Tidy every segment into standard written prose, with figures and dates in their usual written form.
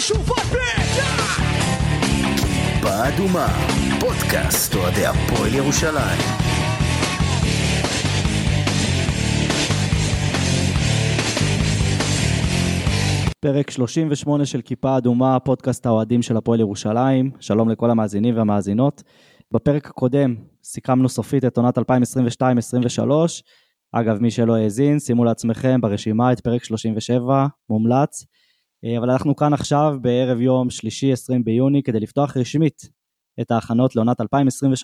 שוב כיפה אדומה, פודקאסט אוהדי הפועל ירושלים. פרק 38 של כיפה אדומה, פודקאסט האוהדים של הפועל ירושלים. שלום לכל המאזינים והמאזינות. בפרק הקודם סיכמנו סופית את עונת 2022-2023. אגב, מי שלא האזין, שימו לעצמכם ברשימה את פרק 37, מומלץ. אבל אנחנו כאן עכשיו בערב יום שלישי 20 ביוני כדי לפתוח רשמית את ההכנות לעונת 2023-2024,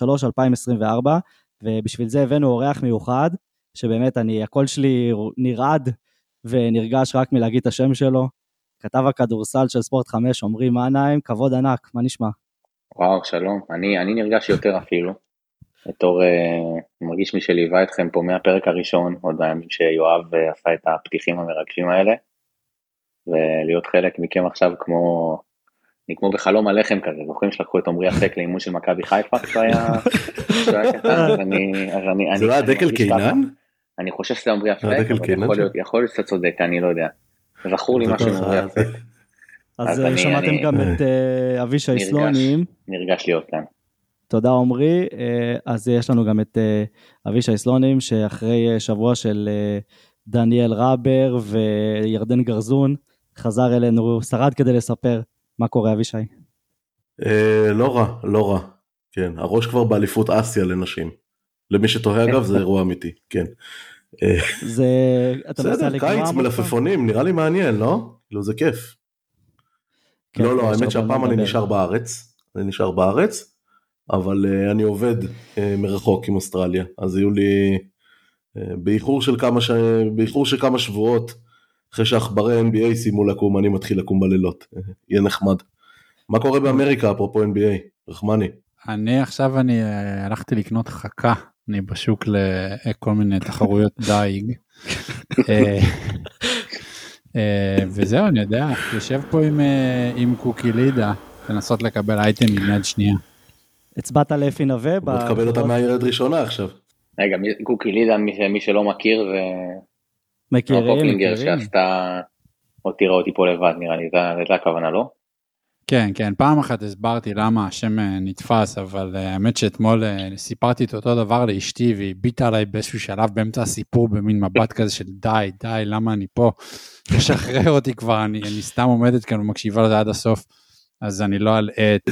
ובשביל זה הבאנו אורח מיוחד, שבאמת הקול שלי נרעד ונרגש רק מלהגיד את השם שלו. כתב הכדורסל של ספורט 5, עומרי מנהיים, כבוד ענק, מה נשמע? וואו, שלום, אני נרגש יותר אפילו, בתור מרגיש מי שליווה אתכם פה מהפרק הראשון, עוד בימים שיואב עשה את הפתיחים המרגשים האלה, ולהיות חלק מכם עכשיו כמו בחלום הלחם כזה, זוכרים שלקחו את עומרי אפק לאימון של מכבי חיפה, זה היה קטן, זה לא היה דקל קינן? אני חושב שזה עומרי אפק, אבל יכול להיות שאתה צודק, אני לא יודע, זכור לי משהו עומרי אפק. אז שמעתם גם את אבישי סלונים. נרגש להיות כאן. תודה עומרי, אז יש לנו גם את אבישי סלונים, שאחרי שבוע של דניאל רבר וירדן גרזון, חזר אלינו, שרד כדי לספר מה קורה אבישי. לא רע, כן, הראש כבר באליפות אסיה לנשים, למי שתוהה אגב זה אירוע אמיתי, כן. בסדר, קיץ מלפפונים, נראה לי מעניין, לא? לא, זה כיף. לא, האמת שהפעם אני נשאר בארץ, אבל אני עובד מרחוק עם אוסטרליה, אז יהיו לי באיחור של כמה שבועות, אחרי שאחברי NBA שימו לקום, אני מתחיל לקום בלילות, יהיה נחמד. מה קורה באמריקה, אפרופו NBA? רחמני. עכשיו הלכתי לקנות חכה, אני בשוק לכל מיני תחרויות דייג, וזהו, אני יודע, יושב פה עם קוקילידה, לנסות לקבל אייטם עם יד שנייה. הצבעת לאפי נווה? בוא תקבל אותה מהילד ראשונה עכשיו. רגע, קוקילידה, מי שלא מכיר, מכירים. שעשתה, עוד תראה אותי פה לבד, נראה לי, זה הכוונה, לא? כן, פעם אחת הסברתי למה השם נתפס, אבל האמת שאתמול סיפרתי את אותו דבר לאשתי, והיא ביטה עליי באיזשהו שלב באמצע הסיפור, במין מבט כזה של די, למה אני פה? תשחרר אותי כבר, אני סתם עומדת כאן ומקשיבה לזה עד הסוף, אז אני לא אלאה את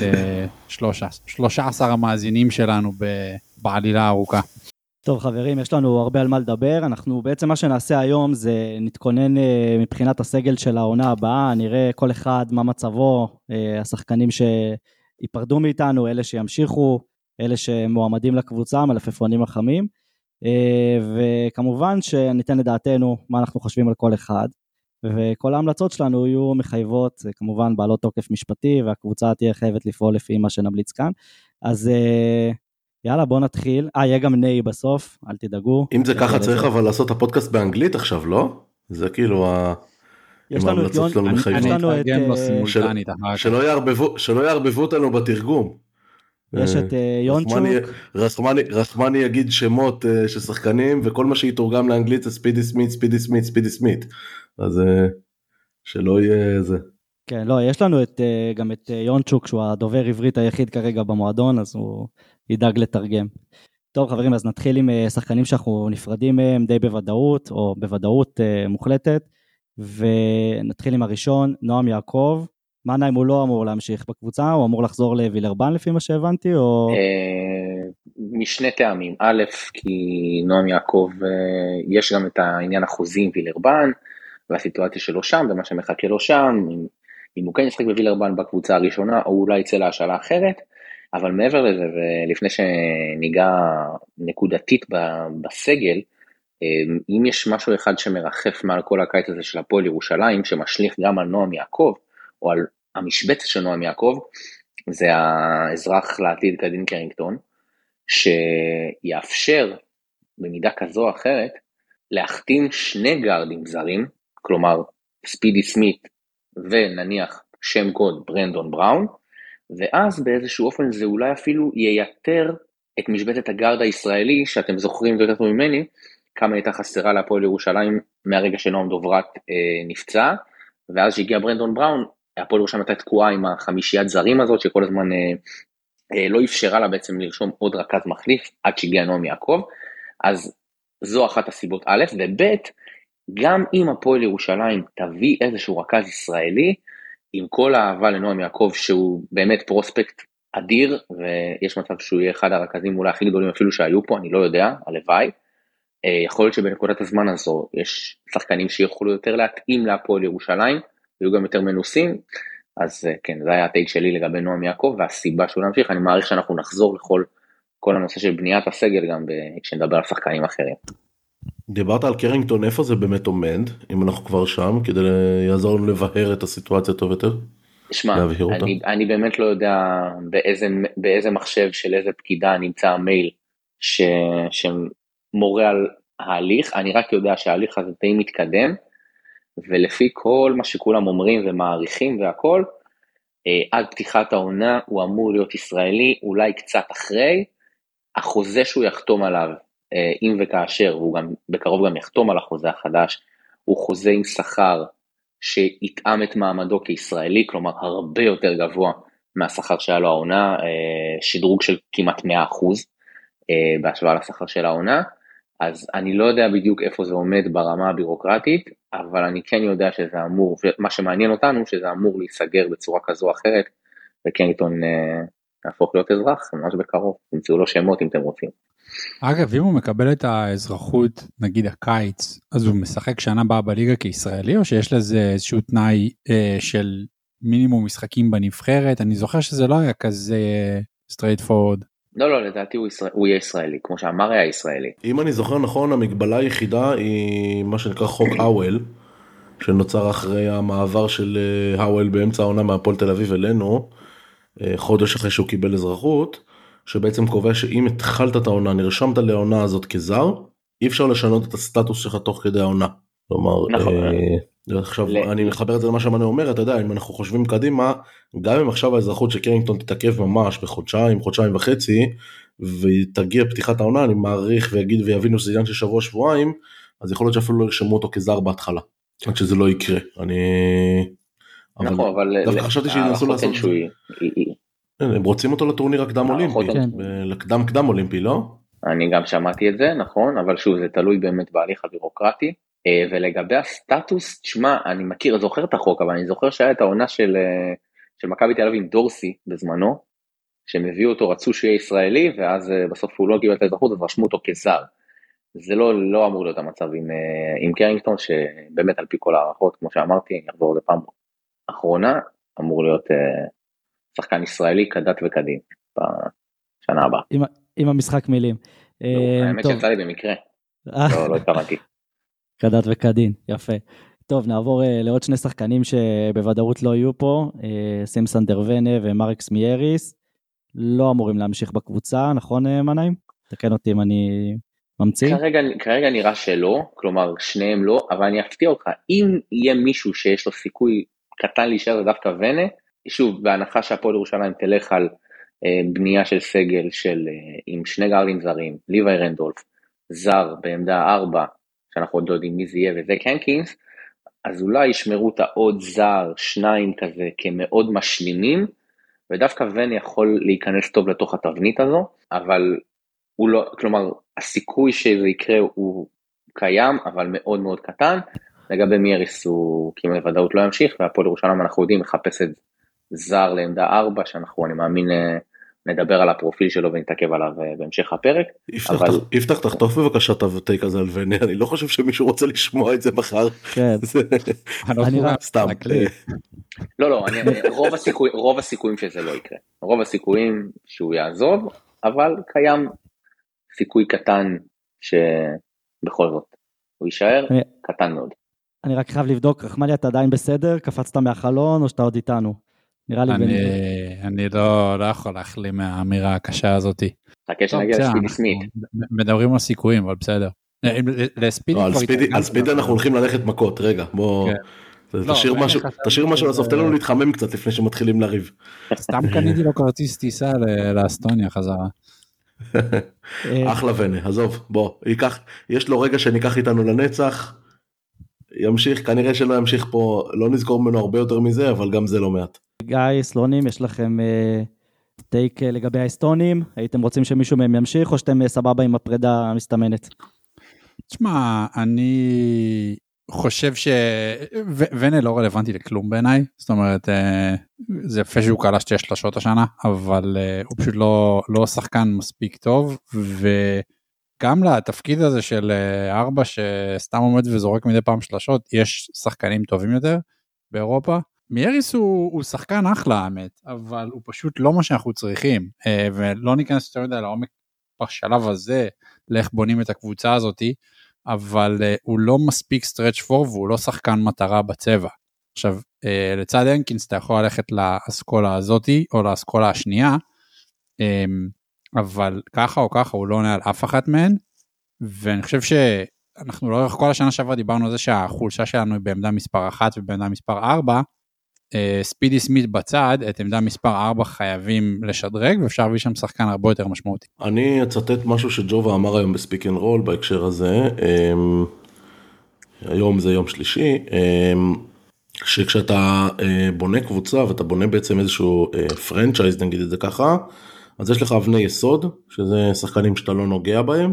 13 המאזינים שלנו בעלילה הארוכה. טוב חברים, יש לנו הרבה על מה לדבר, אנחנו בעצם מה שנעשה היום זה נתכונן מבחינת הסגל של העונה הבאה, נראה כל אחד מה מצבו, השחקנים שיפרדו מאיתנו, אלה שימשיכו, אלה שמועמדים לקבוצה, מלפפונים החמים, וכמובן שניתן לדעתנו מה אנחנו חושבים על כל אחד, וכל ההמלצות שלנו יהיו מחייבות, כמובן בעלות תוקף משפטי, והקבוצה תהיה חייבת לפעול לפי מה שנמליץ כאן, אז יאללה, בוא נתחיל. יהיה גם נאי בסוף, אל תדאגו. אם זה ככה צריך אבל לעשות את הפודקאסט באנגלית עכשיו, לא? זה כאילו יש לנו את יון, אני אתרגם לו סימולטנית. שלא יערבבו אותנו בתרגום. יש את יונצ'וק. רחמני יגיד שמות של שחקנים, וכל מה שיתורגם לאנגלית זה ספידי סמית. אז שלא יהיה זה. כן, לא, יש לנו גם את יונצ'וק, שהוא הדובר עברית היחיד כרגע במועדון, אז הוא ידאג לתרגם. טוב חברים, אז נתחיל עם שחקנים שאנחנו נפרדים מהם די בוודאות, או בוודאות מוחלטת, ונתחיל עם הראשון, נועם יעקב. מנהיים הוא לא אמור להמשיך בקבוצה, הוא אמור לחזור לווילרבן לפי מה שהבנתי, או... משני טעמים, א', כי נועם יעקב, יש גם את העניין החוזים וילרבן, והסיטואציה שלו שם, ומה שמחכה לו שם, אם הוא כן ישחק בווילרבן בקבוצה הראשונה, או אולי יצא להשאלה אחרת, אבל מעבר לזה, ולפני שניגע נקודתית בסגל, אם יש משהו אחד שמרחף מעל כל הקיץ הזה של הפועל ירושלים, שמשליך גם על נועם יעקב, או על המשבצת של נועם יעקב, זה האזרח לעתיד קדין קרינגטון, שיאפשר במידה כזו או אחרת, להחתים שני גארדים זרים, כלומר ספידי סמית, ונניח שם קוד ברנדון בראון, ואז באיזשהו אופן זה אולי אפילו ייתר את משבצת הגארד הישראלי, שאתם זוכרים יותר טוב ממני, כמה הייתה חסרה להפועל ירושלים מהרגע שנועם דוברת נפצע, ואז שהגיע ברנדון בראון, הפועל ירושלים הייתה תקועה עם החמישיית זרים הזאת, שכל הזמן לא אפשרה לה בעצם לרשום עוד רכז מחליף, עד שהגיע נועם יעקב, אז זו אחת הסיבות א', וב' גם אם הפועל ירושלים תביא איזשהו רכז ישראלי, עם כל האהבה לנועם יעקב, שהוא באמת פרוספקט אדיר, ויש מצב שהוא יהיה אחד הרכזים אולי הכי גדולים אפילו שהיו פה, אני לא יודע, הלוואי, יכול להיות שבנקודת הזמן הזו, יש שחקנים שיכולו יותר להתאים להפועל ירושלים, ויהיו גם יותר מנוסים, אז כן, זה היה הטייק שלי לגבי נועם יעקב, והסיבה שהוא להמשיך, אני מעריך שאנחנו נחזור לכל כל הנושא של בניית הסגל, גם כשנדבר על שחקנים אחרים. דיברת על קרינגטון, איפה זה באמת עומד, אם אנחנו כבר שם, כדי לעזור לנו לבהר את הסיטואציה טוב יותר? שמע, אני באמת לא יודע באיזה מחשב של איזה פקידה נמצא המייל שמורה על ההליך, אני רק יודע שההליך הזה די מתקדם, ולפי כל מה שכולם אומרים ומעריכים והכל, עד פתיחת העונה הוא אמור להיות ישראלי, אולי קצת אחרי, החוזה שהוא יחתום עליו, אם וכאשר, והוא גם בקרוב גם יחתום על החוזה החדש, הוא חוזה עם שכר שיתאם את מעמדו כישראלי, כלומר הרבה יותר גבוה מהשכר שהיה לו העונה, שדרוג של כמעט 100% בהשוואה לשכר של העונה, אז אני לא יודע בדיוק איפה זה עומד ברמה הבירוקרטית, אבל אני כן יודע שזה אמור, מה שמעניין אותנו שזה אמור להיסגר בצורה כזו או אחרת, וקרינגטון יהפוך להיות אזרח, ממש בקרוב, תמצאו לו שמות אם אתם רוצים. אגב, אם הוא מקבל את האזרחות, נגיד הקיץ, אז הוא משחק שנה הבאה בליגה כישראלי, או שיש לזה איזשהו תנאי של מינימום משחקים בנבחרת? אני זוכר שזה לא היה כזה straight forward. לא, לדעתי הוא יהיה ישראלי, כמו שאמר היה ישראלי. אם אני זוכר נכון, המגבלה היחידה היא מה שנקרא חוק האוול, שנוצר אחרי המעבר של האוול באמצע העונה מהפועל תל אביב אלינו, חודש אחרי שהוא קיבל אזרחות, שבעצם קובע שאם התחלת את העונה, נרשמת לעונה הזאת כזר, אי אפשר לשנות את הסטטוס שלך תוך כדי העונה. כלומר, עכשיו אני מחבר את זה למה שמאני אומר, אתה יודע, אם אנחנו חושבים קדימה, גם אם עכשיו האזרחות של קרינגטון תתעכב ממש בחודשיים, חודשיים וחצי, ותגיע פתיחת העונה, אני מעריך ויגיד ויבינו שזה עניין של שבוע, שבועיים, אז יכול להיות שאפילו לא ירשמו אותו כזר בהתחלה, עד שזה לא יקרה. נכון, אבל דווקא חשבתי שינסו לעשות את זה. הם רוצים אותו לטורניר הקדם אולימפי, לקדם אולימפי, לא? אני גם שמעתי את זה, נכון, אבל שוב, זה תלוי באמת בהליך הבירוקרטי, ולגבי הסטטוס, תשמע, אני מכיר, זוכר את החוק, אבל אני זוכר שהיה את העונה של מכבי תל אביב עם דורסי בזמנו, שהם הביאו אותו, רצו שיהיה ישראלי, ואז בסוף הוא לא קיבל את האזרחות, אז רשמו אותו כזר. זה לא אמור להיות המצב עם קרינגטון, שבאמת על פי כל הערכות, כמו שאמרתי, אני אחזור לזה פעם אחרונה, אמור להיות שחקן ישראלי כדת וכדין, בשנה הבאה. עם המשחק מילים. האמת שיצא לי במקרה, לא התכוונתי. כדת וכדין, יפה. טוב, נעבור לעוד שני שחקנים שבוודאות לא יהיו פה, סימסון דרוונה ומרקס מייריס, לא אמורים להמשיך בקבוצה, נכון מנאים? תקן אותי אם אני ממציא. כרגע נראה שלא, כלומר שניהם לא, אבל אני אפתיע אותך, אם יהיה מישהו שיש לו סיכוי קטן להישאר, זה דווקא ונה, שוב, בהנחה שהפועל ירושלים תלך על בנייה של סגל עם שני גארדים זרים, ליוואי רנדולף, זר בעמדה 4, שאנחנו עוד לא יודעים מי זה יהיה, וזה קנקינס, אז אולי ישמרו את העוד זר, שניים כזה, כמאוד משלימים, ודווקא ון יכול להיכנס טוב לתוך התבנית הזו, אבל הוא לא, כלומר, הסיכוי שזה יקרה הוא קיים, אבל מאוד מאוד קטן, לגבי מייריס הוא כמעט ודאות לא ימשיך, והפועל ירושלים אנחנו יודעים לחפש את זר לעמדה 4, שאנחנו, אני מאמין, נדבר על הפרופיל שלו ונתעכב עליו בהמשך הפרק. יפתח, תחטוף בבקשה את הטייק הזה על וני, אני לא חושב שמישהו רוצה לשמוע את זה מחר. כן. סתם. לא, רוב הסיכויים שזה לא יקרה. רוב הסיכויים שהוא יעזוב, אבל קיים סיכוי קטן שבכל זאת הוא יישאר, קטן מאוד. אני רק חייב לבדוק, רחמניה, אתה עדיין בסדר? קפצת מהחלון או שאתה עוד איתנו? אני לא יכול להחלים מהאמירה הקשה הזאת. חכה שנגיע לספידי סמית. מדברים על סיכויים, אבל בסדר. על ספידי אנחנו הולכים ללכת מכות, רגע, בוא, תשאיר משהו לסוף, תן לנו להתחמם קצת לפני שמתחילים לריב. סתם קניתי לו כרטיס טיסה לאסטוניה חזרה. אחלה ונה, עזוב, בוא, יש לו רגע שניקח איתנו לנצח, ימשיך, כנראה שלא ימשיך פה, לא נזכור ממנו הרבה יותר מזה, אבל גם זה לא מעט. גיא, סלונים, יש לכם טייק לגבי האסטונים? הייתם רוצים שמישהו מהם ימשיך, או שאתם סבבה עם הפרידה המסתמנת? תשמע, אני חושב ונה לא רלוונטי לכלום בעיניי, זאת אומרת, זה יפה שהוא קלה שתי שלשות השנה, אבל הוא פשוט לא שחקן מספיק טוב, וגם לתפקיד הזה של 4 שסתם עומד וזורק מדי פעם שלשות, יש שחקנים טובים יותר באירופה. מייריס הוא שחקן אחלה האמת, אבל הוא פשוט לא מה שאנחנו צריכים, ולא ניכנס יותר מדי לעומק בשלב הזה, לאיך בונים את הקבוצה הזאת, אבל הוא לא מספיק סטרץ' פור, והוא לא שחקן מטרה בצבע. עכשיו, לצד הנקינס אתה יכול ללכת לאסכולה הזאת, או לאסכולה השנייה, אבל ככה או ככה הוא לא עונה על אף אחת מהן, ואני חושב שאנחנו לאורך כל השנה שעברה דיברנו על זה שהחולשה שלנו היא בעמדה מספר 1 ובעמדה מספר 4, ספידי סמית בצד, את עמדה מספר 4 חייבים לשדרג, ואפשר להביא שם שחקן הרבה יותר משמעותי. אני אצטט משהו שג'ובה אמר היום בספיק אנד רול בהקשר הזה, היום זה יום שלישי, שכשאתה בונה קבוצה, ואתה בונה בעצם איזשהו פרנצ'ייז, נגיד את זה ככה, אז יש לך אבני יסוד, שזה שחקנים שאתה לא נוגע בהם,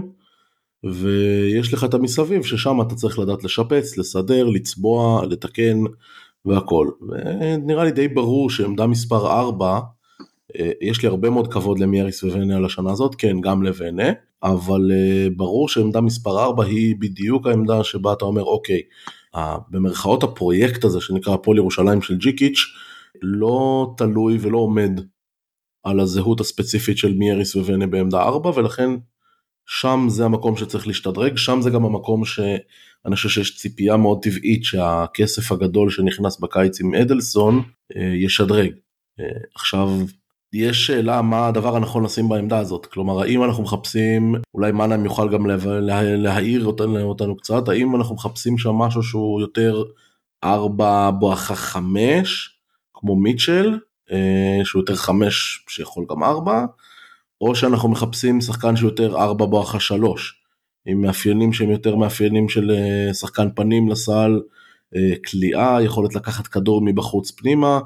ויש לך את המסביב, ששם אתה צריך לדעת לשפץ, לסדר, לצבוע, לתקן, והכל. ונראה לי די ברור שעמדה מספר 4, יש לי הרבה מאוד כבוד למייריס וונה על השנה הזאת, כן, גם לוונה, אבל ברור שעמדה מספר 4 היא בדיוק העמדה שבה אתה אומר, אוקיי, במרכאות הפרויקט הזה שנקרא הפועל ירושלים של ג'יקיץ', לא תלוי ולא עומד על הזהות הספציפית של מייריס וונה בעמדה 4, ולכן שם זה המקום שצריך להשתדרג, שם זה גם המקום שאני חושב שיש ציפייה מאוד טבעית שהכסף הגדול שנכנס בקיץ עם אדלסון ישדרג. עכשיו, יש שאלה מה הדבר הנכון לשים בעמדה הזאת, כלומר, האם אנחנו מחפשים, אולי מנהיים יוכל גם להעיר אותנו קצת, האם אנחנו מחפשים שם משהו שהוא יותר 4 בואכה 5, כמו מיטשל, שהוא יותר 5 שיכול גם 4, או שאנחנו מחפשים שחקן שיותר 4 בואכה 3, עם מאפיינים שהם יותר מאפיינים של שחקן פנים לסל, קליעה, יכולת לקחת כדור מבחוץ פנימה,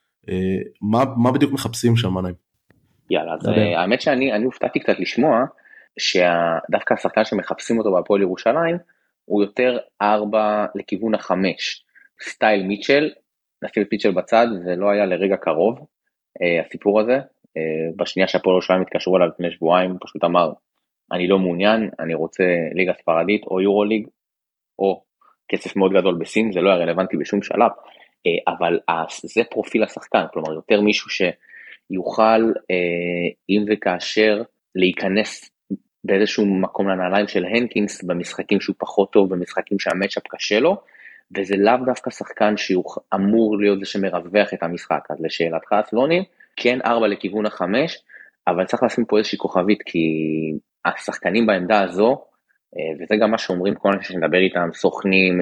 מה בדיוק מחפשים שם מנהיים? יאללה, אז האמת שאני הופתעתי קצת לשמוע, שדווקא השחקן שמחפשים אותו בהפועל ירושלים, הוא יותר 4 לכיוון 5, סטייל מיטשל, נפעיל מיטשל בצד, זה לא היה לרגע קרוב, הסיפור הזה, בשנייה שהפועל ירושלים התקשרו עליו לפני שבועיים, פשוט אמר, אני לא מעוניין, אני רוצה ליגה ספרדית או יורו ליג, או כסף מאוד גדול בסין, זה לא היה רלוונטי בשום שלב, אבל זה פרופיל השחקן, כלומר יותר מישהו שיוכל, אם וכאשר, להיכנס באיזשהו מקום לנעליים של הנקינס, במשחקים שהוא פחות טוב, במשחקים שהמצ'אפ קשה לו, וזה לאו דווקא שחקן שהוא אמור להיות זה שמרווח את המשחק, אז לשאלתך סלונים, כן 4 לכיוון 5, אבל צריך לשים פה איזושהי כוכבית, כי השחקנים בעמדה הזו, וזה גם מה שאומרים כל אנשים שנדבר איתם, סוכנים,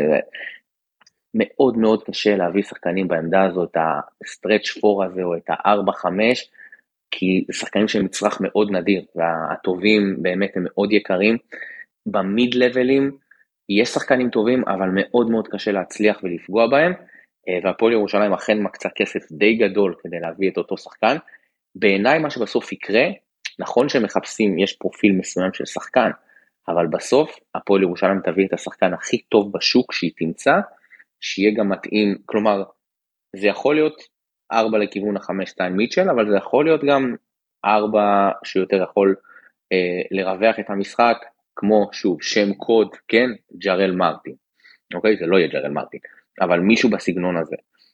מאוד מאוד קשה להביא שחקנים בעמדה הזו, את הסטרץ' פור הזה, או את ה4-5, כי זה שחקנים שהם מצרך מאוד נדיר, והטובים באמת הם מאוד יקרים, במיד לבלים, יש שחקנים טובים, אבל מאוד מאוד קשה להצליח ולפגוע בהם, והפועל ירושלים אכן מקצה כסף די גדול, כדי להביא את אותו שחקן, בעיניי מה שבסוף יקרה, נכון שמחפשים, יש פרופיל מסוים של שחקן, אבל בסוף הפועל ירושלים תביא את השחקן הכי טוב בשוק שהיא תמצא, שיהיה גם מתאים, כלומר, זה יכול להיות 4 לכיוון 5 סטייל מיטשל, אבל זה יכול להיות גם 4 שיותר יכול לרווח את המשחק, כמו שוב, שם קוד, כן, ג'רל מרטין, אוקיי, זה לא יהיה ג'רל מרטין, אבל מישהו בסגנון הזה,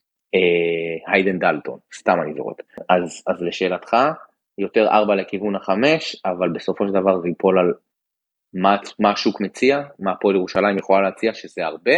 היידן דלטון, סתם אני זורק, אז לשאלתך, יותר 4 לכיוון 5, אבל בסופו של דבר זה ייפול על מה השוק מציע, מה הפועל ירושלים יכולה להציע, שזה הרבה,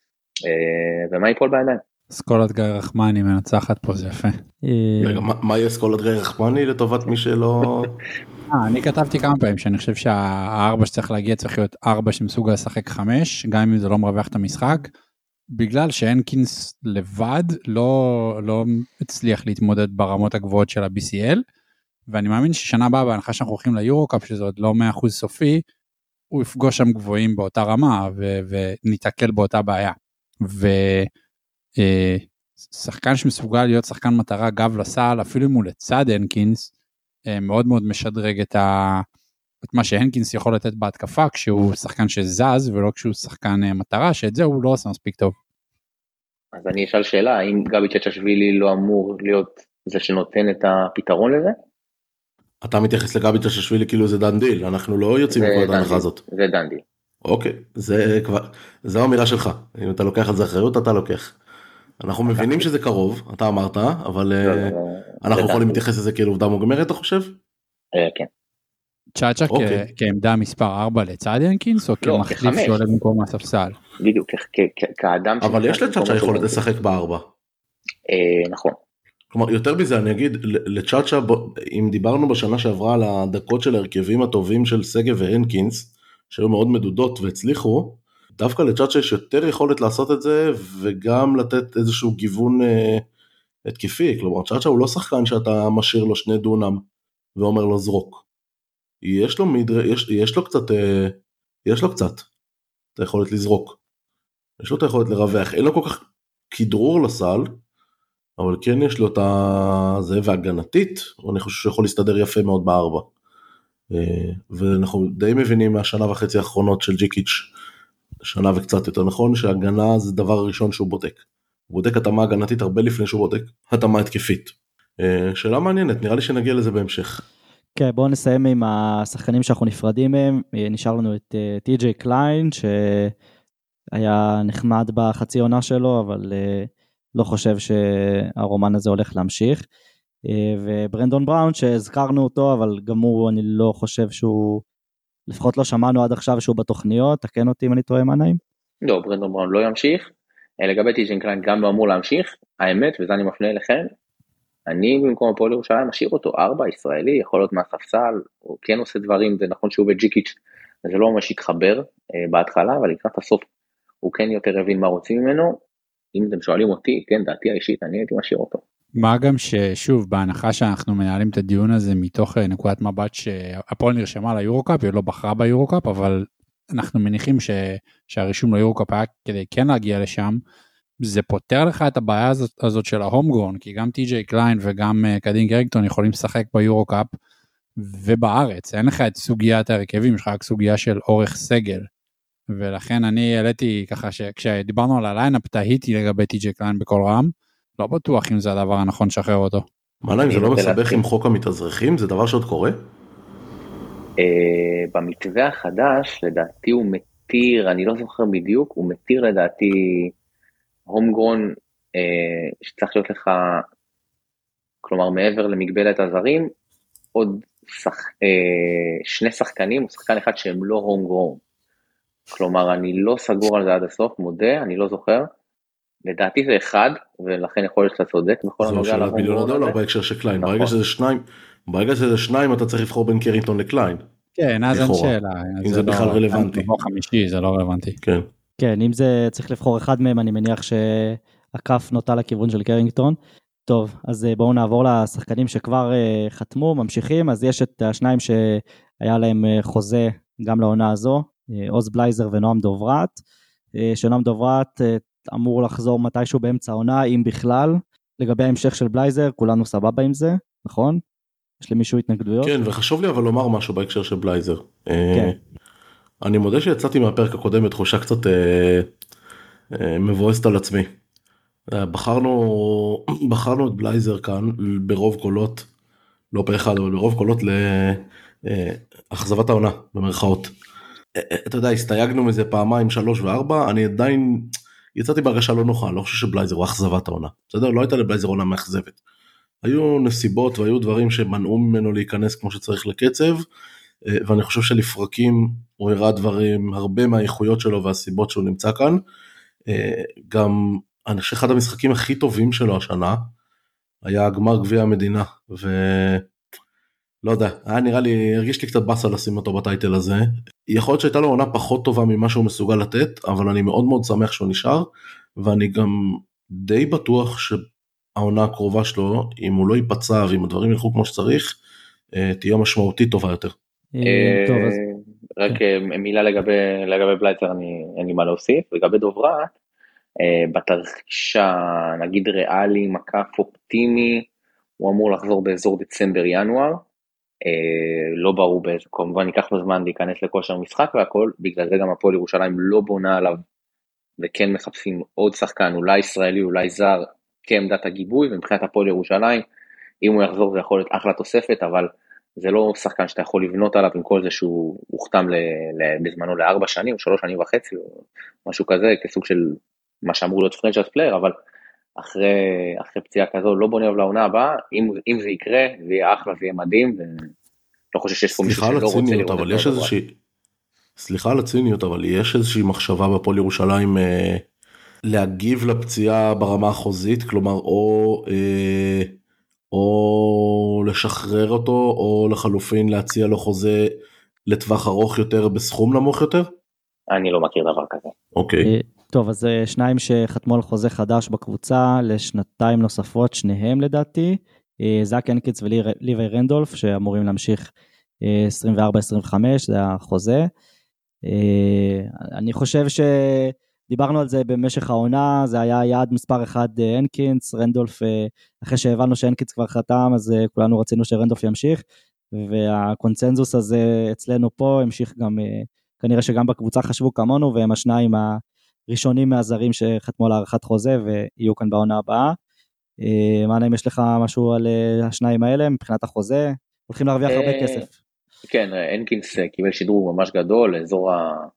ומה ייפול בידיים. אסכולת גיא רחמני מנצחת פה, זה יפה. רגע, מה יהיה אסכולת גיא רחמני לטובת מי שלא... אני כתבתי כמה פעמים שאני חושב שה4 שצריך להגיע צריך להיות 4 שמסוגל לשחק 5, גם אם זה לא מרווח את המשחק, בגלל שהנקינס לבד לא הצליח להתמודד ברמות הגבוהות של ה-BCL, ואני מאמין ששנה הבאה, בהנחה שאנחנו הולכים ליורוקאפ, שזה עוד לא 100% סופי, הוא יפגוש שם גבוהים באותה רמה, ונתעכל באותה בעיה. ושחקן שמסוגל להיות שחקן מטרה גב לסל, אפילו אם הוא לצד הנקינס, מאוד מאוד משדרג את מה שהנקינס יכול לתת בהתקפה, כשהוא שחקן שזז, ולא כשהוא שחקן מטרה, שאת זה הוא לא עושה מספיק טוב. אז אני אשאל שאלה, האם גבי צ'צ'שווילי לא אמור להיות זה שנותן את הפתרון לזה? אתה מתייחס לגבי צ'צ'שווילי כאילו זה דן דיל, אנחנו לא יוצאים מכל ההנחה הזאת. זה דן דיל. אוקיי, זה האמירה שלך, אם אתה לוקח על זה אחריות אתה לוקח. אנחנו מבינים שזה קרוב, אתה אמרת, אבל אנחנו יכולים להתייחס לזה כאילו עובדה מוגמרת, אתה חושב? כן. צ'אצ'ה כעמדה מספר 4 לצד הנקינס, או כמחליף שעולה במקום הספסל? בדיוק, כאדם... אבל יש לצ'אצ'ה יכולת לשחק ב4. נכון. כלומר, יותר מזה אני אגיד, לצ'אצ'ה, אם דיברנו בשנה שעברה על הדקות של הרכבים הטובים של סגב והנקינס, שהיו מאוד מדודות והצליחו, דווקא לצ'אצ'ה יש יותר יכולת לעשות את זה, וגם לתת איזשהו גיוון התקפי. כלומר, צ'אצ'ה הוא לא שחקן שאתה משאיר לו 2 דונם, ואומר לו זרוק. יש לו קצת את היכולת לזרוק. יש לו את היכולת לרווח. אין לו כל כך כדרור לסל, אבל כן יש לו את זה, והגנתית, אני חושב שיכול להסתדר יפה מאוד ב4. ואנחנו די מבינים מהשנה וחצי האחרונות של ג'יקיץ', שנה וקצת יותר נכון, שהגנה זה דבר הראשון שהוא בודק. הוא בודק התאמה הגנתית הרבה לפני שהוא בודק התאמה התקפית. שאלה מעניינת, נראה לי שנגיע לזה בהמשך. כן, בואו נסיים עם השחקנים שאנחנו נפרדים מהם. נשאר לנו את טי.ג'יי קליין, שהיה נחמד בחצי עונה שלו, אבל לא חושב שהרומן הזה הולך להמשיך. וברנדון בראון, שהזכרנו אותו, אבל גם הוא, אני לא חושב שהוא, לפחות לא שמענו עד עכשיו שהוא בתוכניות, תקן אותי אם אני טועה מה נעים? לא, ברנדון בראון לא ימשיך. לגבי טי.ג'יי קליין גם לא אמור להמשיך. האמת, וזה אני מפנה אליכם, אני במקום הפועל ירושלים משאיר אותו 4, ישראלי, יכול להיות מהספסל, הוא כן עושה דברים, זה נכון שהוא בג'יקיץ', זה לא ממש התחבר בהתחלה, אבל לקראת הסוף הוא כן יותר הבין מה רוצים ממנו. אם אתם שואלים אותי, כן, דעתי האישית, אני הייתי משאיר אותו. מה גם ששוב, בהנחה שאנחנו מנהלים את הדיון הזה מתוך נקודת מבט שהפועל נרשמה ליורוקאפ, היא לא בחרה ביורוקאפ, אבל אנחנו מניחים שהרישום ליורוקאפ היה כדי כן להגיע לשם, זה פותר לך את הבעיה הזאת של ההומגרון, כי גם טי.ג'יי קליין וגם קדין קרינגטון יכולים לשחק ביורוקאפ ובארץ, אין לך את סוגיית הרכבים, יש לך רק סוגיה של אורך סגל, ולכן אני העליתי ככה שכשדיברנו על הליינאפ, תהיתי לגבי טי.ג'יי קליין בכל רם, לא בטוח אם זה הדבר הנכון לשחרר אותו. מה אם זה לא מסבך עם חוק המתאזרחים? זה דבר שעוד קורה? במתווה החדש, לדעתי הוא מתיר, אני לא זוכר בדיוק, הוא מתיר לדעתי הומגרון שצריך להיות לך, כלומר מעבר למגבלת הזרים, עוד 2 שחקנים, או שחקן אחד שהם לא הומגרון. כלומר, אני לא סגור על זה עד הסוף, מודה, אני לא זוכר. לדעתי זה 1, ולכן יכול להיות שאתה צודק. זו שאלת $1,000,000 בהקשר של קליין. ברגע שזה 2, אתה צריך לבחור בין קרינגטון לקליין. כן, אז אין שאלה. אם זה בכלל רלוונטי. חמישי, זה לא רלוונטי. כן. כן, אם זה צריך לבחור אחד מהם, אני מניח שהכף נוטה לכיוון של קרינגטון. טוב, אז בואו נעבור לשחקנים שכבר חתמו, ממשיכים. אז יש את השניים שהיה להם חוזה גם לעונה הזו, עוז בלייזר ונועם דוברת, שנועם דוברת אמור לחזור מתישהו באמצע העונה, אם בכלל. לגבי ההמשך של בלייזר, כולנו סבבה עם זה, נכון? יש למישהו התנגדויות? כן, וחשוב לי אבל לומר משהו בהקשר של בלייזר. כן. אני מודה שיצאתי מהפרק הקודם בתחושה קצת מבואסת על עצמי. בחרנו את בלייזר כאן ברוב קולות, לא פה אחד, אבל ברוב קולות לאכזבת העונה, במרכאות. אתה יודע, הסתייגנו מזה פעמיים, 3 ו4, אני עדיין יצאתי בהרגשה לא נוחה, לא חושב שבלייזר הוא אכזבת העונה. בסדר? לא הייתה לבלייזר עונה מאכזבת. היו נסיבות והיו דברים שמנעו ממנו להיכנס כמו שצריך לקצב, ואני חושב שלפרקים הוא הראה דברים, הרבה מהאיכויות שלו והסיבות שהוא נמצא כאן. גם אני חושב אחד המשחקים הכי טובים שלו השנה, היה גמר גביע המדינה, ולא יודע, נראה לי, הרגיש לי קצת בסה לשים אותו בטייטל הזה. יכול להיות שהייתה לו עונה פחות טובה ממה שהוא מסוגל לתת, אבל אני מאוד מאוד שמח שהוא נשאר, ואני גם די בטוח שהעונה הקרובה שלו, אם הוא לא ייפצע ואם הדברים ילכו כמו שצריך, תהיה משמעותית טובה יותר. רק מילה לגבי בלייזר, אין לי מה להוסיף. לגבי דוברת, בתרחישה, נגיד ריאלי, מקף אופטימי, הוא אמור לחזור באזור דצמבר-ינואר, לא ברור באיזה, כמובן ייקח לו זמן להיכנס לכושר משחק והכל, בגלל זה גם הפועל ירושלים לא בונה עליו, וכן מחפשים עוד שחקן, אולי ישראלי, אולי זר, כעמדת הגיבוי, ומבחינת הפועל ירושלים, אם הוא יחזור זה יכול להיות אחלה תוספת, אבל זה לא שחקן שאתה יכול לבנות עליו עם כל זה שהוא הוחתם בזמנו ל4 שנים, 3 שנים וחצי, או משהו כזה, כסוג של מה שאמור להיות פרנצ'ייז פלייר, אבל אחרי פציעה כזו לא בונה עליו לעונה הבאה, אם זה יקרה, זה יהיה אחלה, זה יהיה מדהים, ולא חושב שיש פה מישהו שלא רוצה לראות את זה. סליחה על הציניות, אבל יש איזושהי מחשבה בפועל ירושלים להגיב לפציעה ברמה החוזית, כלומר או לשחרר אותו, או לחלופין להציע לו חוזה לטווח ארוך יותר בסכום נמוך יותר? אני לא מכיר דבר כזה. אוקיי. טוב, אז שניים שחתמו על חוזה חדש בקבוצה לשנתיים נוספות, שניהם לדעתי, זאק הנקיץ וליווי רנדולף, שאמורים להמשיך 24-25, זה החוזה. אני חושב שדיברנו על זה במשך העונה, זה היה יעד מספר 1 הנקינס, רנדולף, אחרי שהבנו שהנקינס כבר חתם, אז כולנו רצינו שרנדולף ימשיך, והקונצנזוס הזה אצלנו פה המשיך גם, כנראה שגם בקבוצה חשבו כמונו, והם השניים הראשונים מהזרים שחתמו על הערכת חוזה, ויהיו כאן בעונה הבאה. מה אם יש לך משהו על השניים האלה, מבחינת החוזה? הולכים להרוויח הרבה כסף. כן, הנקינס קיבל שידור ממש גדול, לאזור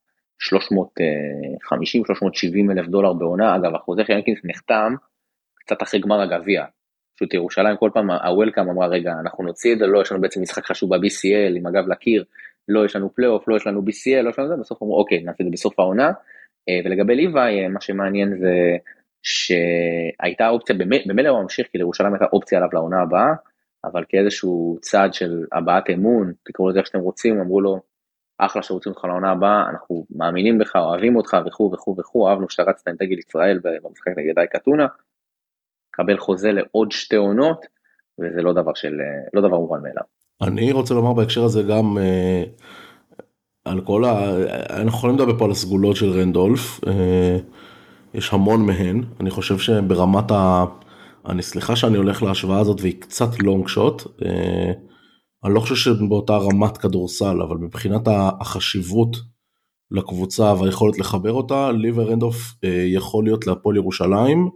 ה-350-370 אלף דולר בעונה. אגב, החוזה של הנקינס נחתם קצת אחרי גמר הגביע. פשוט ירושלים כל פעם, הוולקאם אמרה, רגע, אנחנו נוציא את זה, לא, יש לנו בעצם משחק חשוב ב-BCL, עם אגב לקיר, לא יש לנו פלייאוף, לא יש לנו BCL, לא יש לנו זה, בסוף אמרו, אוקיי, נעשה את זה בסוף העונה. ולגבי ליווי, מה שמעניין זה שהייתה אופציה, במילא הוא ממשיך, כי לירושלים הייתה אופציה עליו לעונה הבאה, אבל כאיזשהו צעד של הבעת אמון, תקראו לזה איך שאתם רוצים, אמרו לו, אחלה שרוצים אותך לעונה הבאה, אנחנו מאמינים בך, אוהבים אותך וכו' וכו' וכו', אהבנו שאתה רצת עם דגל ישראל במשחק נגד איקטונה, קבל חוזה לעוד 2 עונות, וזה לא דבר מובן מאליו. אני רוצה לומר בהקשר הזה גם, על כל אנחנו יכולים לדבר פה על הסגולות של רנדולף, יש המון מהן, אני חושב שברמת אני סליחה שאני הולך להשוואה הזאת והיא קצת לונג שוט, אני לא חושב שבאותה רמת כדורסל, אבל מבחינת החשיבות לקבוצה והיכולת לחבר אותה, ליווי רנדולף יכול להיות להפועל ירושלים,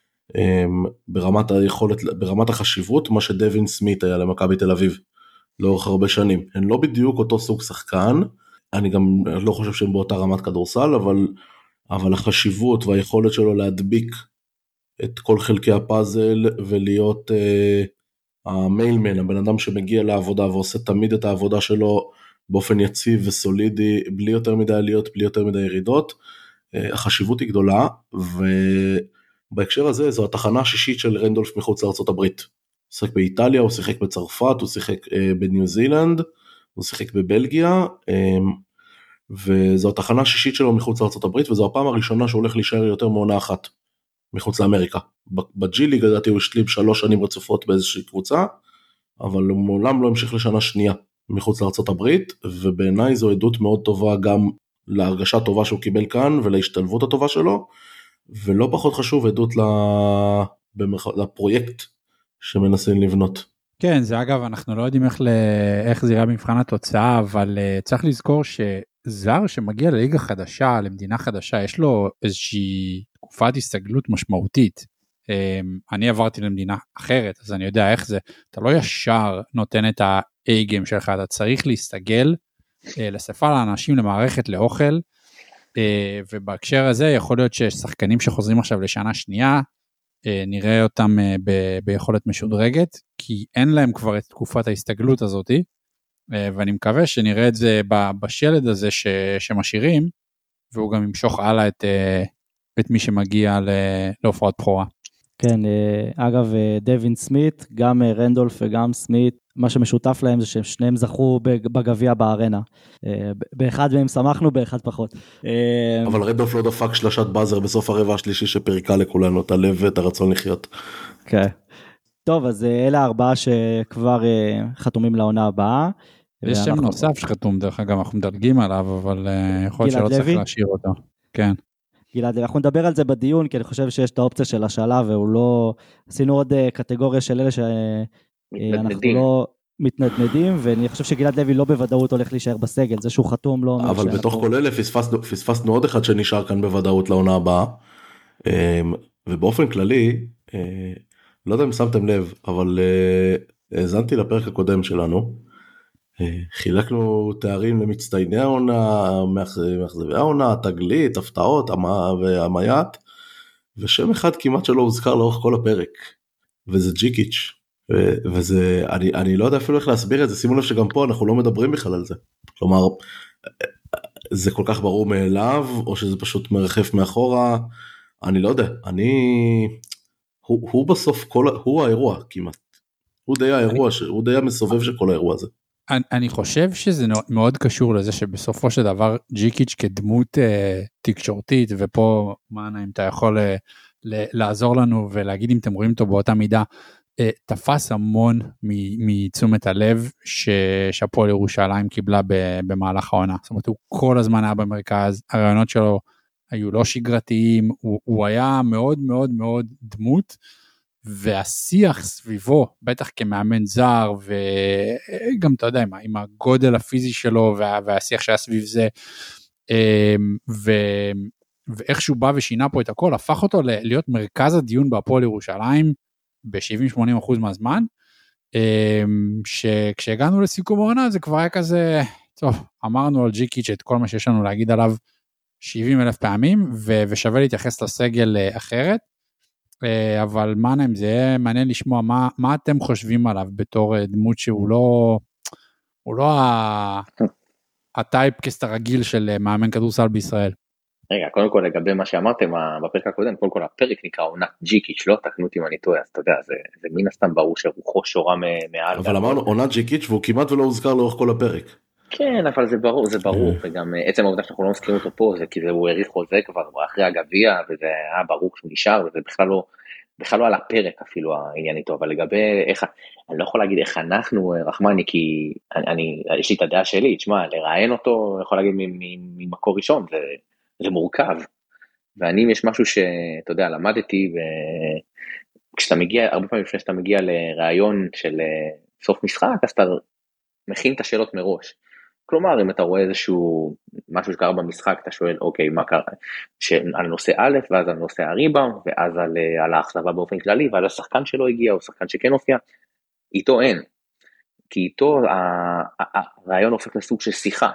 ברמת החשיבות, מה שדווין סמית היה למכבי תל אביב, לאורך הרבה שנים. הן לא בדיוק אותו סוג שחקן, אני גם לא חושב שהם באותה רמת כדורסל, אבל החשיבות והיכולת שלו להדביק את כל חלקי הפאזל, ולהיות המיילמן, הבן אדם שמגיע לעבודה, ועושה תמיד את העבודה שלו, באופן יציב וסולידי, בלי יותר מדי עליות, בלי יותר מדי ירידות, החשיבות היא גדולה, ובהקשר הזה, זו התחנה השישית של רנדולף מחוץ לארצות הברית. הוא שיחק באיטליה, הוא שיחק בצרפת, הוא שיחק בניו זילנד, הוא שיחק בבלגיה, וזו התחנה השישית שלו מחוץ לארצות הברית, וזו הפעם הראשונה שהוא הולך להישאר יותר מעונה אחת, מחוץ לאמריקה. בג'י ליג לדעתי הוא השלים 3 שנים רצופות באיזושהי קבוצה, אבל הוא מעולם לא המשיך לשנה שנייה מחוץ לארצות הברית, ובעיניי זו עדות מאוד טובה גם להרגשה טובה שהוא קיבל כאן, ולהשתלבות הטובה שלו, ולא פחות חשוב עדות לפרויקט שמנסים לבנות. כן, זה אגב, אנחנו לא יודעים איך זה יראה במבחן התוצאה, אבל צריך לזכור שזר שמגיע לליגה חדשה, למדינה חדשה, יש לו איזושהי תקופת הסתגלות משמעותית. אני עברתי למדינה אחרת, אז אני יודע איך זה. אתה לא ישר נותן את ה-A-game שלך, אתה צריך להסתגל, לשפה לאנשים, למערכת, לאוכל, ובהקשר הזה יכול להיות ששחקנים שחוזרים עכשיו לשנה שנייה, נראה אותם ביכולת משודרגת, כי אין להם כבר את תקופת ההסתגלות הזאת, ואני מקווה שנראה את זה בשלד הזה שמשאירים, והוא גם ימשוך הלאה את מי שמגיע להופעת בכורה. כן, אגב, דווין סמית, גם רנדולף וגם סמית, מה שמשותף להם זה שהם שניהם זכו בגביע בארנה. באחד מהם שמחנו, באחד פחות. אבל רנדולף לא דפק שלשת באזר בסוף הרבע השלישי שפריקה לכולנו את הלב ואת הרצון לחיות. כן. טוב, אז אלה 4 שכבר חתומים לעונה הבאה. יש שם נוסף שחתום, דרך אגב, אנחנו מדלגים עליו, אבל יכול להיות שלא צריך להשאיר אותו. כן. גלעד, אנחנו נדבר על זה בדיון, כי אני חושב שיש את האופציה של השאלה, והוא לא, עשינו עוד קטגוריה של אלה שאנחנו לא מתנדנדים, ואני חושב שגלעד לוי לא בוודאות הולך להישאר בסגל, זה שהוא חתום לא... אבל בתוך כל אלה פספסנו עוד אחד שנשאר כאן בוודאות לעונה הבאה, ובאופן כללי, לא יודע אם שמתם לב, אבל האזנתי לפרק הקודם שלנו, חילקנו תארים למצטייני העונה, מאכזבי העונה, תגלית, הפתעות, והמיית, ושם אחד כמעט שלא הוזכר לאורך כל הפרק, וזה ג'יקיץ', וזה, אני לא יודע אפילו איך להסביר את זה, שימו לב שגם פה אנחנו לא מדברים בכלל על זה, כלומר, זה כל כך ברור מאליו, או שזה פשוט מרחף מאחורה, אני לא יודע, הוא בסוף, הוא האירוע כמעט, הוא די האירוע, הוא די המסובב של כל האירוע הזה. אני חושב שזה מאוד קשור לזה שבסופו של דבר ג'יקיץ' כדמות תקשורתית, ופה מענה אם אתה יכול לעזור לנו ולהגיד אם אתם רואים אותו באותה מידה, תפס המון מתשומת הלב שהפועל ירושלים קיבלה במהלך העונה. זאת אומרת, הוא כל הזמן היה במרכז, הרעיונות שלו היו לא שגרתיים, הוא היה מאוד מאוד מאוד דמות, והשיח סביבו, בטח כמאמן זר, וגם אתה יודע, עם הגודל הפיזי שלו, והשיח שהיה סביב זה, ואיך שהוא בא ושינה פה את הכל, הפך אותו להיות מרכז הדיון בהפועל ירושלים, ב-70-80% מהזמן, כשהגענו לסיכום העונה, זה כבר היה כזה, טוב, אמרנו על ג'יקיץ' את כל מה שיש לנו להגיד עליו 70,000 פעמים, ושווה להתייחס לסגל אחרת, אבל מעניין, זה יהיה מעניין לשמוע מה אתם חושבים עליו בתור דמות שהוא לא הטייפקסט הרגיל של מאמן כדורסל בישראל. רגע, קודם כל לגבי מה שאמרתם בפרק הקודם, קודם כל הפרק נקרא עונת ג'יקיץ', לא תקנו אותי אם אני טועה, אז אתה יודע, זה מן הסתם ברור שרוחו שורה מעל. אבל אמרנו עונת ג'יקיץ' והוא כמעט ולא הוזכר לאורך כל הפרק. כן, אבל זה ברור, וגם עצם העובדה שאנחנו לא מזכירים אותו פה, זה כי הוא העריך חוזה כבר אחרי הגביע, וזה היה ברור שהוא נשאר, וזה בכלל לא על הפרק אפילו העניין איתו, אבל לגבי איך, אני לא יכול להגיד איך אנחנו, רחמני, כי יש לי את הדעה שלי, תשמע, לראיין אותו, יכול להגיד ממקור ראשון, זה מורכב, ואני יש משהו שאתה יודע, למדתי, וכשאתה מגיע, הרבה פעמים לפני שאתה מגיע לראיון של סוף משחק, אז אתה מכין את השאלות מראש, כלומר, אם אתה רואה איזשהו משהו שקרה במשחק, אתה שואל, אוקיי, מה קרה? על נושא א', ואז על נושא הריבאונד, ואז על האכזבה באופן כללי, ועל השחקן שלא הגיע, או שחקן שכן הופיע, איתו אין. כי איתו הרעיון הופך לסוג של שיחה.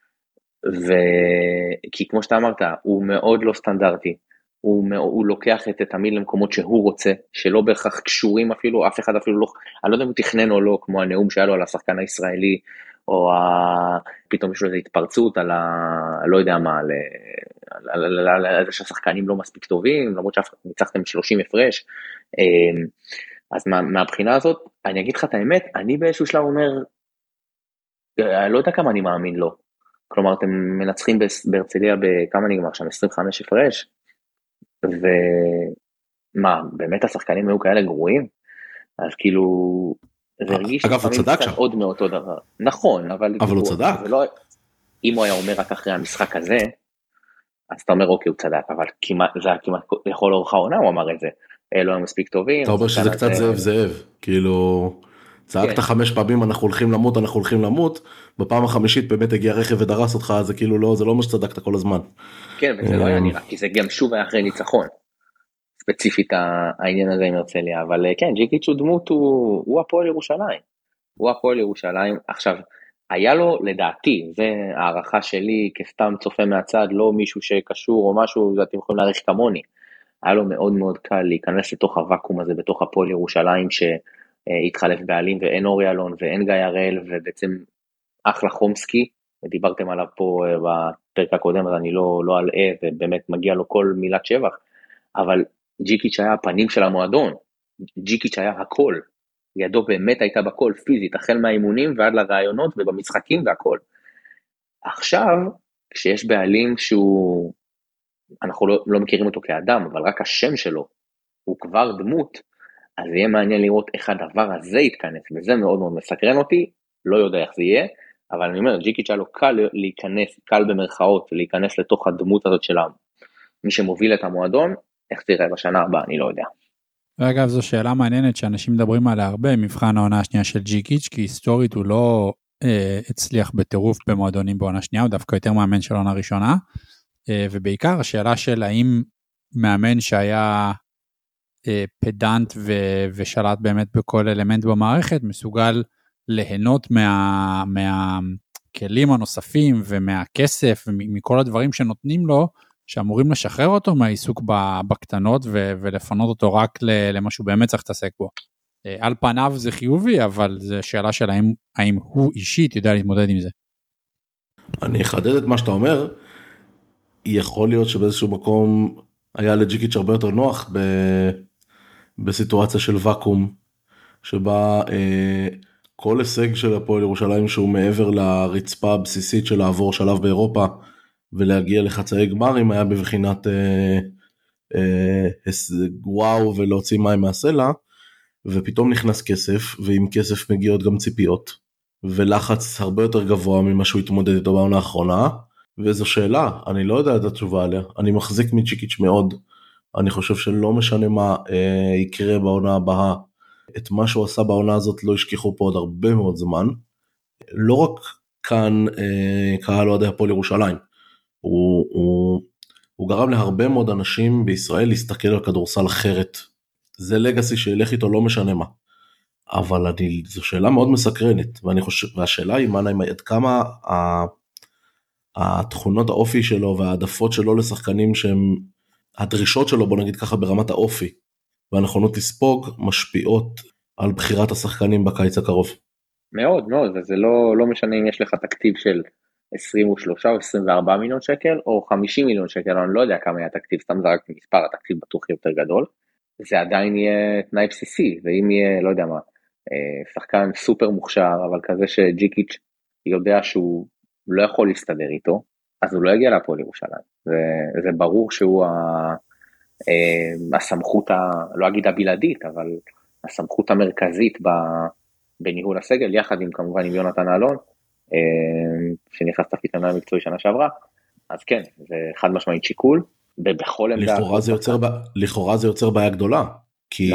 כי כמו שאתה אמרת, הוא מאוד לא סטנדרטי, הוא לוקח את תמיד למקומות שהוא רוצה, שלא בהכרח קשורים אפילו, אף אחד אפילו לא, אני לא יודע אם הוא תכנן או לא, כמו הנאום שהיה לו על השחקן הישראלי, או פתאום יש לו איזו התפרצות על לא יודע מה, על איזה שהשחקנים לא מספיק טובים, למרות שניצחתם 30 הפרש, אז מהבחינה הזאת, אני אגיד לך את האמת, אני באיזשהו שלב אומר, אני לא יודע כמה אני מאמין לו, כלומר אתם מנצחים בהרצליה בכמה נגמר שם, 25 הפרש, ומה, באמת השחקנים היו כאלה גרועים? אז כאילו, זה הרגיש אגב, הוא צדק שם. עוד מאותו דבר. נכון, אבל הוא צדק. אם הוא היה אומר רק אחרי המשחק הזה, אז אתה אומר, אוקיי, הוא צדק, אבל זה היה כמעט לכל אורך העונה, הוא אמר את זה. לא היו מספיק טובים. אתה אומר שזה קצת זאב, כאילו, צעקת 5 פעמים, אנחנו הולכים למות, בפעם החמישית באמת הגיע רכב ודרס אותך, זה כאילו לא, זה לא מה שצדקת כל הזמן. כן, וזה לא היה נראה, כי זה גם שוב היה אחרי ניצחון. ספציפית העניין הזה עם הרצליה, אבל כן, ג'יקיץ' הוא דמות, הוא הפועל ירושלים. הוא הפועל ירושלים. עכשיו, היה לו, לדעתי, זה הערכה שלי כסתם צופה מהצד, לא מישהו שקשור או משהו, אתם יכולים להעריך כמוני. היה לו מאוד מאוד קל להיכנס לתוך הוואקום הזה, בתוך הפועל ירושלים, שהתחלף בעלים, ואין אורי אלון, ואין גיא הראל, ובעצם אחלה חומסקי, ודיברתם עליו פה בפרק הקודם, אז אני לא אלאה, ובאמת מגיע לו כל מילת שבח, אבל ג'יקיץ' היה הפנים של המועדון, ג'יקיץ' היה הכל, ידו באמת הייתה בכל פיזית, החל מהאימונים ועד לרעיונות ובמשחקים והכל. עכשיו, כשיש בעלים שהוא, אנחנו לא מכירים אותו כאדם, אבל רק השם שלו הוא כבר דמות, אז יהיה מעניין לראות איך הדבר הזה יתכנס, וזה מאוד מאוד מסקרן אותי, לא יודע איך זה יהיה, אבל אני אומר, ג'יקיץ' היה לו קל להיכנס, קל במרכאות, להיכנס לתוך הדמות הזאת של מי שמוביל את המועדון, איך תראה בשנה הבאה, אני לא יודע. ואגב, זו שאלה מעניינת שאנשים מדברים עליה הרבה, מבחן העונה השנייה של ג'יקיץ', כי היסטורית הוא לא הצליח בטירוף במועדונים בעונה שנייה, הוא דווקא יותר מאמן של עונה ראשונה, ובעיקר השאלה של האם מאמן שהיה פדנט ושלט באמת בכל אלמנט במערכת, מסוגל ליהנות מהכלים הנוספים ומהכסף ומכל הדברים שנותנים לו, שאמורים לשחרר אותו מהעיסוק בקטנות ולפנות אותו רק למה שהוא באמת צריך להתעסק בו. על פניו זה חיובי, אבל זו שאלה של האם הוא אישית יודע להתמודד עם זה. אני אחדד את מה שאתה אומר, יכול להיות שבאיזשהו מקום היה לג'יקיץ' הרבה יותר נוח בסיטואציה של וקום, שבה כל הישג של הפועל ירושלים שהוא מעבר לרצפה הבסיסית של לעבור שלב באירופה, ולהגיע לחצאי גמרים היה בבחינת וואו ולהוציא מים מהסלע, ופתאום נכנס כסף, ועם כסף מגיעות גם ציפיות, ולחץ הרבה יותר גבוה ממה שהוא התמודד איתו בעונה האחרונה, וזו שאלה, אני לא יודע את התשובה עליה, אני מחזיק מצ'יקיץ' מאוד, אני חושב שלא משנה מה יקרה בעונה הבאה, את מה שהוא עשה בעונה הזאת לא ישכחו פה עוד הרבה מאוד זמן, לא רק כאן קהל אוהדי הפועל ירושלים, הוא גרם להרבה מאוד אנשים בישראל להסתכל על כדורסל אחרת, זה לגאסי שילך איתו לא משנה מה, אבל זו שאלה מאוד מסקרנת, והשאלה היא עד כמה התכונות האופי שלו והעדפות שלו לשחקנים שהם, הדרישות שלו בוא נגיד ככה ברמת האופי, והנכונות לספוג משפיעות על בחירת השחקנים בקיץ הקרוב. מאוד מאוד, וזה לא משנה אם יש לך תקציב של 23 או 24 מיליון שקל, או 50 מיליון שקל, אני לא יודע כמה יהיה התקציב, סתם זה רק מספר, התקציב בטוח יותר גדול, זה עדיין יהיה תנאי בסיסי, ואם יהיה, לא יודע מה, שחקן סופר מוכשר, אבל כזה שג'יקיץ' יודע שהוא לא יכול להסתדר איתו, אז הוא לא יגיע להפועל ירושלים, זה ברור שהוא הסמכות, לא אגיד הבלעדית, אבל הסמכות המרכזית בניהול הסגל, יחד עם כמובן עם יונתן אלון, שנכנס תפקיד המקצועי שנה שעברה, אז כן, זה חד משמעית שיקול, ובכל עמדה... לכאורה זה יוצר בעיה גדולה, כי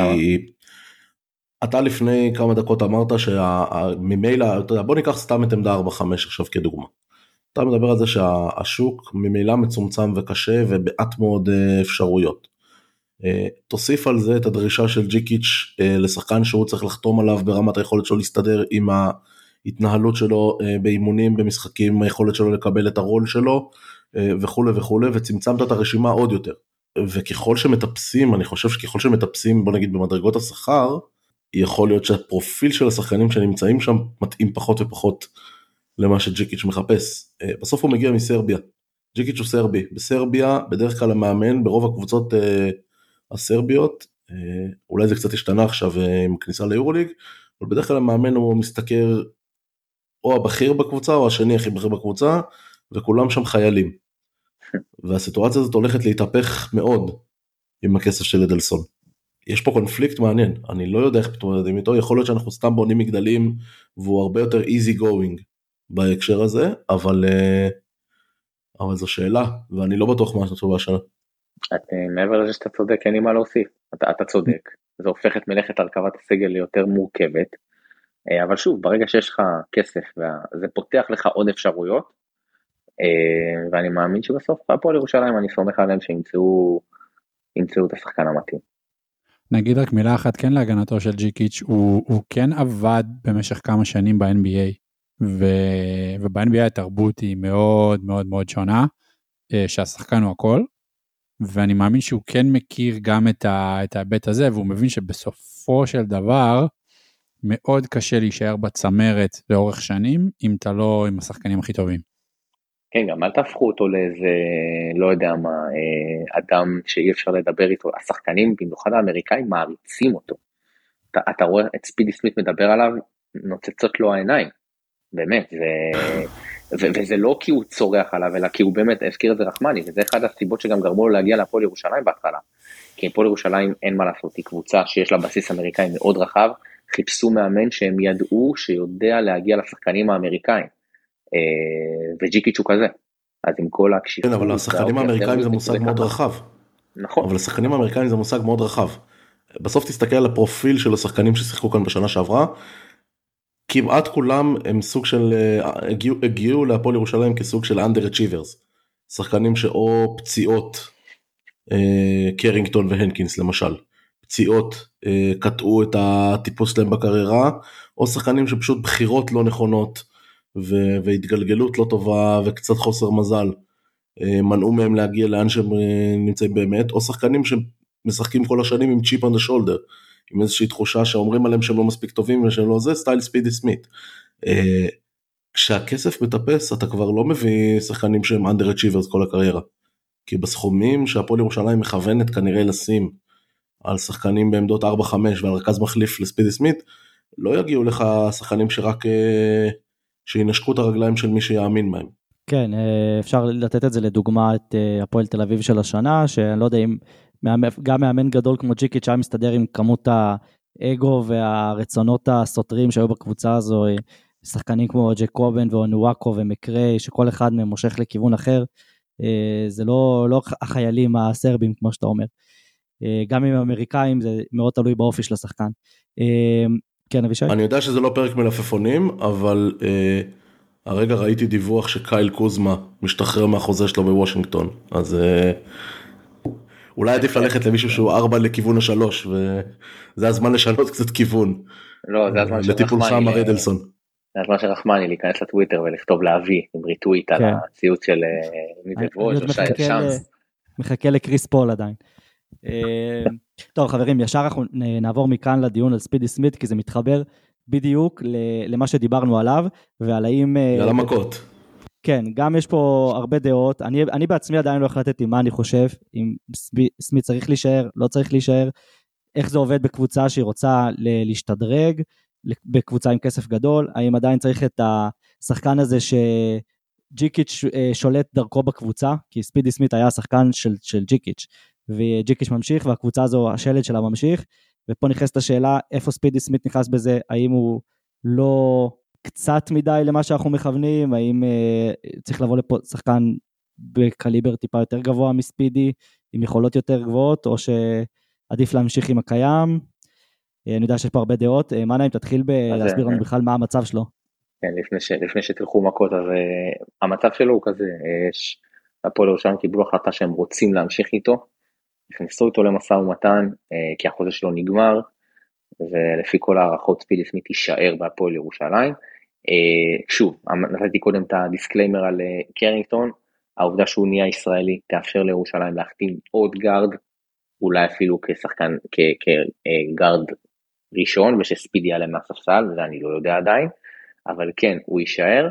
אתה לפני כמה דקות אמרת שממילא, בוא ניקח סתם את עמדה 4-5 עכשיו כדוגמה, אתה מדבר על זה שהשוק ממילא מצומצם וקשה ובעט מאוד אפשרויות, תוסיף על זה את הדרישה של ג'יקיץ' לשחקן שהוא צריך לחתום עליו ברמת היכולת שלו להסתדר עם ההתנהלות שלו באימונים, במשחקים, היכולת שלו לקבל את הרול שלו וכו' וכו', וצמצמת את הרשימה עוד יותר, וככל שמטפסים, אני חושב שככל שמטפסים בוא נגיד במדרגות השכר, יכול להיות שהפרופיל של השחקנים שנמצאים שם מתאים פחות ופחות למה שג'יקיץ' מחפש. בסוף הוא מגיע מסרביה, ג'יקיץ' הוא סרבי, בסרביה בדרך כלל המאמן ברוב הקבוצות הסרביות, אולי זה קצת השתנה עכשיו עם כניסה ליורוליג, אבל בדרך כלל המאמן הוא מסתכל או הבכיר בקבוצה או השני הכי בכיר בקבוצה, וכולם שם חיילים, והסיטואציה הזאת הולכת להתהפך מאוד עם הכסף של אדלסון. יש פה קונפליקט מעניין, אני לא יודע איך מתמודדים איתו, יכול להיות שאנחנו סתם בונים מגדלים, והוא הרבה יותר easy going בהקשר הזה, אבל זו שאלה, ואני לא בטוח מה התשובה שלה. מעבר לזה שאתה צודק, אין לי מה להוסיף, אתה צודק, זה הופך את מלאכת הרכבת הסגל ליותר מורכבת, אבל שוב, ברגע שיש לך כסף, זה פותח לך עוד אפשרויות, ואני מאמין שבסוף, הפועל ירושלים, אני סומך עליהם שימצאו את השחקן המתאים. נגיד רק מילה אחת כן להגנתו של ג'יקיץ', הוא כן עבד במשך כמה שנים ב-NBA, וב-NBA התרבות היא מאוד מאוד מאוד שונה, שהשחקן הוא הכל, ואני מאמין שהוא כן מכיר גם את ההיבט הזה, והוא מבין שבסופו של דבר, מאוד קשה להישאר בצמרת לאורך שנים, אם אתה לא עם השחקנים הכי טובים. כן, גם אל תהפכו אותו לאיזה, לא יודע מה, אדם שאי אפשר לדבר איתו, השחקנים, במיוחד האמריקאים, מעריצים אותו. אתה רואה את ספידי סמית מדבר עליו, נוצצות לו העיניים, באמת, וזה לא כי הוא צורח עליו, אלא כי הוא באמת הזכיר את זה רחמני, וזה אחד הסיבות שגם גרמו לו להגיע להפועל ירושלים בהתחלה, כי הפועל ירושלים אין מה לעשות, היא קבוצה שיש לה בסיס אמריקאי מאוד רחב, חיפשו מאמן שהם ידעו שיודע להגיע לשחקנים האמריקאים, וג'יקיץ' הוא כזה, אז עם כל הקשיחות... כן, אבל השחקנים האמריקאים זה מושג מאוד רחב. נכון. אבל השחקנים האמריקאים זה מושג מאוד רחב. בסוף תסתכל על הפרופיל של השחקנים ששיחקו כאן בשנה שעברה, כמעט כולם הם סוג של, הגיעו להפועל ירושלים כסוג של underachievers. שחקנים שאו פציעות, קרינגטון והנקינס למשל, פציעות קטעו את הטיפוס שלהם בקריירה, או שחקנים שפשוט בחירות לא נכונות, והתגלגלות לא טובה וקצת חוסר מזל, מנעו מהם להגיע לאן שהם נמצאים באמת, או שחקנים שמשחקים כל השנים עם צ'יפ on the shoulder, עם איזושהי תחושה שאומרים עליהם שהם לא מספיק טובים ושהם לא זה, סטייל ספידי סמית. כשהכסף מטפס אתה כבר לא מביא שחקנים שהם underachievers כל הקריירה, כי בסכומים שהפועל ירושלים מכוונת כנראה לשים על שחקנים בעמדות 4-5 ועל רכז מחליף לספידי סמית, לא יגיעו לך שחקנים שרק שינשקו את הרגליים של מי שיאמין בהם. כן, אפשר לתת את זה לדוגמה את הפועל תל אביב של השנה, שאני לא יודע אם גם מאמן גדול כמו ג'יקיץ' היה מסתדר עם כמות האגו והרצונות הסותרים שהיו בקבוצה הזו, שחקנים כמו ג'קובן ואונואקו ומקרי, שכל אחד מהם מושך לכיוון אחר, זה לא החיילים הסרבים כמו שאתה אומר, גם עם האמריקאים זה מאוד תלוי באופי של השחקן. כן, אבישי? אני יודע שזה לא פרק מלפפונים, אבל הרגע ראיתי דיווח שקייל קוזמה משתחרר מהחוזה שלו בוושינגטון, אז אולי עדיף ללכת למישהו שהוא 4 לכיוון 3, וזה הזמן לשנות קצת כיוון. לא, זה הזמן לטיפול שם רדלסון. זה הזמן שרחמני להיכנס לטוויטר ולכתוב להביא, עם ריטוויט על הציוץ של מידברוש או שי שמס. מחכה לקריס פול עדיין. טוב חברים, ישר אנחנו נעבור מכאן לדיון על ספידי סמית, כי זה מתחבר בדיוק למה שדיברנו עליו, ועל האם... על המכות. כן, גם יש פה הרבה דעות, אני בעצמי עדיין לא החלטתי מה אני חושב, אם סמית צריך להישאר, לא צריך להישאר, איך זה עובד בקבוצה שהיא רוצה להשתדרג, בקבוצה עם כסף גדול, האם עדיין צריך את השחקן הזה שג'יקיץ' שולט דרכו בקבוצה, כי ספידי סמית היה השחקן של ג'יקיץ', וג'יקיץ' ממשיך, והקבוצה הזו, השלד שלה ממשיך, ופה נכנסת השאלה, איפה ספידי סמית נכנס בזה, האם הוא לא קצת מדי למה שאנחנו מכוונים, האם צריך לבוא לפה שחקן בקליבר טיפה יותר גבוה מספידי, עם יכולות יותר גבוהות, או שעדיף להמשיך עם הקיים. אני יודע שיש פה הרבה דעות, מה נעים, תתחיל להסביר לנו בכלל מה המצב שלו. כן, לפני שתלכו מכות, אז המצב שלו הוא כזה, הפועל ירושלים קיבלו החלטה שהם רוצים להמשיך איתו, נכנסו איתו למשא ומתן, כי החוזה שלו נגמר, ולפי כל הערכות ספידי סמית יישאר בהפועל ירושלים. שוב, נתתי קודם את הדיסקליימר על קרינגטון, העובדה שהוא נהיה ישראלי תאפשר לירושלים להחתים עוד גארד, אולי אפילו כשחקן, כגארד ראשון, ושספידי יעלה מהספסל, וזה אני לא יודע עדיין, אבל כן, הוא יישאר,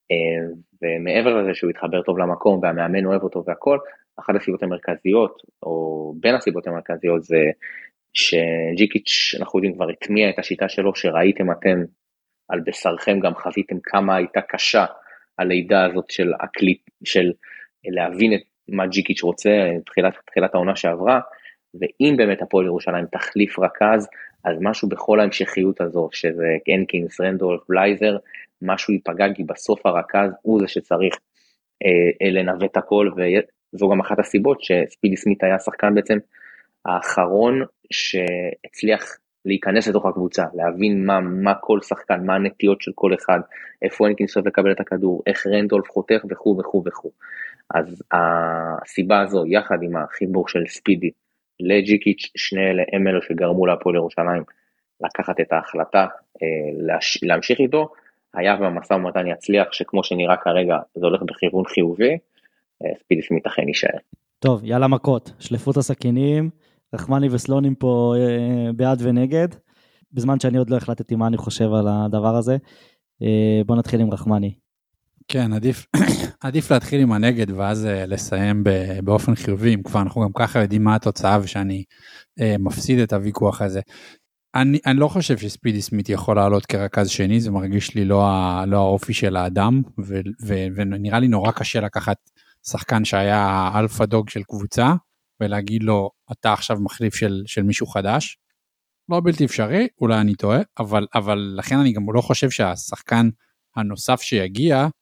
ומעבר לזה שהוא יתחבר טוב למקום, והמאמן אוהב אותו והכל, אחת הסיבות המרכזיות, או בין הסיבות המרכזיות, זה שג'יקיץ' אנחנו יודעים כבר התמיע את השיטה שלו, שראיתם אתם על בשרכם, גם חוויתם כמה הייתה קשה הלידה הזאת של להבין את מה ג'יקיץ' רוצה, תחילת העונה שעברה, ואם באמת הפועל ירושלים תחליף רכז, אז משהו בכל ההמשכיות הזו, שזה הנקינס, רנדולף, בלייזר, משהו ייפגע, כי בסוף הרכז הוא זה שצריך לנווט הכל, וזו גם אחת הסיבות שספידי סמית היה שחקן בעצם האחרון שהצליח להיכנס לתוך הקבוצה, להבין מה כל שחקן, מה הנטיות של כל אחד, איפה הנקינס אוהב לקבל את הכדור, איך רנדולף חותך וכו' וכו' וכו'. אז הסיבה הזו, יחד עם החיבור של ספידי לג'יקיץ', שני אלה הם אלו שגרמו להפועל ירושלים לקחת את ההחלטה להמשיך איתו, היה והמשא ומתן יצליח, שכמו שנראה כרגע זה הולך בכיוון חיובי, ספידי סמית אכן יישאר. טוב, יאללה מכות, שלפות הסכינים, רחמני וסלונים פה בעד ונגד, בזמן שאני עוד לא החלטתי מה אני חושב על הדבר הזה. בוא נתחיל עם רחמני. כן, עדיף להתחיל עם הנגד, ואז לסיים באופן חיובי, אם כבר אנחנו גם ככה יודעים מה התוצאה, ושאני מפסיד את הוויכוח הזה. אני לא חושב שספידי סמית יכול לעלות כרכז שני, זה מרגיש לי לא האופי של האדם, ונראה לי נורא קשה לקחת שחקן שהיה אלפא דוג של קבוצה, ולהגיד לו, אתה עכשיו מחליף של מישהו חדש, לא בלתי אפשרי, אולי אני טועה, אבל לכן אני גם לא חושב שהשחקן הנוסף שיגיע,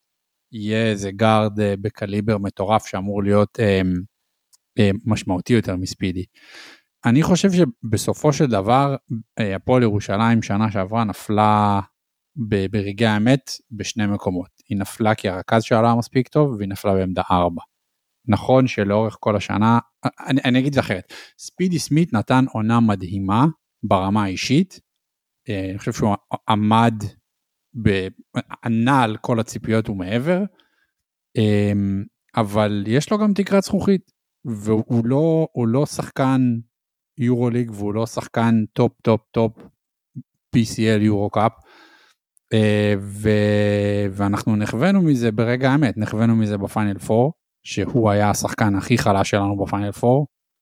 יהיה איזה גארד בקליבר מטורף שאמור להיות משמעותי יותר מספידי. אני חושב שבסופו של דבר, הפועל ירושלים שנה שעברה נפלה ברגעי האמת בשני מקומות. היא נפלה כי הרכז שלה היה מספיק טוב, והיא נפלה בעמדה 4. נכון שלאורך כל השנה, אני אגיד זה אחרת, ספידי סמית נתן עונה מדהימה ברמה האישית, אני חושב שהוא ענה על כל הציפיות ומעבר, אבל יש לו גם תקרת זכוכית, והוא לא שחקן יורוליג, והוא לא שחקן טופ PCL יורו קאפ, ואנחנו נחווינו מזה ברגע האמת, נחווינו מזה בפיינל 4, שהוא היה השחקן הכי חלש שלנו בפיינל 4,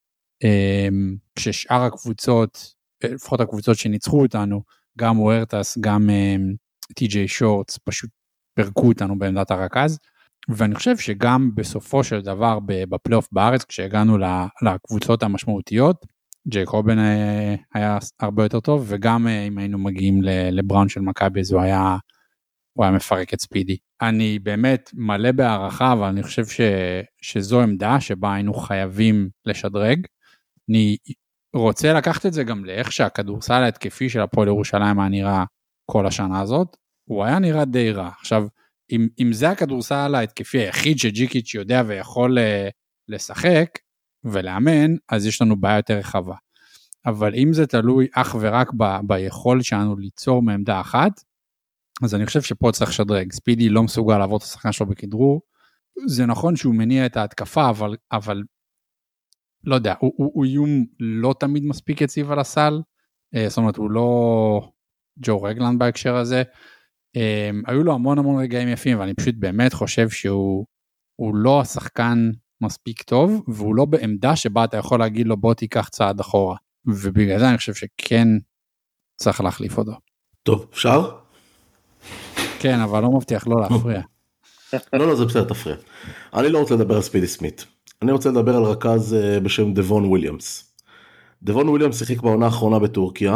כששאר הקבוצות, לפחות הקבוצות שניצחו אותנו, גם וורטס, גם טי.ג'יי שורטס, פשוט פרקו אותנו בעמדת הרכז, ואני חושב שגם בסופו של דבר בפלייאוף בארץ, כשהגענו לקבוצות המשמעותיות, ג'ייק רובן היה הרבה יותר טוב, וגם אם היינו מגיעים לבראון של מכבי, אז הוא היה מפרק את ספידי. אני באמת מלא בהערכה, אבל אני חושב שזו עמדה שבה היינו חייבים לשדרג. אני רוצה לקחת את זה גם לאיך שהכדורסל ההתקפי של הפועל ירושלים היה נראה כל השנה הזאת, הוא היה נראה די רע. עכשיו, אם זה הכדורסל ההתקפי היחיד שג'יקיץ' יודע ויכול לשחק ולאמן, אז יש לנו בעיה יותר רחבה. אבל אם זה תלוי אך ורק ביכולת שלנו ליצור מעמדה אחת, אז אני חושב שפה צריך לשדרג. ספידי לא מסוגל לעבור את השחקן שלו בכדרור, זה נכון שהוא מניע את ההתקפה, אבל לא יודע, הוא איום לא תמיד מספיק יציב על הסל, זאת אומרת, הוא לא ג'ו רגלנד בהקשר הזה, היו לו המון רגעים יפים, ואני פשוט באמת חושב שהוא לא השחקן מספיק טוב, והוא לא בעמדה שבה אתה יכול להגיד לו בוא תיקח צעד אחורה, ובגלל זה אני חושב שכן צריך להחליף אותו. טוב, אפשר? כן, אבל לא מבטיח לא להפריע. לא, זה בסדר, תפריע. אני לא רוצה לדבר על ספידי סמית, אני רוצה לדבר על רכז בשם דבון וויליאמס. דבון וויליאמס שיחק בעונה האחרונה בטורקיה,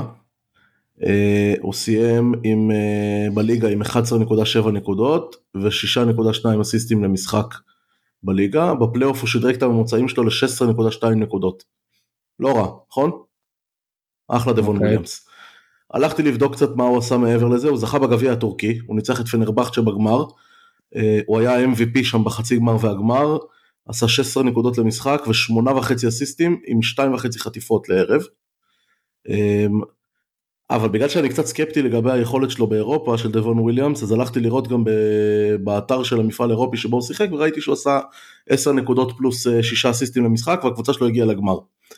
הוא סיים בליגה עם 11.7 נקודות ו6.2 אסיסטים למשחק בליגה, בפלייאוף הוא שדרג את הממוצעים שלו ל-16.2 נקודות. לא רע, נכון? אחלה דבון וויליאמס. הלכתי לבדוק קצת מה הוא עשה מעבר לזה, הוא זכה בגביע הטורקי, הוא ניצח את פנרבחצ'ה בגמר, הוא היה MVP שם בחצי גמר והגמר, עשה 16 נקודות למשחק ו8.5 אסיסטים עם 2.5 חטיפות לערב. אבל בגלל שאני קצת סקפטי לגבי היכולת שלו באירופה של דבון וויליאמס, אז הלכתי לראות גם באתר של המפעל אירופי שבו הוא שיחק, וראיתי שהוא עשה 10 נקודות פלוס 6 אסיסטים למשחק, והקבוצה שלו הגיעה לגמר.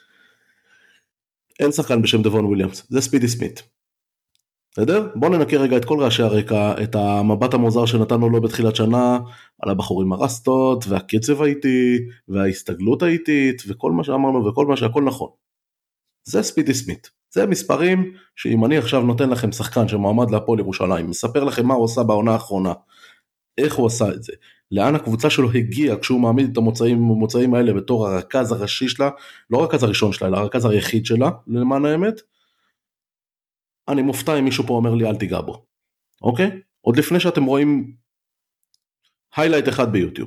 אין שחקן בשם דבון וויליאמס, זה ספידי סמית. בסדר? בואו ננקה רגע את כל רעשי הרקע, את המבט המוזר שנתנו לו בתחילת שנה, על הבחורים הרסטות, והקצב האיטי, וההסתגלות האיטית, וכל מה שאמרנו, וכל מה שהכל נכון. זה ספידי סמית. זה מספרים שאם אני עכשיו נותן לכם שחקן שמועמד להפועל ירושלים, מספר לכם מה הוא עשה בעונה האחרונה, איך הוא עשה את זה, לאן הקבוצה שלו הגיעה כשהוא מעמיד את המוצאים האלה בתור הרכז הראשי שלה, לא הרכז הראשון שלה, אלא הרכז היחיד שלה, למען האמת, אני מופתע אם מישהו פה אומר לי אל תיגע בו, אוקיי? עוד לפני שאתם רואים היילייט אחד ביוטיוב.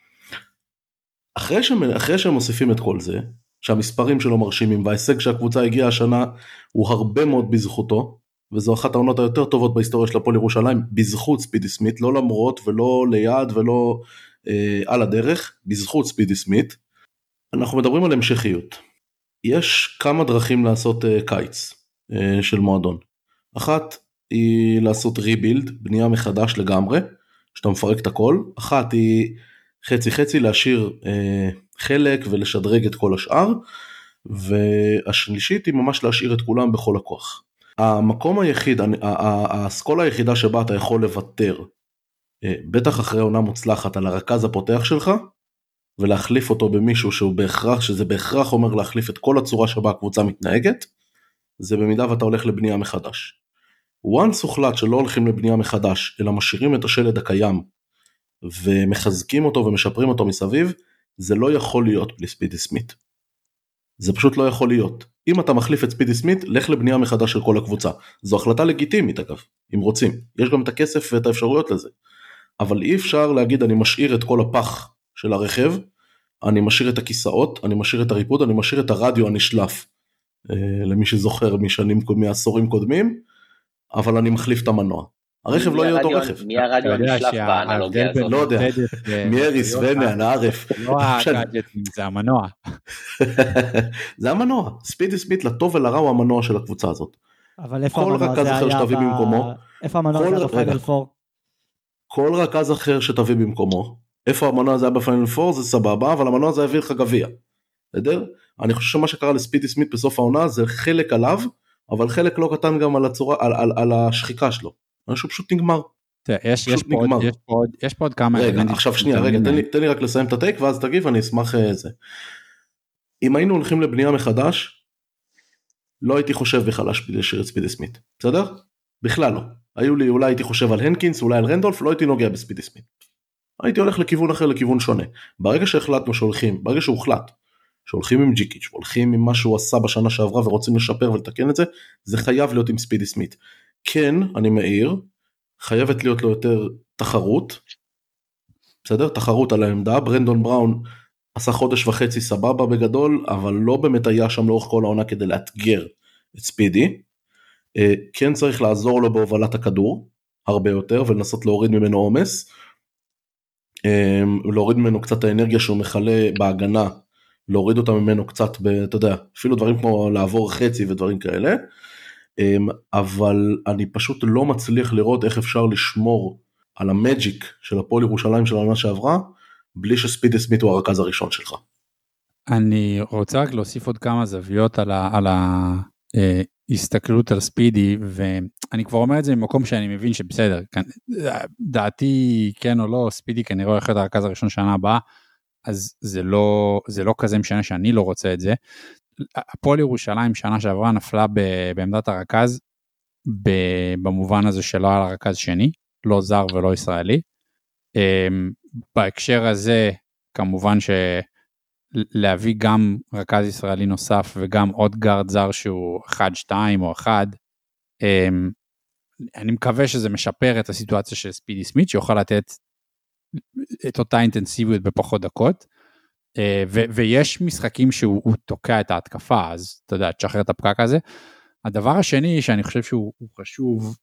אחרי שהם מוסיפים את כל זה, שהמספרים שלו מרשימים, וההישג שהקבוצה הגיעה השנה, הוא הרבה מאוד בזכותו, וזו אחת העונות היותר טובות בהיסטוריה של הפועל ירושלים, בזכות ספידי סמית, לא למרות ולא ליד ולא על הדרך, בזכות ספידי סמית. אנחנו מדברים על המשכיות. יש כמה דרכים לעשות קיץ של מועדון. אחת היא לעשות ריבילד, בנייה מחדש לגמרי, שאתה מפרק את הכל. אחת היא חצי להשאיר חלק ולשדרג את כל השאר, והשלישית היא ממש להשאיר את כולם בכל הכוח. המקום היחיד, האסכולה היחידה שבה אתה יכול לוותר, בטח אחרי עונה מוצלחת, על הרכז הפותח שלך, ולהחליף אותו במישהו שזה בהכרח אומר להחליף את כל הצורה שבה הקבוצה מתנהגת, זה במידה ואתה הולך לבנייה מחדש. once הוחלט שלא הולכים לבנייה מחדש, אלא משאירים את השלד הקיים, ומחזקים אותו ומשפרים אותו מסביב, זה לא יכול להיות בלי ספידי סמית. זה פשוט לא יכול להיות. אם אתה מחליף את ספידי סמית, לך לבנייה מחדש של כל הקבוצה. זו החלטה לגיטימית אגב, אם רוצים. יש גם את הכסף ואת האפשרויות לזה. אבל אי אפשר להגיד אני משאיר את כל הפח של הרכב, אני משאיר את הכיסאות, אני משאיר את הריפוד, אני משאיר את הרדיו הנשלף, למי שזוכר מעשורים קודמים, אבל אני מחליף את המנוע. הרכב לא יהיה אותו רכב. מי הרדיו הנשלף באנלוגיה הזאת? לא יודע, מאריס ומען הערף. לא הגאדג'טים, זה המנוע. זה המנוע, ספידי סמית' לטוב ולרע הוא המנוע של הקבוצה הזאת. אבל איפה המנוע זה היה? איפה המנוע זה היה בפיינל 4? כל רכז אחר שתביא במקומו, איפה המנוע זה היה בפיינל 4 זה סבבה, אבל המנוע זה הביא לך גביע. בסדר? אני חושב שמה שקרה לספידי סמית' בסוף העונה זה חלק עליו, אבל חלק לא קטן גם על הצורה, על השחיקה שלו. משהו פשוט נגמר. יש פה עוד כמה... רגע, עכשיו שנייה, רגע, תן לי רק לסיים את הטייק, ואז תגיב, אני אשמח זה. אם היינו הולכים לבנייה מחדש, לא הייתי חושב בכלל להשאיר את ספידי סמית', בסדר? בכלל לא. אולי הייתי חושב על הנקינס, אולי על רנדולף, לא הייתי נוגע בספידי סמית'. הייתי הולך לכיוון אחר, לכיוון שונה. ברגע שהחלטנו שהולכים, ברגע שהוחלט, שהולכים עם ג'יקיץ', הולכים עם מה שהוא עשה בשנה שעברה, ורוצים לשפר ולתקן את זה, זה חייב להיות עם ספידי סמית'. כן, אני מעיר, חייבת להיות לו יותר תחרות, בסדר? תחרות על העמדה, ברנדון בראון עשה חודש וחצי סבבה בגדול, אבל לא באמת היה שם לאורך כל העונה כדי לאתגר את ספידי, כן צריך לעזור לו בהובלת הכדור, הרבה יותר, ולנסות להוריד ממנו עומס, להוריד ממנו קצת האנרגיה שהוא מחלה בהגנה, להוריד אותה ממנו קצת, אתה יודע, אפילו דברים כמו לעבור חצי ודברים כאלה, אבל אני פשוט לא מצליח לראות איך אפשר לשמור על המג'יק של הפועל ירושלים של העונה שעברה, בלי שספידי סמית' הוא הרכז הראשון שלך. אני רוצה רק להוסיף עוד כמה זוויות על ההסתכלות על ספידי, ואני כבר אומר את זה ממקום שאני מבין שבסדר, דעתי כן או לא, ספידי כנראה הולך להיות הרכז הראשון שנה הבאה, אז זה לא כזה משנה שאני לא רוצה את זה. הפועל ירושלים שנה שעברה נפלה בעמדת הרכז, במובן הזה שלא היה רכז שני, לא זר ולא ישראלי. בהקשר הזה, כמובן שלהביא גם רכז ישראלי נוסף, וגם עוד גארד זר שהוא 1-2 או 1, אני מקווה שזה משפר את הסיטואציה של ספידי סמית' שיוכל לתת את אותה אינטנסיביות בפחות דקות, ויש משחקים שהוא תוקע את ההתקפה, אז אתה יודע, תשחרר את הפקק הזה. הדבר השני שאני חושב שהוא חשוב,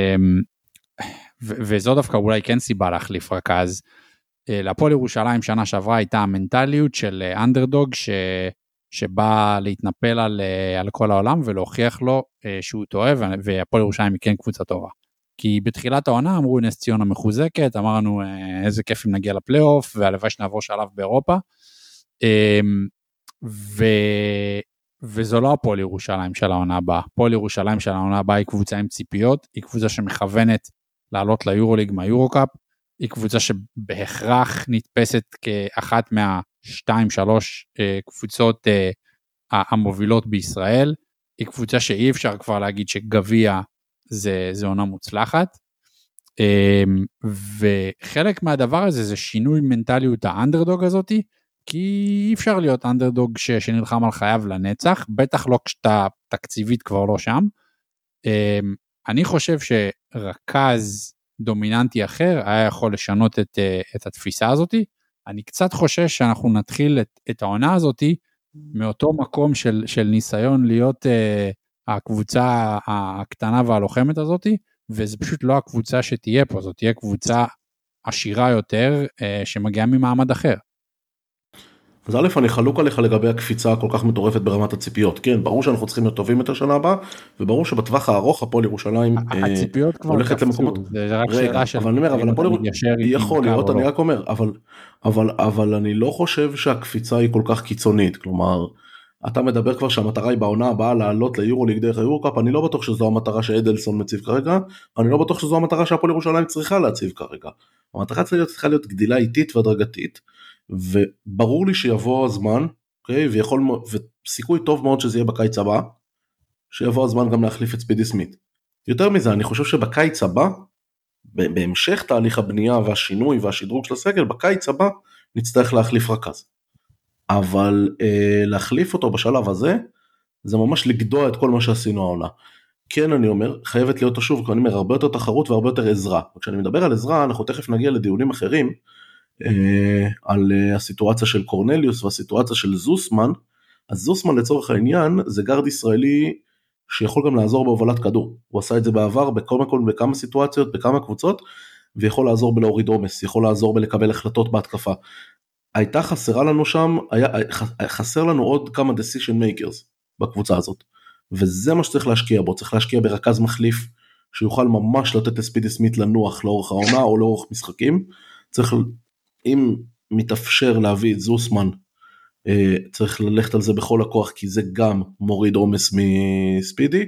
וזו דווקא אולי כן סיבה להחליף רכז, להפועל ירושלים שנה שעברה הייתה המנטליות של אנדרדוג, שבא להתנפל על כל העולם, ולהוכיח לו שהוא טועה, והפועל ירושלים היא כן קבוצה טובה. כי בתחילת העונה אמרו נס ציונה מחוזקת, אמרנו איזה כיף אם נגיע לפלייאוף, והלוואי שנעבור שלב באירופה, וזו לא הפועל ירושלים של העונה הבאה. הפועל ירושלים של העונה הבאה היא קבוצה עם ציפיות, היא קבוצה שמכוונת לעלות ליורוליג מהיורוקאפ, היא קבוצה שבהכרח נתפסת כאחת מה-2-3 קבוצות המובילות בישראל, היא קבוצה שאי אפשר כבר להגיד שגביע זה עונה מוצלחת, וחלק מהדבר הזה זה שינוי מנטליות האנדרדוג הזאתי, כי אי אפשר להיות אנדרדוג שנלחם על חייו לנצח, בטח לא כשאתה תקציבית כבר לא שם. אני חושב שרכז דומיננטי אחר היה יכול לשנות את התפיסה הזאתי, אני קצת חושש שאנחנו נתחיל את העונה הזאתי, מאותו מקום של ניסיון להיות הקבוצה הקטנה והלוחמת הזאתי, וזה פשוט לא הקבוצה שתהיה פה, זאת תהיה קבוצה עשירה יותר, שמגיעה ממעמד אחר. אז א', אני חלוק עליך לגבי הקפיצה כל כך מטורפת ברמת הציפיות, כן, ברור שאנחנו צריכים להיות טובים יותר שנה הבאה, וברור שבטווח הארוך הפועל ירושלים הולכת למקומות, אבל הפועל יכול להיות, אני רק אומר, אבל אני לא חושב שהקפיצה היא כל כך קיצונית, כלומר, אתה מדבר כבר שהמטרה היא בעונה הבאה לעלות ליורוליג דרך היורוקאפ, אני לא בטוח שזו המטרה שאדלסון מציב כרגע, אני לא בטוח שזו המטרה שהפועל ירושלים צריכה להציב כרגע, המטרה צריכה להיות גדילה איטית והדרגתית, וברור לי שיבוא הזמן, אוקיי, וסיכוי טוב מאוד שזה יהיה בקיץ הבא, שיבוא הזמן גם להחליף את ספידי סמית'. יותר מזה, אני חושב שבקיץ הבא, בהמשך תהליך הבנייה והשינוי והשדרוג של הסגל, בקיץ הבא נצטרך להחליף רכז. אבל להחליף אותו בשלב הזה, זה ממש לגדוע את כל מה שעשינו העונה. כן אני אומר, חייבת להיות שוב, אני אומר, הרבה יותר תחרות והרבה יותר עזרה. וכשאני מדבר על עזרה, אנחנו תכף נגיע לדיונים אחרים, על הסיטואציה של קורנליוס והסיטואציה של זוסמן. אז זוסמן לצורך העניין זה גארד ישראלי שיכול גם לעזור בהובלת כדור, הוא עשה את זה בעבר בכמה סיטואציות, בכמה קבוצות, ויכול לעזור בלהוריד עומס, יכול לעזור בלקבל החלטות בהתקפה. הייתה חסרה לנו שם, חסר לנו עוד כמה decision makers בקבוצה הזאת, וזה מה שצריך להשקיע בו, צריך להשקיע ברכז מחליף, שיוכל ממש לתת לספידי סמית לנוח לאורך העונה או לאורך משחקים, צריך, אם מתאפשר להביא את זוסמן, צריך ללכת על זה בכל הכוח, כי זה גם מוריד עומס מספידי,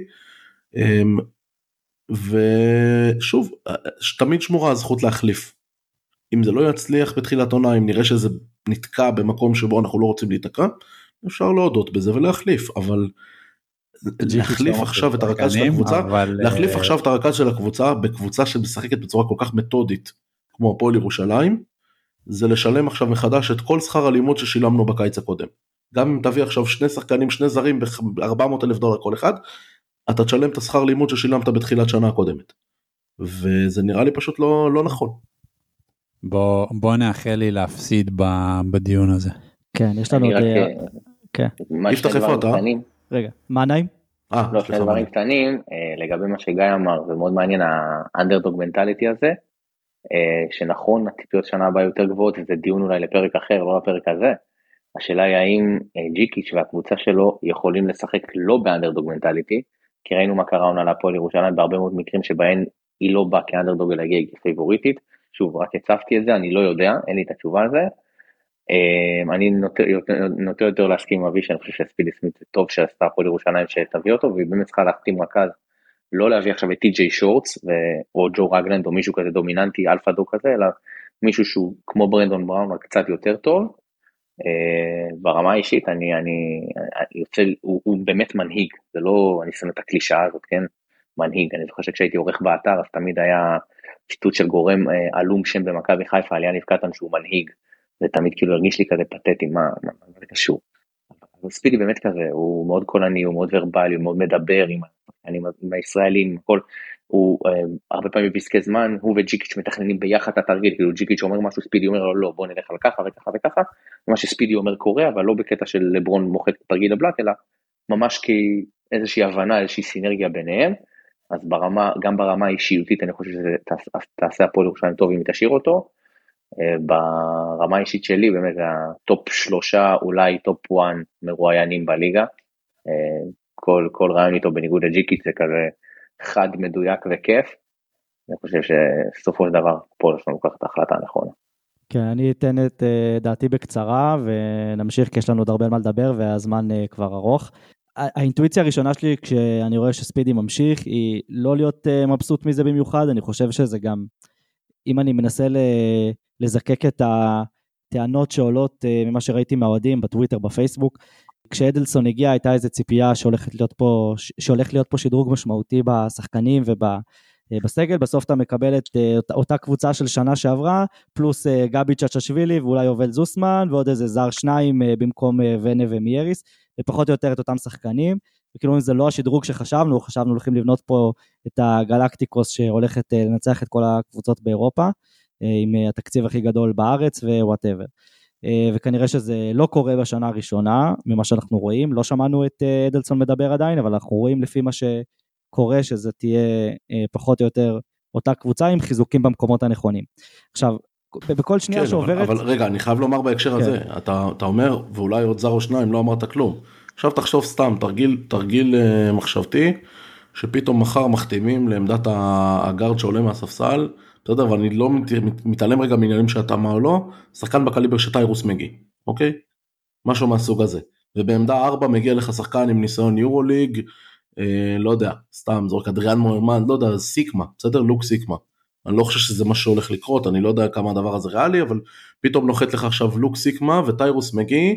ושוב, תמיד שמורה הזכות להחליף, אם זה לא יצליח בתחילת עונה, אם נראה שזה נתקע במקום שבו אנחנו לא רוצים להתקע, אפשר להודות בזה ולהחליף, אבל להחליף עכשיו את הרכז של הקבוצה, להחליף עכשיו את הרכז של הקבוצה, בקבוצה שמשחקת בצורה כל כך מתודית, כמו הפועל ירושלים, זה לשלם עכשיו מחדש את כל שכר הלימוד ששילמנו בקיץ הקודם. גם אם תביא עכשיו שני שחקנים, שני זרים ב$400,000 כל אחד, אתה תשלם את השכר לימוד ששילמת בתחילת שנה הקודמת. וזה נראה לי פשוט לא נכון. בוא נאחל לי להפסיד בדיון הזה. כן, יש לנו עוד... כן. יפתח איפה אתה? רגע, מה נעים? לא, שני דברים קטנים, לגבי מה שגיא אמר, זה מאוד מעניין האנדרדוג מנטליטי הזה, שנכון, הציפיות שנה הבאה יותר גבוהות, וזה דיון אולי לפרק אחר, לא לפרק הזה, השאלה היא האם ג'יקיץ' והקבוצה שלו יכולים לשחק לא באנדרדוג מנטליטי, כי ראינו מה קרה עונה להפועל ירושלים, בהרבה מאוד מקרים שבהן היא לא באה כאנדרדוג אלא הגיעה כפייבוריטית, שוב, רק הצפתי את זה, אני לא יודע, אין לי את התשובה על זה, אני נוטה יותר להסכים עם אבי, שאני חושב שספידי סמית זה טוב שעשתה הפועל ירושלים שתביא אותו, והיא באמת צריכה להחתים רכז, לא להביא עכשיו את טי.ג'יי שורטס, או ג'ו רגלנד, או מישהו כזה דומיננטי, אלפא דו כזה, אלא מישהו שהוא כמו ברנדון בראון, רק קצת יותר טוב, ברמה האישית, הוא באמת מנהיג, זה לא, אני שם את הקלישה הזאת, כן, מנהיג, אני זוכר שכשהייתי עורך באתר, אז תמיד היה ציטוט של גורם עלום שם במכבי חיפה, עלייה נבקטן שהוא מנהיג, זה תמיד כאילו הרגיש לי כזה פתטי, מה זה קשור, ספידי באמת כזה, הוא מאוד קולני, הוא מאוד ורבלי, הוא מאוד מדבר עם הישראלים, הכל, הוא הרבה פעמים בפסקי זמן, הוא וג'יקיץ' מתכננים ביחד את התרגיל, כאילו ג'יקיץ' אומר משהו, ספידי אומר לו, לא, בוא נלך על ככה וככה וככה, מה שספידי אומר קורה, אבל לא בקטע של לברון מוחק תרגיל לבלט, אלא ממש כאיזושהי הבנה, איזושהי סינרגיה ביניהם, אז גם ברמה האישיותית, אני חושב שזה תעשה הפועל ירושלים טוב אם היא תשאיר אותו, ברמה האישית שלי, באמת הטופ 3, אולי טופ 1 מרואיינים בליגה, כל רעיון איתו בניגוד לג'יקיץ' זה כזה חד מדויק וכיף, אני חושב שסופו של דבר פה יש לנו לקחת את ההחלטה הנכונה. כן, אני אתן את דעתי בקצרה ונמשיך כי יש לנו עוד הרבה מה לדבר והזמן כבר ארוך. האינטואיציה הראשונה שלי כשאני רואה שספידי ממשיך היא לא להיות מבסוט מזה במיוחד, אני חושב שזה גם, אם אני מנסה לזקק את הטענות שעולות ממה שראיתי מהאוהדים בטוויטר, בפייסבוק, כשאדלסון הגיע הייתה איזו ציפייה שהולך להיות פה שדרוג משמעותי בשחקנים ובסגל, בסוף אתה מקבל את אותה קבוצה של שנה שעברה, פלוס גבי צ'צ'שווילי ואולי יובל זוסמן, ועוד איזה זר 2 במקום ונה ומייריס, ופחות או יותר את אותם שחקנים, וכאילו אם זה לא השדרוג שחשבנו הולכים לבנות פה את הגלקטיקוס שהולכת לנצח את כל הקבוצות באירופה, עם התקציב הכי גדול בארץ ווואטאבר. וכנראה שזה לא קורה בשנה הראשונה, ממה שאנחנו רואים, לא שמענו את אדלסון מדבר עדיין, אבל אנחנו רואים לפי מה שקורה, שזה תהיה פחות או יותר אותה קבוצה עם חיזוקים במקומות הנכונים. עכשיו, בכל שנייה כן, שעוברת... אבל רגע, אני חייב לומר בהקשר כן. הזה, אתה אומר, ואולי עוד זר או שניים, לא אמרת כלום. עכשיו תחשוב סתם, תרגיל מחשבתי, שפתאום מחר מחתימים לעמדת הגארד שעולה מהספסל, אתה יודע, אבל אני לא מתעלם רגע מעניינים שאתה אמר לא, שחקן בקליבר שטיירוס מגיע, אוקיי? משהו מהסוג הזה. ובעמדה 4 מגיע לך שחקן עם ניסיון יורוליג, לא יודע, סתם, זורק אדריאן מוירמן, לא יודע, סיקמה, בסדר? לוק סיקמה. אני לא חושב שזה מה שהולך לקרות, אני לא יודע כמה הדבר הזה ריאלי, אבל פתאום נוחת לך עכשיו לוק סיקמה וטיירוס מגיע,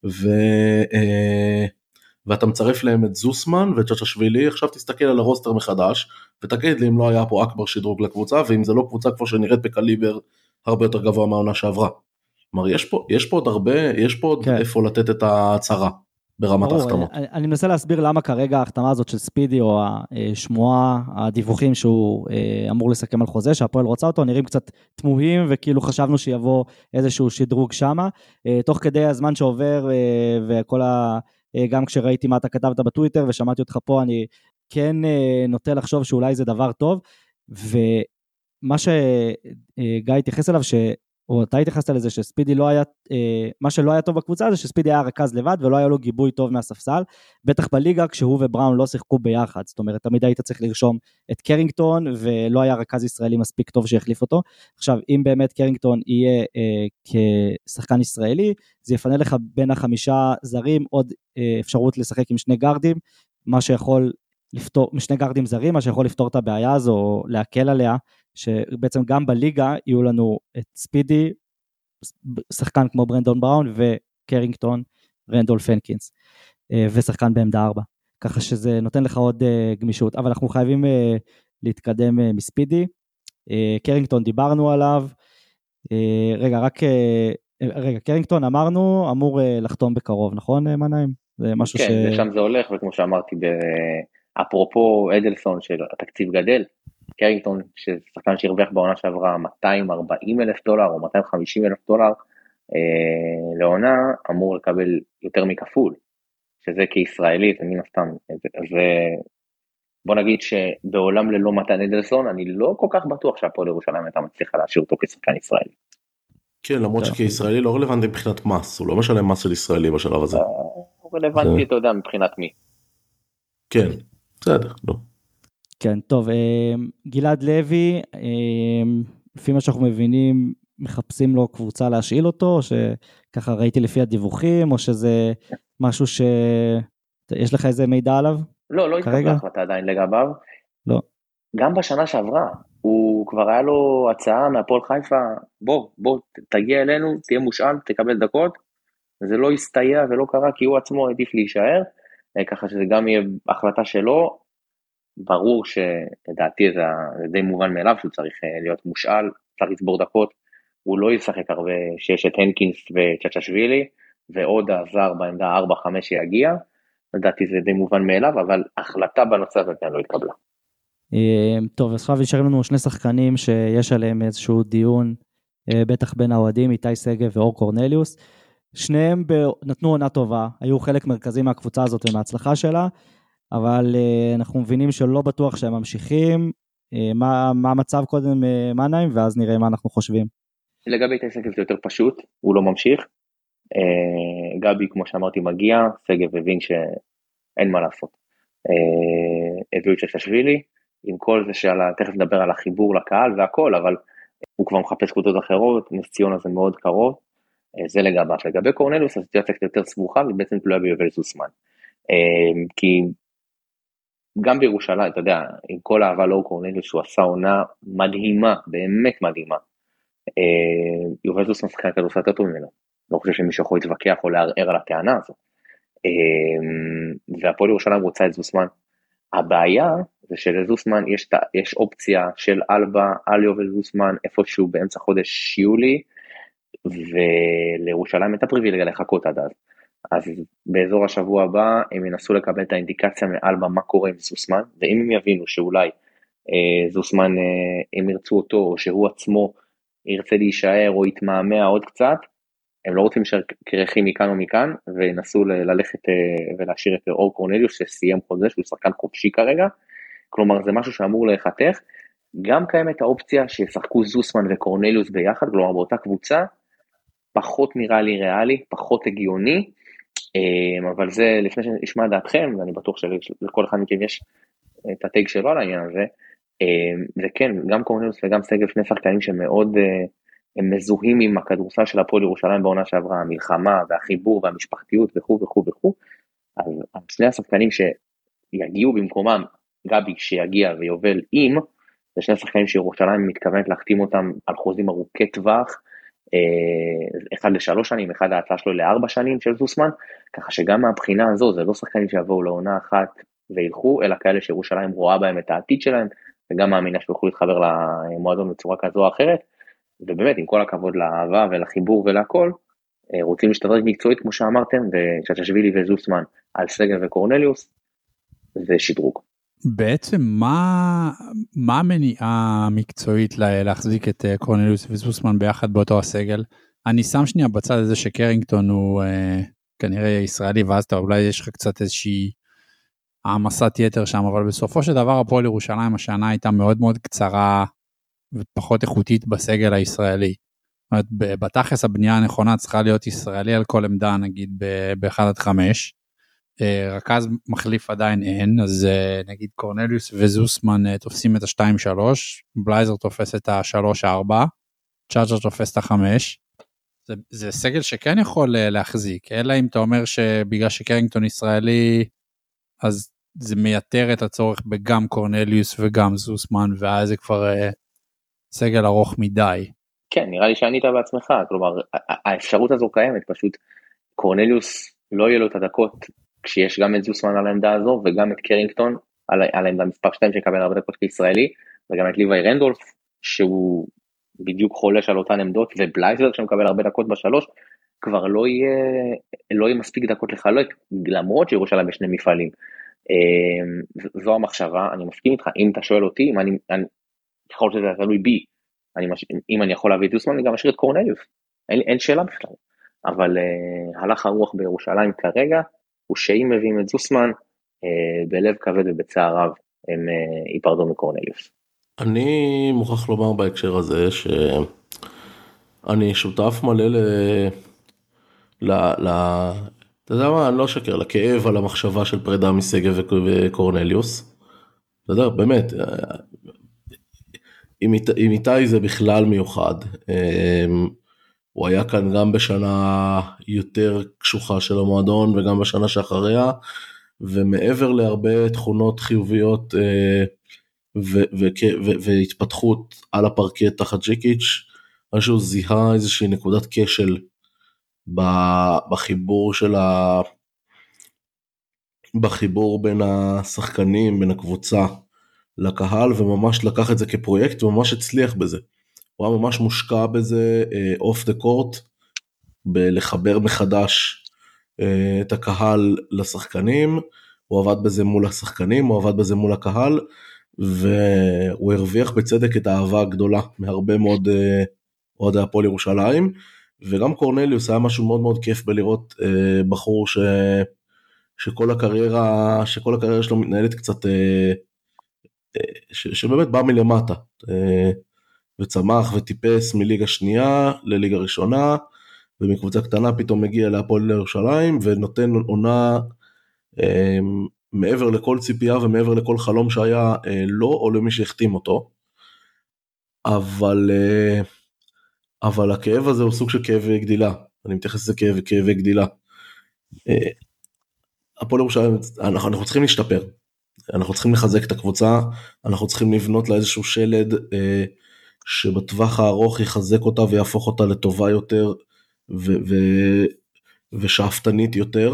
ואתה מצרף להם את זוסמן וצ'צ'שווילי, עכשיו תסתכל על הרוסטר מחדש, ותגיד לי אם לא היה פה אקבר שדרוג לקבוצה, ואם זה לא קבוצה כבר שנראית בקליבר הרבה יותר גבוה מהעונה שעברה. כלומר, יש פה עוד הרבה, יש פה עוד איפה לתת את ההצהרה. ברמת ההחתמות. אני מנסה להסביר למה כרגע ההחתמה הזאת של ספידי, או השמועה, הדיווחים שהוא אמור לסכם על חוזה, שהפועל רוצה אותו, נראים קצת תמוהים, וכאילו חשבנו שיבוא איזשהו שדרוג שמה, תוך כדי הזמן שעובר, וכל גם כשראיתי מה אתה כתבת בטוויטר, ושמעתי אותך פה, אני כן נוטה לחשוב שאולי זה דבר טוב, ומה שגיא התייחס אליו, או אתה התייחסת לזה שספידי לא היה, מה שלא היה טוב בקבוצה זה שספידי היה רכז לבד ולא היה לו גיבוי טוב מהספסל, בטח בליגה כשהוא ובראון לא שיחקו ביחד, זאת אומרת תמיד היית צריך לרשום את קרינגטון ולא היה רכז ישראלי מספיק טוב שיחליף אותו. עכשיו אם באמת קרינגטון יהיה כשחקן ישראלי, זה יפנה לך בין 5 זרים עוד אפשרות לשחק עם 2 גארדים, מה שיכול לפתור, משני גארדים זרים, מה שיכול לפתור את הבעיה הזו או להקל עליה, שבעצם גם בליגה יהיו לנו את ספידי, שחקן כמו ברנדון בראון, וקרינגטון, רנדול פנקינס, ושחקן בעמדה 4. ככה שזה נותן לך עוד גמישות, אבל אנחנו חייבים להתקדם מספידי. קרינגטון דיברנו עליו, רגע, קרינגטון אמרנו, אמור לחתום בקרוב, נכון מנהים? זה משהו כן, לשם זה הולך, וכמו שאמרתי, אפרופו אדלסון של התקציב גדל, קרינגטון, ששחקן שהרוויח בעונה שעברה $240,000 או $250,000 לעונה, אמור לקבל יותר מכפול, שזה כישראלי, זה מן הסתם. בוא נגיד שבעולם ללא מתן אדלסון, אני לא כל כך בטוח שהפועל ירושלים הייתה מצליחה להשאיר אותו כשחקן ישראלי. כן, למרות שכישראלי לא רלוונטי מבחינת מס, הוא לא משלם מס של ישראלי בשלב הזה. הוא רלוונטי, אתה יודע, מבחינת מי. כן, בסדר, לא. כן, טוב, גלעד לוי, לפי מה שאנחנו מבינים, מחפשים לו קבוצה להשאיל אותו, או שככה ראיתי לפי הדיווחים, או שזה משהו יש לך איזה מידע עליו? לא התקבלה החלטה עדיין לגביו. לא. גם בשנה שעברה, הוא כבר היה לו הצעה מהפועל חיפה, בוא, תגיע אלינו, תהיה מושאל, תקבל דקות, זה לא הסתייע ולא קרה, כי הוא עצמו העדיף להישאר, ככה שזה גם יהיה החלטה שלו, ברור שלדעתי זה די מובן מאליו, שהוא צריך להיות מושאל, צריך לצבור דקות, הוא לא ישחק הרבה שיש את הנקינס וצ'צ'שווילי, ועוד הזר בעמדה 4-5 שיגיע, לדעתי זה די מובן מאליו, אבל החלטה בנושא הזה לא התקבלה. טוב, אז עכשיו ישאר לנו 2 שחקנים שיש עליהם איזשהו דיון, בטח בין האוהדים, איתי שגב ואור קורנליוס, שניהם נתנו עונה טובה, היו חלק מרכזי מהקבוצה הזאת ומההצלחה שלה, אבל אנחנו מבינים שלא בטוח שהם ממשיכים, מה המצב קודם מנהיים, ואז נראה מה אנחנו חושבים. לגבי איתי שגב זה יותר פשוט, הוא לא ממשיך, גבי כמו שאמרתי מגיע, שגב הבין שאין מה לעשות, הביאו את צ'צ'שווילי, עם כל זה תכף נדבר על החיבור לקהל והכל, אבל הוא כבר מחפש קבוצות אחרות, נס ציונה זה מאוד קרוב, זה לגבי קורנליוס, הסיטואציה יותר סבוכה, ובעצם תלויה ביובל זוסמן, כי גם בירושלים, אתה יודע, עם כל האהבה לאור קורנליוס, שהוא עשה עונה מדהימה, באמת מדהימה, יובל זוסמן שחקן כדורסל יותר טוב ממנו, לא חושב שמישהו יכול להתווכח או לערער על הטענה הזו, והפועל ירושלים רוצה את זוסמן, הבעיה זה שלזוסמן יש אופציה של אלבה על יובל זוסמן איפשהו באמצע חודש יולי, ולירושלים את הפריבילגיה לחכות עד אז באזור השבוע הבא הם ינסו לקבל את האינדיקציה מאלבה מה קורה עם זוסמן, ואם הם יבינו שאולי זוסמן הם ירצו אותו או שהוא עצמו ירצה להישאר או יתמהמה עוד קצת, הם לא רוצים שכרחים מכאן או מכאן, וינסו ללכת ולהשאיר את אור קורנליוס שסיים חוזה, שהוא שחקן חופשי כרגע, כלומר זה משהו שאמור להיחתך, גם קיימת האופציה שישחקו זוסמן וקורנליוס ביחד, כלומר באותה קבוצה, פחות נראה לי ריאלי, פחות הגיוני, אבל זה לפני שנשמע דעתכם, ואני בטוח שלכל אחד מכם יש את הטייק שלו על העניין הזה, וכן, גם קורנליוס וגם שגב שני שחקנים שמאוד הם מזוהים עם הכדורסל של הפועל ירושלים בעונה שעברה, המלחמה והחיבור והמשפחתיות וכו' וכו' וכו', אז שני השחקנים שיגיעו במקומם, גבי שיגיע ויובל עם, זה שני השחקנים שירושלים מתכוונת להחתים אותם על חוזים ארוכי טווח, 1 ל3 שנים, אחד ההצעה שלו ל4 שנים של זוסמן, ככה שגם מהבחינה הזו, זה לא שחקנים שיבואו לעונה אחת וילכו, אלא כאלה שירושלים רואה בהם את העתיד שלהם, וגם מאמינה שיוכלו להתחבר למועדון בצורה כזו או אחרת, ובאמת עם כל הכבוד לאהבה ולחיבור ולכל, רוצים להשתדרג מקצועית כמו שאמרתם, וצ'צ'שווילי וזוסמן על סגל וקורנליוס, זה שדרוג. בעצם מה המניעה המקצועית להחזיק את קורנליוס וזוסמן ביחד באותו הסגל? אני שם שנייה בצד הזה שקרינגטון הוא כנראה ישראלי, ואז אולי יש לך קצת איזושהי העמסת יתר שם, אבל בסופו של דבר הפועל ירושלים השנה הייתה מאוד מאוד קצרה ופחות איכותית בסגל הישראלי. זאת אומרת, בתכלס הבנייה הנכונה צריכה להיות ישראלי על כל עמדה, נגיד ב-1-5, רכז מחליף עדיין אין, אז נגיד קורנליוס וזוסמן תופסים את ה-2-3, בלייזר תופס את ה-3-4, צ'אצ'ה תופס את ה-5, זה סגל שכן יכול להחזיק, אלא אם אתה אומר שבגלל שקרינגטון ישראלי, אז זה מייתר את הצורך בגם קורנליוס וגם זוסמן, ואז זה כבר סגל ארוך מדי. כן, נראה לי שענית בעצמך, כלומר, האפשרות הזו קיימת, פשוט קורנליוס לא יהיה לו את הדקות, כשיש גם את זוסמן על העמדה הזו, וגם את קרינגטון על העמדה מספר 2 שקבל הרבה דקות כישראלי, וגם את ליווי רנדולף, שהוא בדיוק חולש על אותן עמדות, ובלייזר שמקבל הרבה דקות בשלוש, כבר לא יהיה מספיק דקות לחלק, למרות שירושלים בשני מפעלים. זו המחשבה, אני מסכים איתך, אם אתה שואל אותי, יכול להיות שזה תלוי בי, אם אני יכול להביא את זוסמן, אני גם אשאיר את קורנליוס, אין שאלה בכלל, אבל הלך הרוח בירושלים כרגע, הוא שאם מביאים את זוסמן, בלב כבד ובצער רב, הם ייפרדו מקורנליוס. אני מוכרח לומר בהקשר הזה, שאני שותף מלא אתה יודע מה, אני לא שקר, לכאב על המחשבה של פרידה מסגל וקורנליוס, אתה יודע, באמת, עם איתי זה בכלל מיוחד, הוא היה כאן גם בשנה יותר קשוחה של המועדון, וגם בשנה שאחריה, ומעבר להרבה תכונות חיוביות, והתפתחות על הפרקט תחת ג'יקיץ', משהו זיהה איזושהי נקודת כשל, בחיבור בין השחקנים, בין הקבוצה לקהל, וממש לקח את זה כפרויקט, וממש הצליח בזה. הוא היה ממש מושקע בזה, off the court, בלחבר מחדש את הקהל לשחקנים, הוא עבד בזה מול השחקנים, הוא עבד בזה מול הקהל, והוא הרוויח בצדק את האהבה הגדולה, מהרבה מאוד אוהדי הפועל ירושלים, וגם קורנליוס היה משהו מאוד מאוד כיף בלראות בחור שכל הקריירה שלו מתנהלת קצת, שבאמת בא מלמטה, וצמח וטיפס מליגה שנייה לליגה ראשונה, ומקבוצה קטנה פתאום מגיע להפועל ירושלים, ונותן עונה מעבר לכל ציפייה ומעבר לכל חלום שהיה לו או למי שהחתים אותו, אבל הכאב הזה הוא סוג של כאב גדילה, אני מתייחס לזה כאב גדילה. הפועל ירושלים, אנחנו צריכים להשתפר, אנחנו צריכים לחזק את הקבוצה, אנחנו צריכים לבנות לה איזשהו שלד, שבטווח הארוך יחזק אותה ויהפוך אותה לטובה יותר, ושאפתנית יותר,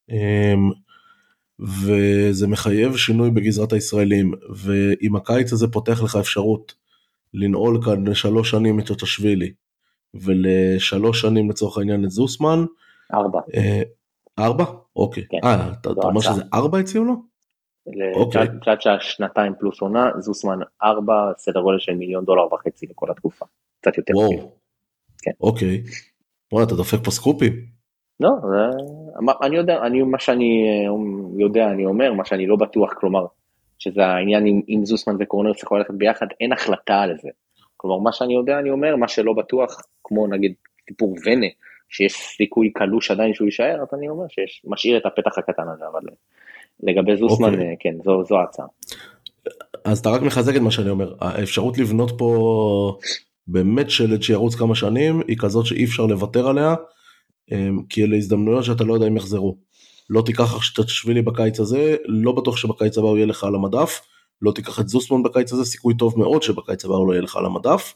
וזה מחייב שינוי בגזרת הישראלים, ואם הקיץ הזה פותח לך אפשרות, לנעול כאן ל3 שנים את צ'צ'שווילי, ול3 שנים לצורך העניין את זוסמן. 4. 4? אוקיי. כן. אתה אומר שזה 4 הציעו לו? צ'צ'ה 2 פלוס עונה, זוסמן 4, סדר גודל של $1.5 מיליון לכל התקופה. קצת יותר. וואו. כן. אוקיי. אתה דופק פה סקופים? לא, אני יודע, מה שאני יודע אני אומר, מה שאני לא בטוח, כלומר, שזה העניין עם זוסמן וקורנליוס יכול ללכת ביחד, אין החלטה על זה. כלומר, מה שאני יודע אני אומר, מה שלא בטוח, כמו נגיד סיפור ונה, שיש סיכוי קלוש עדיין שהוא יישאר, אז אני אומר משאיר את הפתח הקטן הזה, אבל לגבי זוסמן, כן, זו ההצעה. אז אתה רק מחזק את מה שאני אומר, האפשרות לבנות פה באמת שלד שירוץ כמה שנים, היא כזאת שאי אפשר לוותר עליה, כי אלה הזדמנויות שאתה לא יודע אם יחזרו. לא תיקח צ'צ'שווילי בקיץ הזה, לא בטוח שבקיץ הבא הוא יהיה לך על המדף, לא תיקח את זוסמן בקיץ הזה, סיכוי טוב מאוד שבקיץ הבא הוא לא יהיה לך על המדף,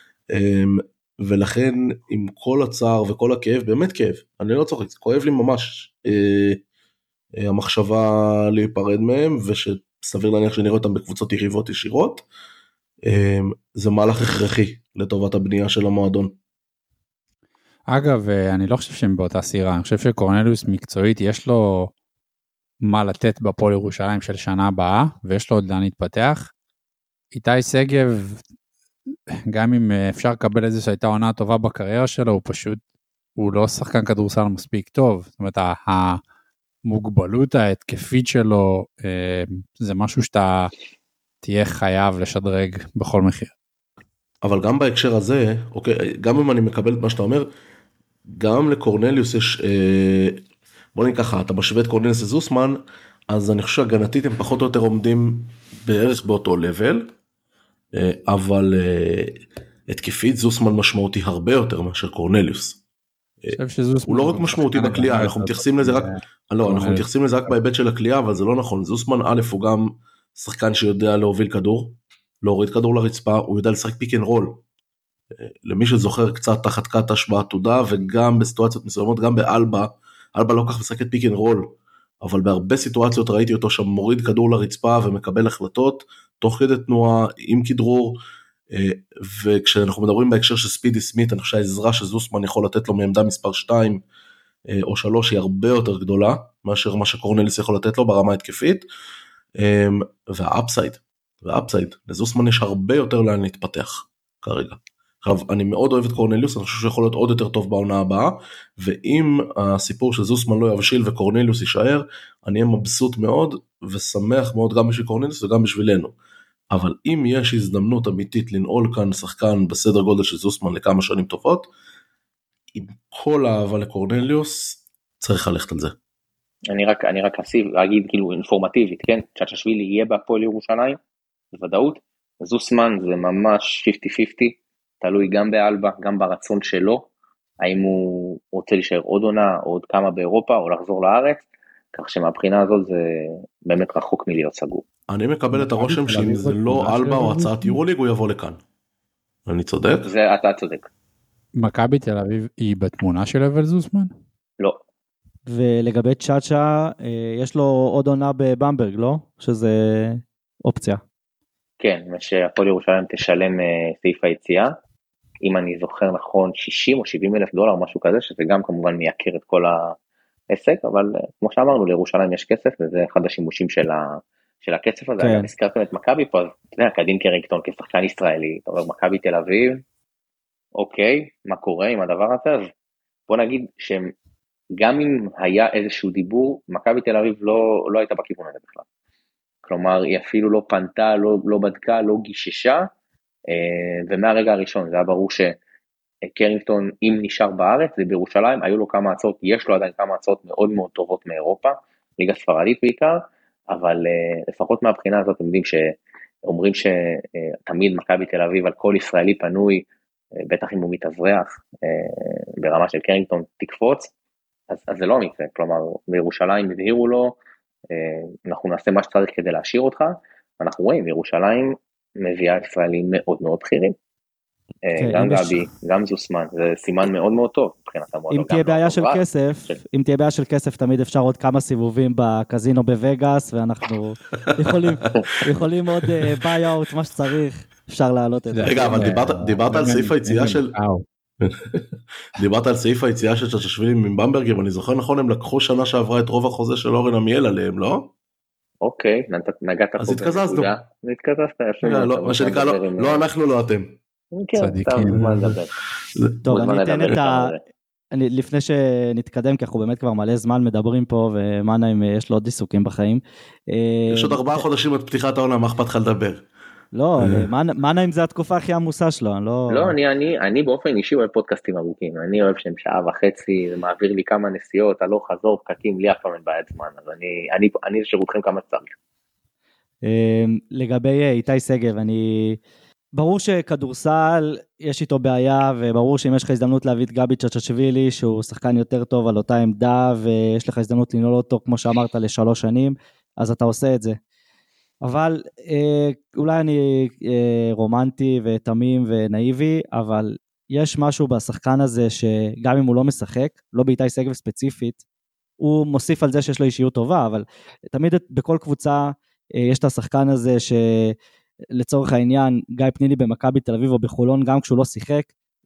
ולכן עם כל הצער וכל הכאב, באמת כאב, אני לא צוחק, כואב לי ממש המחשבה להיפרד מהם, ושסביר להניח שנראה אותם בקבוצות יריבות ישירות, זה מהלך הכרחי לטובת הבנייה של המועדון. אגב, אני לא חושב שהם באותה סירה, אני חושב שקורנליוס מקצועית, יש לו מה לתת בפועל ירושלים של שנה הבאה, ויש לו עוד לאן להתפתח. איתי שגב, גם אם אפשר לקבל איזה שהייתה עונה טובה בקריירה שלו, הוא לא שחקן כדורסל מספיק טוב, זאת אומרת, המוגבלות ההתקפית שלו, זה משהו שאתה תהיה חייב לשדרג בכל מחיר. אבל גם בהקשר הזה, אוקיי, גם אם אני מקבל את מה שאתה אומר, גם לקורנליוס יש, בוא נגיד ככה, אתה משווה את קורנליוס לזוסמן, אז אני חושב שהגנתית הם פחות או יותר עומדים בערך באותו לבל, אבל התקפית זוסמן משמעותי הרבה יותר מאשר קורנליוס. הוא לא רק משמעותי בקליעה, אנחנו מתייחסים לזה רק, אנחנו מתייחסים לזה רק בהיבט של הקליעה, אבל זה לא נכון. זוסמן א' הוא גם שחקן שיודע להוביל כדור, להוריד כדור לרצפה, הוא יודע לשחק פיק אנד רול. למי שזוכר קצת תחת קטש בעתודה, וגם בסיטואציות מסוימות, גם באלבה, אלבה לא כך משחקת פיק אנד רול, אבל בהרבה סיטואציות ראיתי אותו שם מוריד כדור לרצפה ומקבל החלטות, תוך כדי תנועה, עם כדרור, וכשאנחנו מדברים בהקשר של ספידי סמית, אני חושב שהעזרה שזוסמן יכול לתת לו מעמדה מספר 2 או 3 היא הרבה יותר גדולה, מאשר מה שקורנליוס יכול לתת לו ברמה התקפית, והאפסייד, לזוסמן יש הרבה יותר לאן להתפתח כרגע. עכשיו, אני מאוד אוהב את קורנליוס, אני חושב שיכול להיות עוד יותר טוב בעונה הבאה, ואם הסיפור של זוסמן לא יבשיל וקורנליוס יישאר, אני אהיה מבסוט מאוד, ושמח מאוד גם בשביל קורנליוס וגם בשבילנו. אבל אם יש הזדמנות אמיתית לנעול כאן שחקן בסדר גודל של זוסמן לכמה שנים טובות, עם כל האהבה לקורנליוס, צריך ללכת על זה. אני רק אגיד כאילו אינפורמטיבית, כן? צ'צ'שווילי יהיה בהפועל ירושלים, בוודאות, זוסמן זה ממש 50-50, תלוי גם באלבה, גם ברצון שלו, האם הוא רוצה להישאר עוד עונה, או עוד כמה באירופה, או לחזור לארץ, כך שמהבחינה הזאת זה באמת רחוק מלהיות סגור. אני מקבל את הרושם שאם זה לא אלבה או הצעת יורוליג, הוא יבוא לכאן. אני צודק? אתה צודק. מכבי תל אביב היא בתמונה של אבל זוסמן? לא. ולגבי צ'אצ'ה, יש לו עוד עונה בבמברג, לא? שזה אופציה. כן, שהפועל ירושלים תשלם סעיף היציאה, אם אני זוכר נכון 60 או 70 אלף דולר, משהו כזה, שזה גם כמובן מייקר את כל העסק, אבל כמו שאמרנו, לירושלים יש כסף, וזה אחד השימושים של הכסף הזה. כן. הזכרתם את מכבי פה, אז אתה יודע, קדין קרינגטון כשחקן ישראלי, אתה אומר מכבי תל אביב, אוקיי, מה קורה עם הדבר הזה? אז בוא נגיד שגם אם היה איזשהו דיבור, מכבי תל אביב לא הייתה בכיוון הזה בכלל. כלומר, היא אפילו לא פנתה, לא בדקה, לא גיששה, ומהרגע הראשון זה היה ברור שקרינגטון, אם נשאר בארץ, זה בירושלים, היו לו כמה הצעות, יש לו עדיין כמה הצעות מאוד מאוד טובות מאירופה, ליגה ספרדית בעיקר, אבל לפחות מהבחינה הזאת, אתם יודעים שאומרים שתמיד מכבי תל אביב על כל ישראלי פנוי, בטח אם הוא מתאזרח, ברמה של קרינגטון תקפוץ, אז זה לא המקרה, כלומר, בירושלים הבהירו לו, אנחנו נעשה מה שצריך כדי להשאיר אותך, אנחנו רואים, ירושלים מביאה ישראלים מאוד מאוד בכירים, גם גבי, גם זוסמן, זה סימן מאוד מאוד טוב, אם תהיה בעיה של כסף, אם תהיה בעיה של כסף, תמיד אפשר עוד כמה סיבובים בקזינו בווגאס, ואנחנו יכולים עוד ביי-אוט, מה שצריך, אפשר להעלות את זה. רגע, אבל דיברת על סעיף היציאה של... דיברת על סעיף היציאה של צ'צ'שווילי מבמברגר, ואני זוכר נכון, הם לקחו שנה שעברה את רוב החוזה של אורן עמיאל עליהם, לא? אוקיי, נגעת פה. אז התקזזנו. התקזזת. מה שנקרא, לא אנחנו, לא אתם. צדיקים. טוב, אני אתן את ה... לפני שנתקדם, כי אנחנו באמת כבר מלא זמן מדברים פה, ומאנהיים יש לו עוד עיסוקים בחיים. יש עוד 4 חודשים את פתיחת העונה, מה אכפת לך לדבר? לא, מאנהיים זה התקופה הכי עמוסה שלו, לא, אני באופן אישי אוהב פודקאסטים ארוכים, אני אוהב שהם 1.5 שעות, זה מעביר לי כמה נסיעות, הלוך חזור, פקקים, לי אף פעם אין בעיית זמן, אז אני שירותכם כמה שצריך. לגבי איתי שגב, ברור שכדורסל יש איתו בעיה, וברור שאם יש לך הזדמנות להביא את גבי צ'צ'שווילי, שהוא שחקן יותר טוב על אותה עמדה, ויש לך הזדמנות לנעול אותו, כמו שאמרת, ל3 שנים, אז אתה עושה את זה. אבל אולי אני רומנטי ותמים ונאיבי, אבל יש משהו בשחקן הזה שגם אם הוא לא משחק, לא באיתי שגב ספציפית, הוא מוסיף על זה שיש לו אישיות טובה, אבל תמיד בכל קבוצה יש את השחקן הזה שלצורך העניין, גיא פניני במכבי תל אביב או בחולון, גם כשהוא לא שיחק,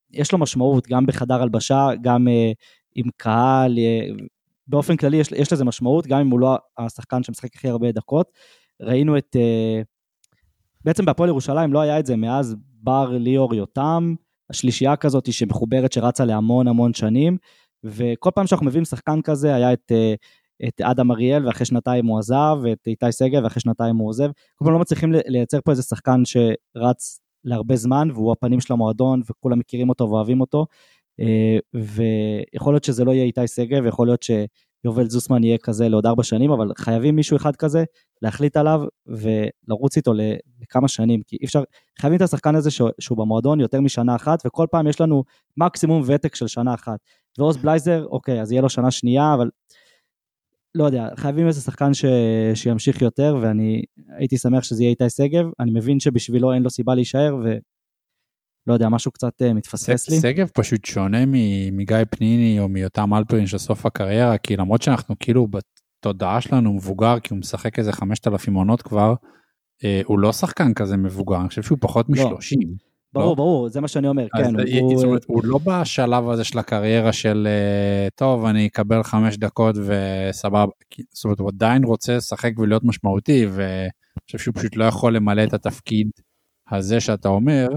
יש לו משמעות, גם בחדר הלבשה, גם עם קהל, באופן כללי יש לזה משמעות, גם אם הוא לא השחקן שמשחק הכי הרבה דקות. ראינו את, בעצם בהפועל ירושלים לא היה את זה מאז בר ליאור יותם, השלישייה כזאת שמחוברת שרצה להמון המון שנים, וכל פעם שאנחנו מביאים שחקן כזה, היה את אדם אריאל, ואחרי שנתיים הוא עזב, ואת איתי סגל, ואחרי שנתיים הוא עוזב, כל פעם לא מצליחים לייצר פה איזה שחקן שרץ להרבה זמן, והוא הפנים של המועדון, וכולם מכירים אותו ואוהבים אותו, ויכול להיות שזה לא יהיה איתי סגל, ויכול להיות שיובל זוסמן יהיה כזה לעוד 4 שנים, אבל חייבים מישהו אחד כזה, להחליט עליו, ולרוץ איתו לכמה שנים, כי אפשר, חייבים את השחקן הזה שהוא במועדון יותר משנה אחת, וכל פעם יש לנו מקסימום ותק של שנה אחת, ועוז בלייזר, אוקיי, אז יהיה לו שנה שנייה, אבל לא יודע, חייבים איזה שחקן שימשיך יותר, ואני הייתי שמח שזה יהיה איתי סגב, אני מבין שבשבילו אין לו סיבה להישאר, ולא יודע, משהו קצת מתפספס לי. סגב פשוט שונה מגיא פניני, או מיותם אלפרין של סוף הקריירה, כי למרות שאנחנו כאילו בתודעה שלנו מבוגר, כי הוא משחק איזה 5,000 עונות כבר, הוא לא שחקן כזה מבוגר, אני חושב שהוא פחות מ-30. ברור, זה מה שאני אומר, כן. הוא לא בשלב הזה של הקריירה של, טוב, אני אקבל 5 דקות וסבבה, זאת אומרת, הוא עדיין רוצה לשחק ולהיות משמעותי, ואני חושב שהוא פשוט לא יכול למלא את התפקיד הזה שאתה אומר,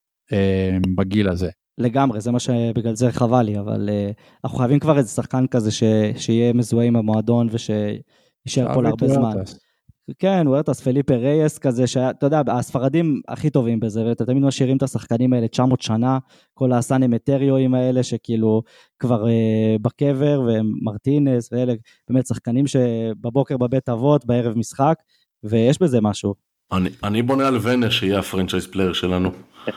בגיל הזה. לגמרי, זה מה שבגלל זה חבל לי, אבל אנחנו חייבים כבר איזה שחקן כזה, שיהיה מזוהה עם המועדון, ושישאר פה להרבה זמן. כן, הוא הרטס פליפה רייס כזה, שאתה יודע, הספרדים הכי טובים בזה, ואתה תמיד משאירים את השחקנים האלה 900 שנה, כל הסאנים מטריואים האלה, שכאילו כבר בקבר, ומרטינס, ואלה באמת שחקנים שבבוקר בבית אבות, בערב משחק, ויש בזה משהו. אני בונה על ונה שיהיה הפרנצ'ייז פלייר שלנו.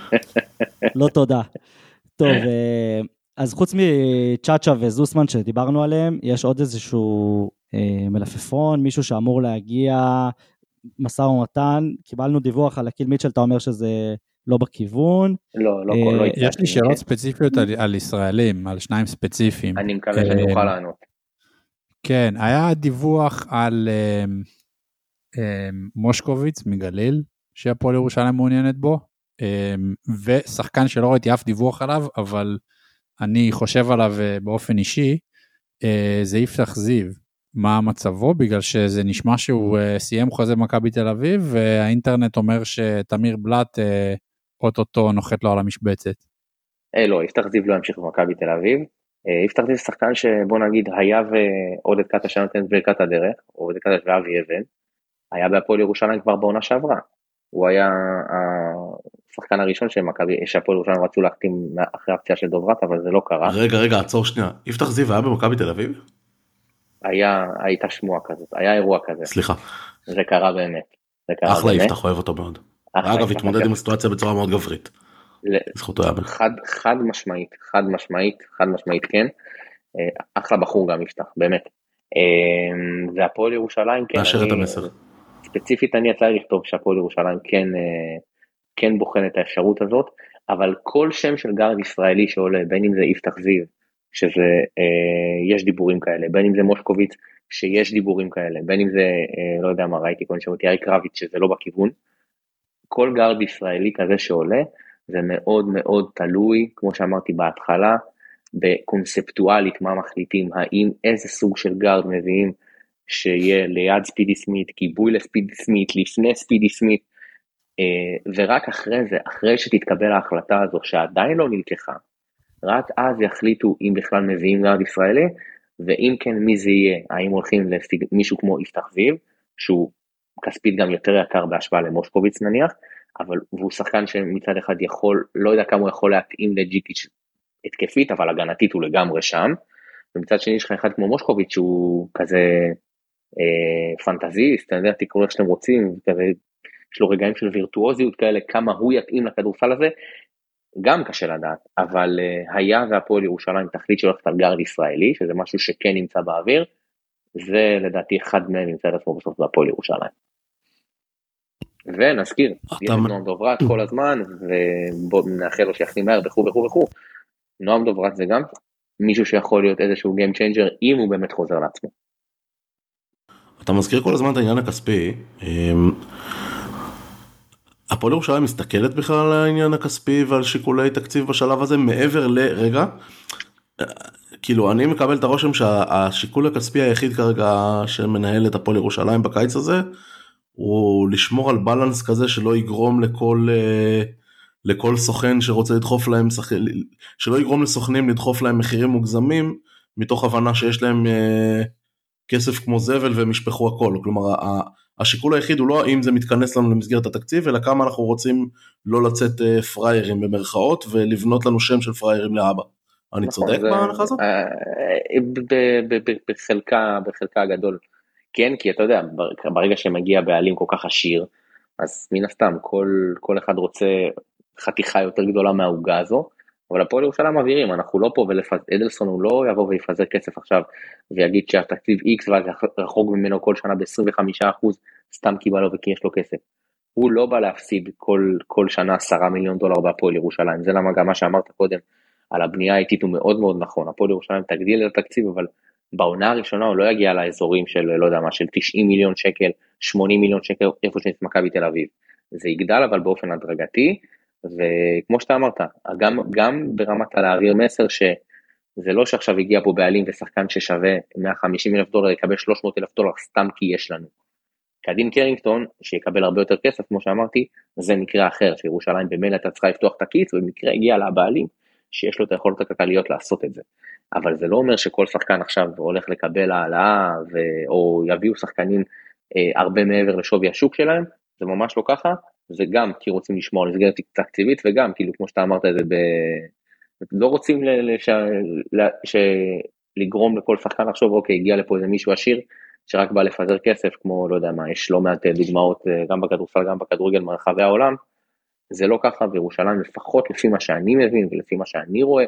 לא תודה. טוב, אז חוץ מצ'אצ'ה וזוסמן שדיברנו עליהם, יש עוד איזשהו מלפפון, מישהו שאמור להגיע, מסע ומתן, קיבלנו דיווח על הקיל מיטשל, אתה אומר שזה לא בכיוון. לא. יש לי שאלות ספציפיות על ישראלים, על 2 ספציפיים. אני מקווה שאני אוכל לענות. כן, היה דיווח על מושקוביץ מגליל, שהפועל ירושלים מעוניינת בו, ושחקן שלא ראיתי אף דיווח עליו, אבל אני חושב עליו באופן אישי, זה יפתח זיו. מה מצבו? בגלל שזה נשמע שהוא סיים חוזה מכבי תל אביב, והאינטרנט אומר שתמיר בלט אוטוטו נוחת לו על המשבצת. לא, יפתח זיו לא ימשיך במכבי תל אביב. יפתח זיו שחקן שבוא נגיד היה ועודד קטע שנותן ברכת הדרך, או עודד קטע ואבי אבן, היה בהפועל ירושלים כבר בעונה שעברה. הוא היה השחקן הראשון שהפועל ירושלים רצו להחתים אחרי הפציעה של דוברת, אבל זה לא קרה. רגע, עצור שנייה. יפתח זיו היה במכבי תל אביב? הייתה שמועה כזאת, היה אירוע כזה. סליחה. זה קרה באמת. אחלה יפתח, אוהב אותו מאוד. אגב, התמודד עם הסיטואציה בצורה מאוד גברית. זכותו היה. חד משמעית, כן. אחלה בחור גם יפתח, באמת. והפועל ירושלים, כן. נאשר את המסר. ספציפית אני יצא לכתוב שהפועל ירושלים כן בוחן את האפשרות הזאת, אבל כל שם של גארד ישראלי שעולה, בין אם זה יפתח זיו, שזה, יש דיבורים כאלה, בין אם זה מושקוביץ, שיש דיבורים כאלה, בין אם זה, לא יודע מה ראיתי, כל שמותי אריק רביץ, שזה לא בכיוון, כל גארד ישראלי כזה שעולה, זה מאוד מאוד תלוי, כמו שאמרתי בהתחלה, בקונספטואלית מה מחליטים, האם איזה סוג של גארד מביאים, שיהיה ליד ספידי סמית, גיבוי לספידי סמית, לפני ספידי סמית, ורק אחרי זה, אחרי שתתקבל ההחלטה הזו, שעדיין לא נלקחה, רק אז יחליטו אם בכלל מביאים גארד ישראלי, ואם כן מי זה יהיה, האם הולכים למישהו כמו יפתח זיו, שהוא כספית גם יותר יקר בהשוואה למושקוביץ נניח, אבל הוא שחקן שמצד אחד יכול, לא יודע כמה הוא יכול להתאים לג'יקיץ' התקפית, אבל הגנתית הוא לגמרי שם, ומצד שני יש לך אחד כמו מושקוביץ, שהוא כזה פנטזיסט, אתה יודע, תקראו איך שאתם רוצים, כזה, יש לו רגעים של וירטואוזיות כאלה, כמה הוא יתאים לכדורסל הזה, גם קשה לדעת, אבל היה והפועל ירושלים תחליט שהולכת על גארד ישראלי, שזה משהו שכן נמצא באוויר, זה לדעתי אחד מהם נמצא את עצמו בסוף בהפועל ירושלים. ונזכיר, יש נועם דוברת כל הזמן, ובואו נאחל לו שיחתים מהר וכו'. נועם דוברת זה גם מישהו שיכול להיות איזשהו game changer, אם הוא באמת חוזר לעצמו. אתה מזכיר כל הזמן את העניין הכספי, הפועל ירושלים מסתכלת בכלל על העניין הכספי ועל שיקולי תקציב בשלב הזה, מעבר לרגע, כאילו אני מקבל את הרושם שהשיקול הכספי היחיד כרגע שמנהל את הפועל ירושלים בקיץ הזה, הוא לשמור על בלנס כזה שלא יגרום לכל סוכן שרוצה לדחוף להם, שלא יגרום לסוכנים לדחוף להם מחירים מוגזמים, מתוך הבנה שיש להם כסף כמו זבל והם ישפכו הכל. כלומר, השיקול היחיד הוא לא האם זה מתכנס לנו למסגרת התקציב, אלא כמה אנחנו רוצים לא לצאת פריירים במרכאות, ולבנות לנו שם של פריירים לאבא. אני צודק בהנחה הזאת? בחלקה הגדול. כן, כי אתה יודע, ברגע שמגיע בעלים כל כך עשיר, אז מן הסתם כל אחד רוצה חתיכה יותר גדולה מהעוגה הזו, אבל הפועל ירושלים מבהירים, אנחנו לא פה, אדלסון הוא לא יבוא ויפזר כסף עכשיו, ויגיד שהתקציב X ואז רחוק ממנו כל שנה ב-25%, סתם כי בא לו וכי יש לו כסף. הוא לא בא להפסיד כל שנה $10 מיליון בהפועל ירושלים, זה למה גם מה שאמרת קודם, על הבנייה האיטית הוא מאוד מאוד נכון, הפועל ירושלים תגדיל את התקציב, אבל בעונה הראשונה הוא לא יגיע לאזורים של, לא יודע מה, של 90 מיליון שקל, 80 מיליון שקל, איפה שיש מכבי תל אביב. זה יגדל אבל באופן הדרגתי, וכמו שאתה אמרת, גם ברמת להעביר מסר שזה לא שעכשיו הגיע פה בעלים ושחקן ששווה $150,000 יקבל $300,000 סתם כי יש לנו. קדין קרינגטון שיקבל הרבה יותר כסף, כמו שאמרתי, זה מקרה אחר, שירושלים במילא אתה צריכה לפתוח את הכיס, ובמקרה הגיע לבעלים שיש לו את היכולות הכלכליות לעשות את זה. אבל זה לא אומר שכל שחקן עכשיו הולך לקבל העלאה, או יביאו שחקנים הרבה מעבר לשווי השוק שלהם, זה ממש לא ככה, זה גם כי רוצים לשמור על מסגרת תקציבית, וגם כאילו כמו שאתה אמרת את זה, לא רוצים לגרום לכל שחקן לחשוב, אוקיי, הגיע לפה איזה מישהו עשיר, שרק בא לפזר כסף, כמו לא יודע מה, יש לא מעט דוגמאות, גם בכדורסל, גם בכדורגל מרחבי העולם, זה לא ככה, וירושלים לפחות לפי מה שאני מבין, ולפי מה שאני רואה,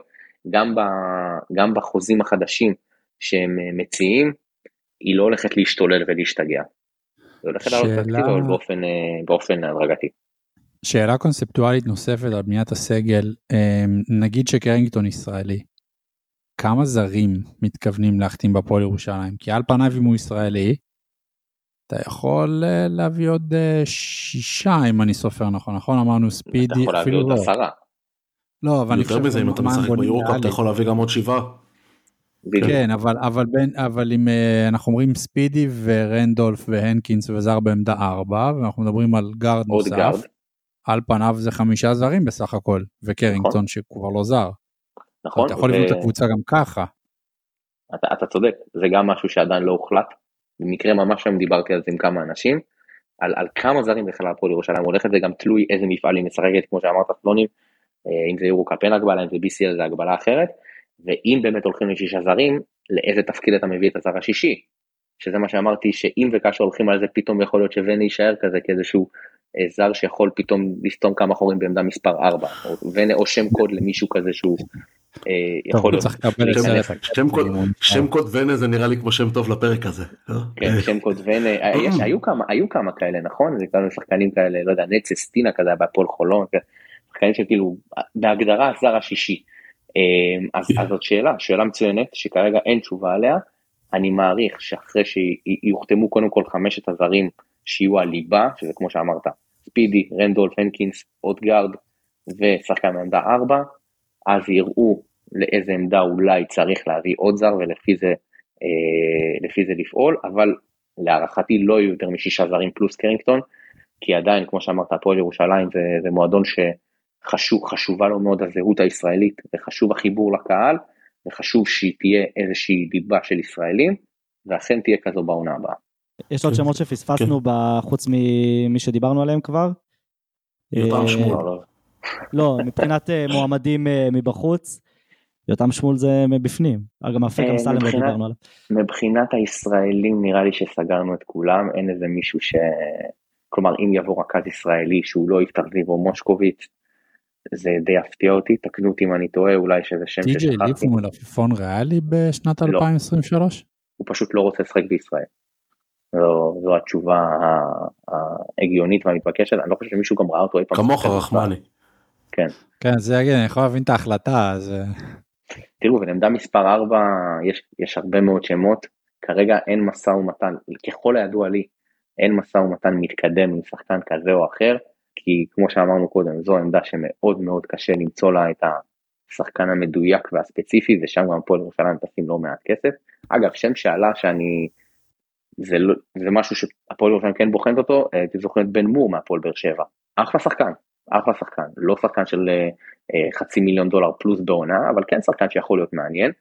גם בחוזים החדשים שהם מציעים, היא לא הולכת להשתולל ולהשתגע. היא הולכת לעלות תקציב, אבל באופן הדרגתי. שאלה קונספטואלית נוספת על בניית הסגל, נגיד שקרינגטון ישראלי, כמה זרים מתכוונים להחתים בפועל ירושלים? כי על פניו אם הוא ישראלי, אתה יכול להביא עוד 6 אם אני סופר נכון, אמרנו ספידי, אתה יכול להביא עוד 10. לא, אבל יותר מזה, אם אתה משחק ביורוקאפ, אתה יכול להביא גם עוד 7. כן, אבל אם אנחנו אומרים ספידי ורנדולף והנקינס וזר בעמדה 4, ואנחנו מדברים על גארד נוסף, על פניו זה 5 זרים בסך הכל, וקרינגטון שכבר לא זר. נכון. אתה יכול לבנות את הקבוצה גם ככה. אתה צודק, זה גם משהו שעדיין לא הוחלט, במקרה ממש שם דיברתי על זה עם כמה אנשים, על כמה זרים בכלל הפועל ירושלים הולכת, זה גם תלוי איזה מפעל היא משחקת, כמו שאמרת פלונים, אם זה יורוקאפ אין הגבלה, אם זה BCL זה הגבלה אחרת, ואם באמת הולכים ל6 זרים, לאיזה תפקיד אתה מביא את הזר השישי, שזה מה שאמרתי, שאם וכאשר הולכים על זה, פתאום יכול להיות שוני יישאר כזה, כאיזשהו זר שיכול פתאום לסתום כמה חורים בעמדה מספר 4, או שם קוד למישהו כזה שהוא יכול להיות. שם קוד ונה זה נראה לי כמו שם טוב לפרק הזה. כן, שם קוד ונה, היו כמה כאלה, נכון? זה כאלה שחקנים כאלה, לא יודע, נצסטינה כזה, בהפועל חולון, שחקנים שכאילו, בהגדרה הזר השישי. אז זאת שאלה מצוינת, שכרגע אין תשובה עליה, אני מעריך שאחרי שיוחתמו קודם כל 5 הזרים שיהיו הליבה, שזה כמו שאמרת, ספידי, רנדולף, הנקינס, אוטגארד, ושחקן מעמדה 4, אז יראו לאיזה עמדה אולי צריך להביא עוד זר, ולפי זה לפעול, אבל להערכתי לא יהיו יותר מ6 זרים פלוס קרינגטון, כי עדיין, כמו שאמרת, הפועל ירושלים זה מועדון שחשובה לו מאוד הזהות הישראלית, וחשוב החיבור לקהל, וחשוב שהיא תהיה איזושהי ליבה של ישראלים, ואכן תהיה כזו בעונה הבאה. יש עוד שמות שפספסנו בחוץ ממי שדיברנו עליהם כבר? יותם שמואל. לא, מבחינת מועמדים מבחוץ, יותם שמואל זה מבפנים, גם אפק אמסלם לא דיברנו עליו. מבחינת הישראלים נראה לי שסגרנו את כולם, אין איזה מישהו כלומר אם יבוא רכז ישראלי שהוא לא יפתח זיו או מושקוביץ, זה די הפתיע אותי, תקנו אותי אם אני טועה, אולי שזה שם ששכחתי. טי.ג'יי ליף הוא מלפפון ריאלי בשנת 2023? הוא פשוט לא רוצה לשחק בישראל. זו התשובה ההגיונית והמתבקשת, אני לא חושב שמישהו גם ראה אותו אי פעם. כמוך רחמני. כן. כן, זה יגיד, אני יכול להבין את ההחלטה, אז... תראו, בנעמדה מספר 4, יש הרבה מאוד שמות, כרגע אין מסע ומתן, ככל הידוע לי, אין מסע ומתן מתקדם עם שחקן כזה או אחר, כי כמו שאמרנו קודם, זו עמדה שמאוד מאוד קשה למצוא לה את השחקן המדויק והספציפי, ושם גם הפועל ירושלים תשים לא מעט כסף. אגב, שם שעלה זה משהו שהפועל ירושלים כן בוחנת אותו, אתם זוכרים את בן מור מהפועל באר שבע, אחלה שחקן, לא שחקן של $500,000 פלוס בעונה, אבל כן שחקן שיכול להיות מעניין.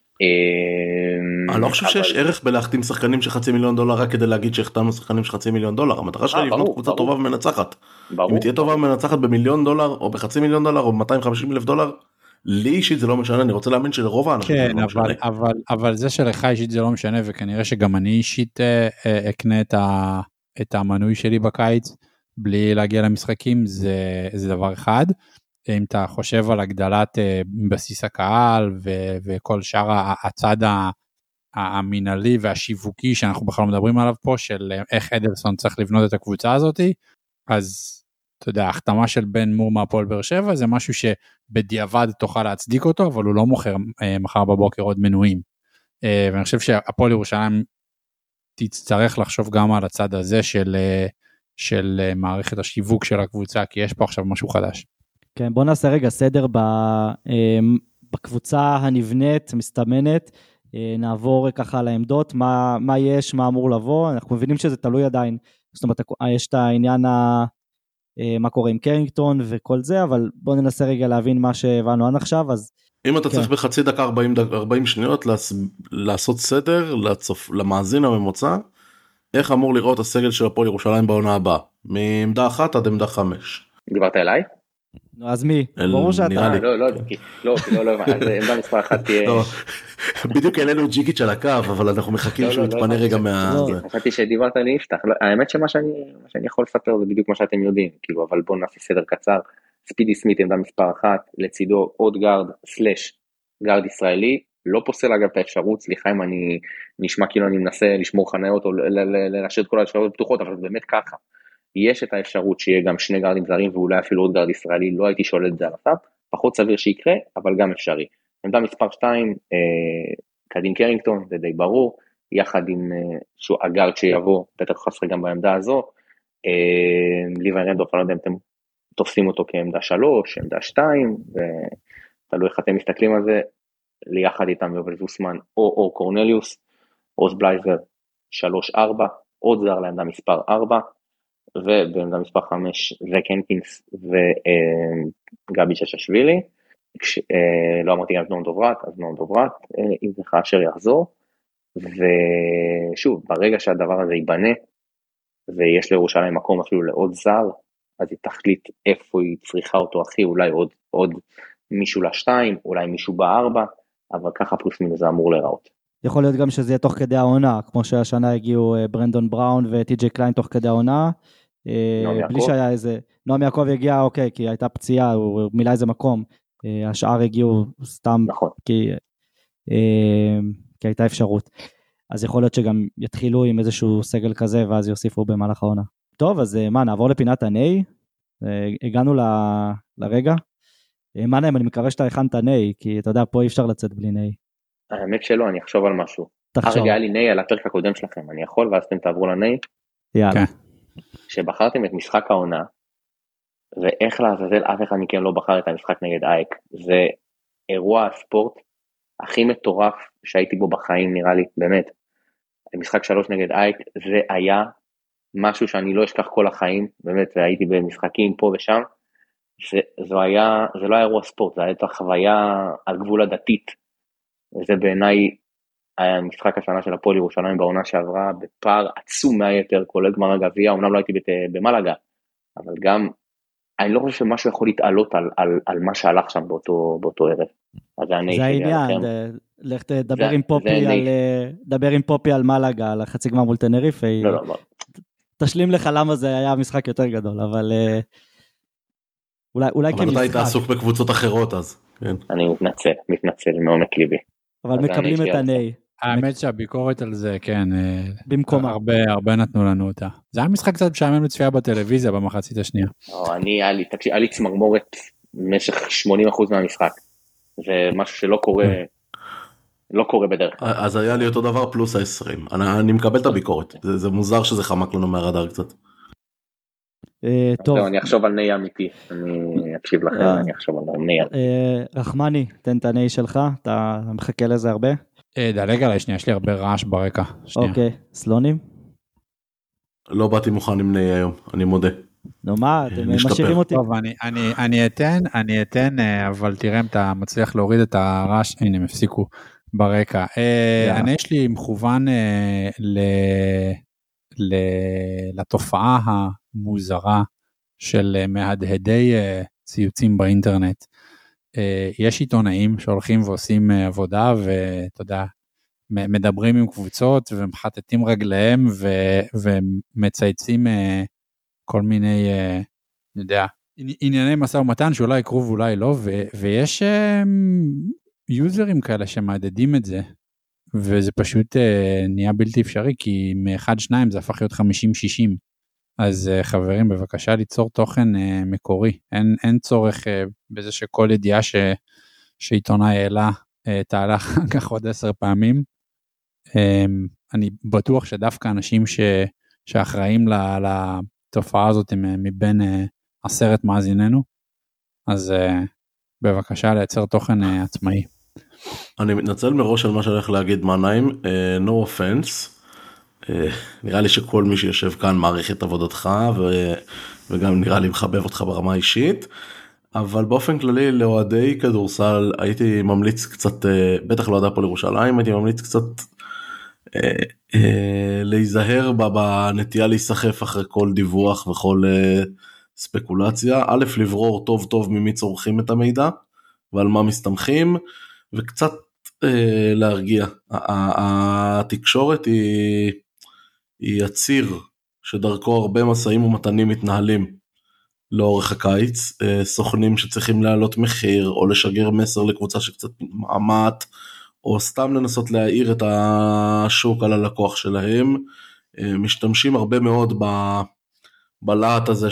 אני לא חושב שיש ערך בלהחתים שחקנים של $500,000 רק כדי להגיד שהחתמנו שחקנים של $500,000, המטרה שלה לבנות קבוצה טובה ומנצחת. אם היא תהיה טובה ומנצחת $1,000,000 או $500,000 או $250,000, לי אישית זה לא משנה, אני רוצה להאמין שלרוב האנשים זה לא משנה. אבל זה שלך אישית זה לא משנה, וכנראה שגם אני אישית אקנה את המנוי שלי בקיץ, בלי להגיע למשחקים, זה דבר אחד. אם אתה חושב על הגדלת בסיס הקהל וכל שאר הצד המנהלי והשיווקי שאנחנו בכלל מדברים עליו פה, של איך אדלסון צריך לבנות את הקבוצה הזאת, אז אתה יודע, החתמה של בן מור מהפועל באר שבע, זה משהו שבדיעבד תוכל להצדיק אותו, אבל הוא לא מוכר מחר בבוקר עוד מנויים. ואני חושב שהפועל ירושלים תצטרך לחשוב גם על הצד הזה של מערכת השיווק של הקבוצה, כי יש פה עכשיו משהו חדש. כן, בוא נעשה רגע סדר בקבוצה הנבנית, מסתמנת, נעבור ככה לעמדות, מה יש, מה אמור לבוא, אנחנו מבינים שזה תלוי עדיין, זאת אומרת, יש את העניין מה קורה עם קרינגטון וכל זה, אבל בוא ננסה רגע להבין מה שהבנו עד עכשיו, אז... אם אתה צריך בחצי דקה 40 שניות לעשות סדר למאזין הממוצע, איך אמור לראות הסגל של הפועל ירושלים בעונה הבאה, מעמדה 1 עד עמדה 5. דיברת אליי? אז מי? ברור שאתה... לא, אז עמדה מספר 1 תהיה... בדיוק אלינו ג'יקיץ' על הקו, אבל אנחנו מחכים שהוא יתפנה רגע מה... חשבתי שדיברת אני אפתח, האמת שמה שאני יכול לספר זה בדיוק מה שאתם יודעים, כאילו, אבל בואו נעשה סדר קצר. ספידי סמית עמדה מספר 1, לצידו עוד גארד ישראלי, לא פוסל אגב את האפשרות, סליחה אם אני נשמע כאילו אני מנסה לשמור חניות או להשאיר את כל האפשרויות פתוחות, אבל זה באמת ככה. יש את האפשרות שיהיה גם 2 גארדים זרים ואולי אפילו עוד גארד ישראלי, לא הייתי שואל את זה על הסף, פחות סביר שיקרה, אבל גם אפשרי. עמדה מספר 2, קדים קרינגטון, זה די ברור, יחד עם הגארד שיבוא, בטח חסר גם בעמדה הזו, ליוון רנדורף, אני לא יודע אם אתם תופסים אותו כעמדה 3, עמדה 2, ותלוי איך אתם מסתכלים על זה, ליחד איתם יובל זוסמן או קורנליוס, עוז בלייזר 3-4, עוד זר לעמדה מספר 4, ובעמדה מספר 5 זק הנקינס וגבי צ'צ'שווילי, לא אמרתי גם נועם דוברת, אז נועם דוברת, אם זה כאשר יחזור, ושוב, ברגע שהדבר הזה ייבנה, ויש לירושלים מקום אפילו לעוד זר, אז היא תחליט איפה היא צריכה אותו הכי, אולי עוד מישהו ל2, אולי מישהו ב4, אבל ככה פלוס מינוס זה אמור להיראות. יכול להיות גם שזה יהיה תוך כדי העונה, כמו שהשנה הגיעו ברנדון בראון וטי.ג'יי קליין תוך כדי העונה, בלי שהיה איזה, נועם יעקב הגיע, אוקיי, כי הייתה פציעה, הוא מילא איזה מקום, השאר הגיעו סתם, נכון. כי הייתה אפשרות. אז יכול להיות שגם יתחילו עם איזשהו סגל כזה, ואז יוסיפו במהלך העונה. טוב, אז נעבור לפינת הני, הגענו לרגע, מה אני מקווה שאתה הכנת ני, כי אתה יודע, פה אי אפשר לצאת בלי ני. האמת שלא, אני אחשוב על משהו. תחשוב. הרגע היה לי ני על הפרק הקודם שלכם, אני יכול, ואז אתם תעברו לני. יאללה. שבחרתם את משחק העונה, ואיך לעזאזל אף אחד מכם לא בחר את המשחק נגד אייק, זה אירוע הספורט הכי מטורף שהייתי בו בחיים נראה לי, באמת. משחק 3 נגד אייק, זה היה משהו שאני לא אשכח כל החיים, באמת, והייתי במשחקים פה ושם, זה לא היה אירוע ספורט, זה הייתה חוויה על גבול הדתית, וזה בעיניי היה משחק השנה של הפועל ירושלים בעונה שעברה, בפער עצום מהיתר, כולל גמר הגביע, אמנם לא הייתי במלאגה, אבל גם, אני לא חושב שמשהו יכול להתעלות על מה שהלך שם באותו ערב. זה העניין, לך תדבר עם פופי על מלאגה, על החצי גמר מול טנריפה, תשלים לך למה זה היה משחק יותר גדול, אבל אולי כמשחק. אבל אתה היית עסוק בקבוצות אחרות אז. אני מתנצל מעומק ליבי. אבל מקבלים את הני. האמת שהביקורת על זה, כן, במקומה. הרבה נתנו לנו אותה. זה היה משחק קצת משעמם לצפייה בטלוויזיה במחצית השנייה. היה לי צמרמורת במשך 80% מהמשחק. זה משהו שלא קורה בדרך כלל. אז היה לי אותו דבר פלוס 20. אני מקבל את הביקורת. זה מוזר שזה חמק לנו מהרדאר קצת. טוב. אני אחשוב על ניי אמיתי, אני אקשיב לכם, אני אחשוב על ניי אמיתי. רחמני, תן את הניי שלך, אתה מחכה לזה הרבה? דלג עליי שנייה, יש לי הרבה רעש ברקע. אוקיי, סלונים? לא באתי מוכן עם ניי היום, אני מודה. נו מה, אתם משאירים אותי. טוב, אני אתן, אבל תראה אם אתה מצליח להוריד את הרעש, הנה הם הפסיקו ברקע. אני יש לי מכוון לתופעה המוזרה של מהדהדי ציוצים באינטרנט. יש עיתונאים שהולכים ועושים עבודה, ואתה יודע, מדברים עם קבוצות ומחטטים רגליהם ומצייצים כל מיני, אני יודע, ענייני משא ומתן שאולי יקרו ואולי לא, ויש יוזרים כאלה שמעדדים את זה, וזה פשוט נהיה בלתי אפשרי, כי מ-1-2 זה הפך להיות 50-60, אז חברים בבקשה ליצור תוכן מקורי, אין צורך בזה שכל ידיעה שעיתונאי העלה, תעלה אחר כך עוד 10 פעמים. אני בטוח שדווקא אנשים שאחראים לתופעה הזאת הם מבין 10 מאזיננו, אז בבקשה לייצר תוכן עצמאי. אני מתנצל מראש על מה שאני הולך להגיד מעניים, no offense, נראה לי שכל מי שיושב כאן מעריך את עבודתך, וגם נראה לי מחבב אותך ברמה האישית, אבל באופן כללי לאוהדי כדורסל הייתי ממליץ קצת, בטח לאוהדי הפועל ירושלים, הייתי ממליץ קצת להיזהר בנטייה להיסחף אחרי כל דיווח וכל ספקולציה, א' לברור טוב טוב ממי צורכים את המידע, ועל מה מסתמכים, וקצת להרגיע. התקשורת היא הציר שדרכו הרבה מסעים ומתנים מתנהלים לאורך הקיץ, סוכנים שצריכים להעלות מחיר, או לשגר מסר לקבוצה שקצת מעמת, או סתם לנסות להעיר את השוק על הלקוח שלהם, משתמשים הרבה מאוד בלהט הזה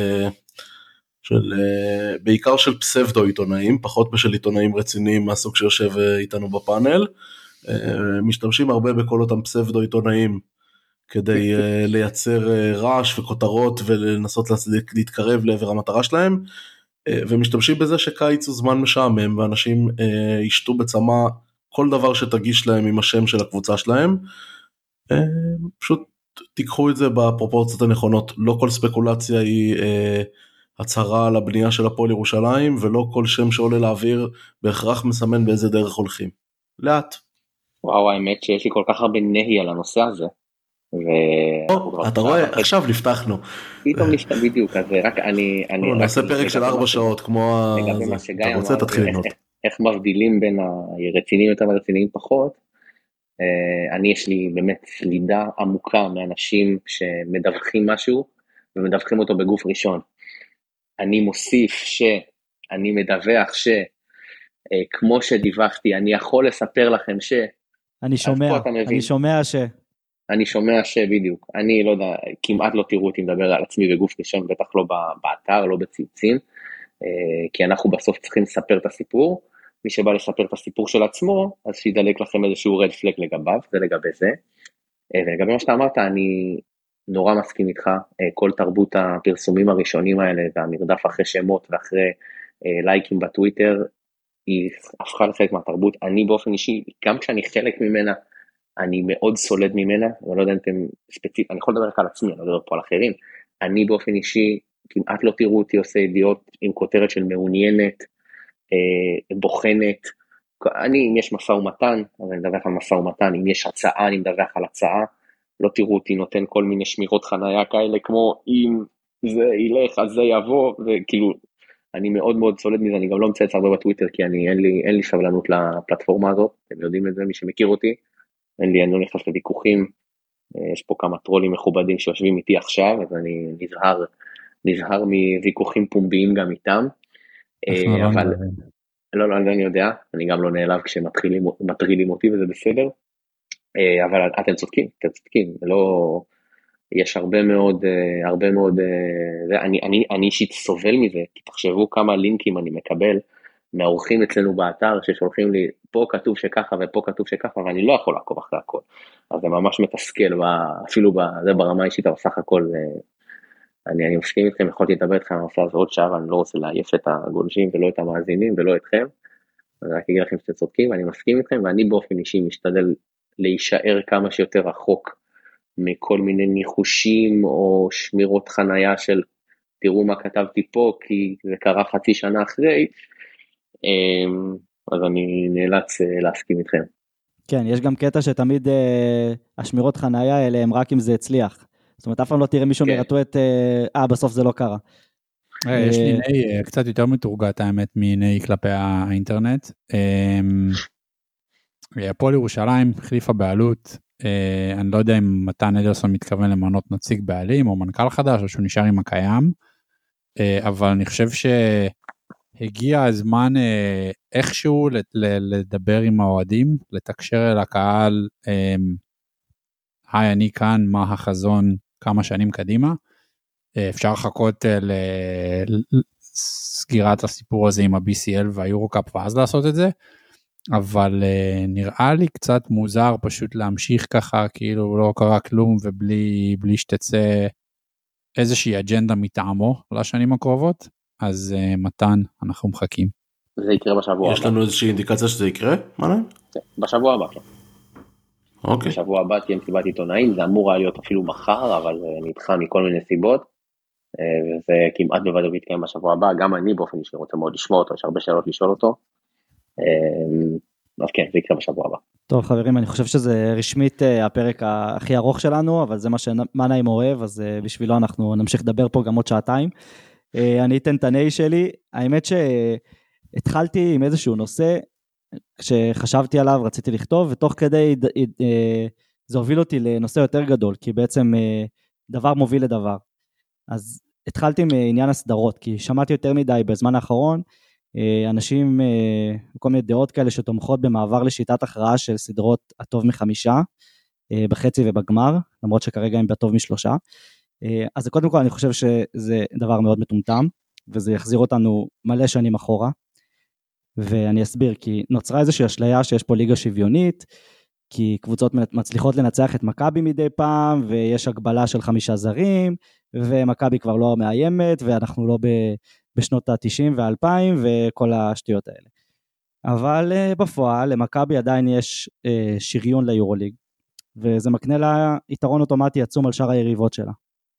בעיקר של פסבדו עיתונאים, פחות בשל עיתונאים רציניים מהסוג שיושב איתנו בפאנל, משתמשים הרבה בכל אותם פסבדו עיתונאים, כדי לייצר רעש וכותרות ולנסות להתקרב לעבר המטרה שלהם, ומשתמשים בזה שקיץ הוא זמן משעמם, ואנשים ישתו בצמא כל דבר שתגיש להם עם השם של הקבוצה שלהם, פשוט תיקחו את זה בפרופורציות הנכונות, לא כל ספקולציה היא הצהרה על הבנייה של הפועל ירושלים, ולא כל שם שעולה לאוויר בהכרח מסמן באיזה דרך הולכים. לאט. וואו, האמת שיש לי כל כך הרבה נהי על הנושא הזה. אתה רואה, עכשיו נפתחנו. פתאום נפתח בדיוק, אז רק אני... נעשה פרק של 4 שעות, כמו... אתה רוצה, תתחיל לבנות. איך מבדילים בין הרציניים יותר והרציניים פחות, יש לי באמת סלידה עמוקה מאנשים שמדווחים משהו, ומדווחים אותו בגוף ראשון. אני מוסיף שאני מדווח כמו שדיווחתי, אני יכול לספר לכם אני שומע בדיוק, אני לא יודע, כמעט לא תראו אותי מדבר על עצמי בגוף ראשון, בטח לא באתר, לא בציוצים, כי אנחנו בסוף צריכים לספר את הסיפור, מי שבא לספר את הסיפור של עצמו, אז שידלק לכם איזשהו רד פלג לגביו, זה לגבי זה, ולגבי מה שאתה אמרת, אני נורא מסכים איתך, כל תרבות הפרסומים הראשונים האלה, והמרדף אחרי שמות ואחרי לייקים בטוויטר, היא הפכה לחלק מהתרבות, אני באופן אישי, גם כשאני חלק ממנה, אני מאוד סולד ממנה, ואני לא יודע אם אתם ספציפית, אני יכול לדבר רק על עצמי, אני לא מדבר פה על אחרים, אני באופן אישי, כמעט לא תראו אותי עושה ידיעות עם כותרת של מעוניינת, בוחנת, אם יש משא ומתן, אז אני מדווח על משא ומתן, אם יש הצעה, אני מדווח על הצעה, לא תראו אותי נותן כל מיני שמירות חנייה כאלה, כמו אם זה ילך, אז זה יבוא, וכאילו, אני מאוד מאוד סולד מזה, אני גם לא מצייץ הרבה בטוויטר, כי אין לי סבלנות לפלטפורמה הזאת, אתם יודעים את זה, מי שמכיר אותי, אני לא נכנס לוויכוחים, יש פה כמה טרולים מכובדים שיושבים איתי עכשיו, אז אני נזהר מוויכוחים פומביים גם איתם, אבל לא, אני יודע, אני גם לא נעלב כשמטרילים אותי וזה בסדר, אבל אתם צודקים, לא, יש הרבה מאוד, אני אישית סובל מזה, כי תחשבו כמה לינקים אני מקבל, מהאורחים אצלנו באתר, ששולחים לי, פה כתוב שככה ופה כתוב שככה, ואני לא יכול לעקוב אחרי הכל, אז זה ממש מתסכל, אפילו זה ברמה האישית, אבל סך הכל, אני מסכים איתכם, יכולתי לדבר איתכם על הנושא הזה עוד שעה, ואני לא רוצה להעיף את הגולשים ולא את המאזינים ולא אתכם, אני רק אגיד לכם שאתם צודקים, ואני מסכים איתכם, ואני באופן אישי משתדל להישאר כמה שיותר רחוק מכל מיני ניחושים או שמירות חנייה של תראו מה כתבתי פה, כי זה קרה חצי שנה אחרי, אז אני נאלץ להסכים איתכם. כן, יש גם קטע שתמיד השמירות חנייה האלה הם רק אם זה הצליח. זאת אומרת, אף פעם לא תראה מישהו מרתו את, בסוף זה לא קרה. יש לי עיני קצת יותר מתורגת האמת מעיני כלפי האינטרנט. הפועל ירושלים החליפה בעלות, אני לא יודע אם מתן אדלסון מתכוון למנות נציג בעלים או מנכ"ל חדש או שהוא נשאר עם הקיים, אבל אני חושב שהגיע הזמן איכשהו לדבר עם האוהדים, לתקשר אל הקהל, היי אני כאן, מה החזון כמה שנים קדימה, אפשר לחכות לסגירת הסיפור הזה עם ה-BCL והיורוקאפ ואז לעשות את זה, אבל נראה לי קצת מוזר פשוט להמשיך ככה, כאילו לא קרה כלום ובלי שתצא איזושהי אג'נדה מטעמו לשנים הקרובות, אז מתן, אנחנו מחכים. זה יקרה בשבוע הבא. יש לנו איזושהי אינדיקציה שזה יקרה? בשבוע הבא, כן. אוקיי. בשבוע הבא תהיה מסיבת עיתונאים, זה אמור להיות אפילו מחר, אבל זה נדחה מכל מיני סיבות, וזה כמעט בוודאות יתקיים בשבוע הבא, גם אני באופן אישי רוצה מאוד לשמוע אותו, יש הרבה שאלות לשאול אותו, אז כן, זה יקרה בשבוע הבא. טוב חברים, אני חושב שזה רשמית הפרק הכי ארוך שלנו, אבל זה מה שמנהים אוהב, אז בשבילו אנחנו נמשיך לדבר פה גם עוד שעתיים. אני אתן את הנאי שלי, האמת שהתחלתי עם איזשהו נושא, כשחשבתי עליו רציתי לכתוב, ותוך כדי זה הוביל אותי לנושא יותר גדול, כי בעצם דבר מוביל לדבר. אז התחלתי מעניין הסדרות, כי שמעתי יותר מדי בזמן האחרון, אנשים, כל מיני דעות כאלה שתומכות במעבר לשיטת הכרעה של סדרות הטוב מ5, בחצי ובגמר, למרות שכרגע הם בטוב מ3. אז קודם כל אני חושב שזה דבר מאוד מטומטם, וזה יחזיר אותנו מלא שנים אחורה, ואני אסביר, כי נוצרה איזושהי אשליה שיש פה ליגה שוויונית, כי קבוצות מצליחות לנצח את מכבי מדי פעם, ויש הגבלה של 5 זרים, ומכבי כבר לא מאיימת, ואנחנו לא בשנות ה-90 וה-2000, וכל השטויות האלה. אבל בפועל, למכבי עדיין יש שריון ליורוליג, וזה מקנה לה יתרון אוטומטי עצום על שאר היריבות שלה.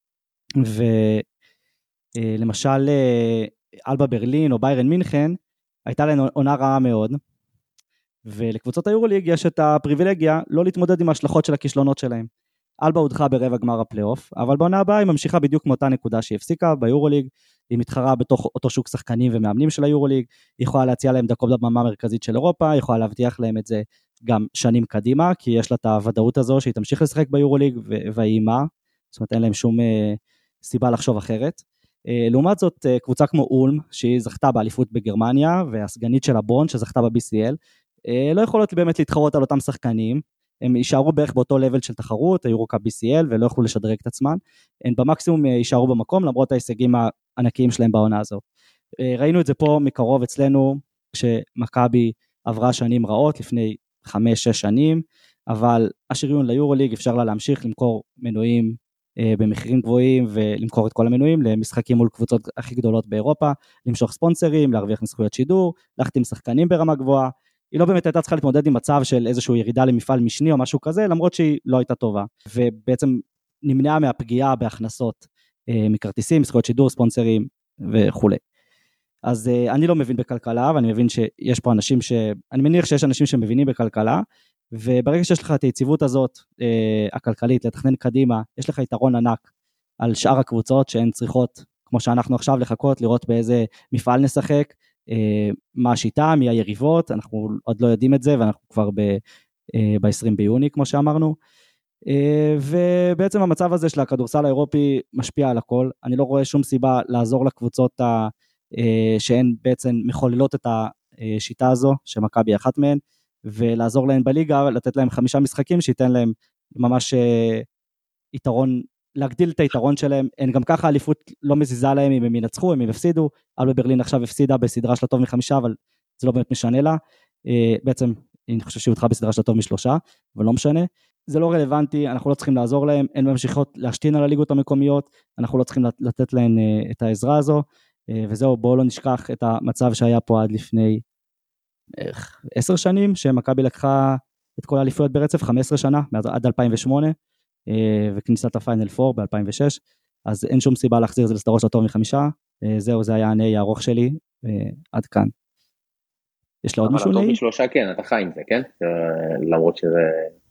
ולמשל, אלבה ברלין או ביירן מינכן, הייתה להן עונה רעה מאוד, ולקבוצות היורוליג יש את הפריבילגיה לא להתמודד עם ההשלכות של הכישלונות שלהם. אלבה הודחה ברבע גמר הפלייאוף, אבל בעונה הבאה היא ממשיכה בדיוק מאותה נקודה שהיא הפסיקה ביורוליג, היא מתחרה בתוך אותו שוק שחקנים ומאמנים של היורוליג, היא יכולה להציע להם דקות בבמה המרכזית של אירופה, היא יכולה להבטיח להם את זה גם שנים קדימה, כי יש לה את הוודאות הזו שהיא תמשיך לשחק ביורוליג והאימה, זאת אומרת אין להם שום סיבה לחשוב אחרת. לעומת זאת קבוצה כמו אולם, שהיא זכתה באליפות בגרמניה, והסגנית של הבון שזכתה ב-BCL, לא יכולות באמת להתחרות על אותם שחקנים, הם יישארו בערך באותו לבל של תחרות, היורוקאפ BCL, ולא יכלו לשדרג את עצמן, הם במקסימום יישארו במקום, למרות ההישגים הענקיים שלהם בעונה הזו. ראינו את זה פה מקרוב אצלנו, כשמכבי עברה שנים רעות, לפני 5-6 שנים, אבל השריון ליורוליג אפשר לה להמשיך למכור מנויים במחירים גבוהים, ולמכור את כל המנויים למשחקים מול קבוצות הכי גדולות באירופה, למשוך ספונסרים, להרוויח מזכויות שידור, להחתים שחקנים ברמה גבוהה, היא לא באמת הייתה צריכה להתמודד עם מצב של איזשהו ירידה למפעל משני או משהו כזה, למרות שהיא לא הייתה טובה, ובעצם נמנעה מהפגיעה בהכנסות מכרטיסים, זכויות שידור, ספונסרים וכו'. אז אני לא מבין בכלכלה, ואני מבין שיש פה אנשים אני מניח שיש אנשים שמבינים בכלכלה, וברגע שיש לך את היציבות הזאת הכלכלית, לתכנן קדימה, יש לך יתרון ענק על שאר הקבוצות שהן צריכות, כמו שאנחנו עכשיו לחכות, לראות באיזה מפעל נשחק, מה השיטה, מי היריבות, אנחנו עוד לא יודעים את זה, ואנחנו כבר ב-20 ביוני, כמו שאמרנו, ובעצם המצב הזה של הכדורסל האירופי משפיע על הכל, אני לא רואה שום סיבה לעזור לקבוצות שהן בעצם מחוללות את השיטה הזו, שמכבי אחת מהן, ולעזור להן בליגה, לתת להם 5 משחקים, שייתן להם ממש יתרון, להגדיל את היתרון שלהם, אין גם ככה אליפות לא מזיזה להם אם הם ינצחו, אם הם יפסידו, אלבה ברלין עכשיו הפסידה בסדרה של הטוב מ5, אבל זה לא באמת משנה לה, בעצם אני חושב שהיא הודחה בסדרה של הטוב מ3, אבל לא משנה, זה לא רלוונטי, אנחנו לא צריכים לעזור להם, הן ממשיכות להשתין על הליגות המקומיות, אנחנו לא צריכים לתת להן את העזרה הזו, וזהו, בואו לא נשכח את המצב שהיה פה עד לפני 10 שנים, שמכבי לקחה את כל האליפויות ברצף, 15 שנה, עד 2008, וכניסת הפיינל 4 ב-2006, אז אין שום סיבה להחזיר את זה לסדרות של הטוב מחמישה, זהו, זה היה העני הארוך שלי, עד כאן. יש לה עוד מישהו נהי? אבל הטוב משלושה כן, אתה חי עם זה, כן? למרות שזה...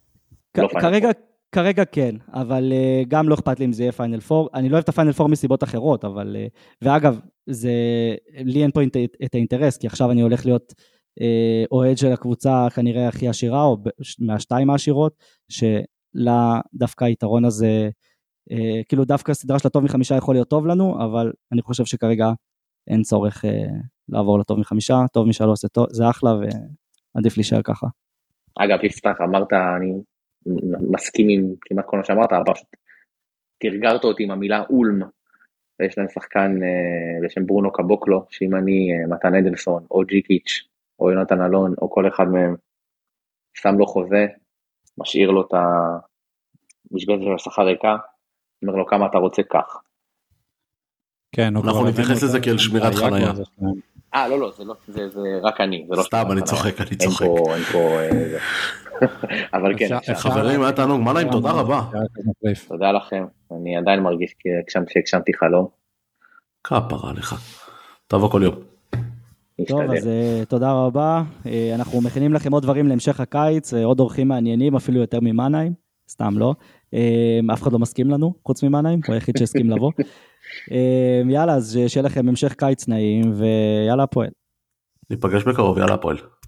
כרגע כן, אבל גם לא אכפת לי אם זה יהיה פיינל 4, אני לא אוהב את הפיינל 4 מסיבות אחרות, אבל, ואגב, לי אין פה את האינטרס, כי עכשיו אני הולך להיות אוהד של הקבוצה כנראה הכי עשירה, או מהשתיים העשירות, שלה דווקא היתרון הזה, כאילו דווקא הסדרה של הטוב מחמישה יכול להיות טוב לנו, אבל אני חושב שכרגע אין צורך לעבור לטוב מחמישה, טוב משלוש זה אחלה, ועדיף להישאר ככה. אגב, יפתח, אמרת, אני מסכים עם כמעט כל מה שאמרת, אבל פשוט תרגרת אותי עם המילה אולם, ויש להם שחקן בשם ברונו קבוקלו, שאם אני מתן אדלסון, או ג'יקיץ', או יונתן אלון, או כל אחד מהם, שם לו חוזה, משאיר לו את המשבצת של השכר ריקה, אומר לו כמה אתה רוצה כך. כן, אנחנו נתייחס לזה כאל שמירת חניה. לא, זה רק אני. סתם, אני צוחק. אין פה... אבל כן. חברים, היה תענוג, מה להם, תודה רבה. תודה לכם, אני עדיין מרגיש שהגשמתי חלום. כפרה לך. טוב הכל יום. טוב, אז תודה רבה. אנחנו מכינים לכם עוד דברים להמשך הקיץ, עוד אורחים מעניינים, אפילו יותר ממנהיים, סתם לא. אף אחד לא מסכים לנו, חוץ ממנהיים, הוא היחיד שהסכים לבוא. יאללה, אז שיהיה לכם המשך קיץ נעים, ויאללה הפועל. ניפגש בקרוב, יאללה הפועל.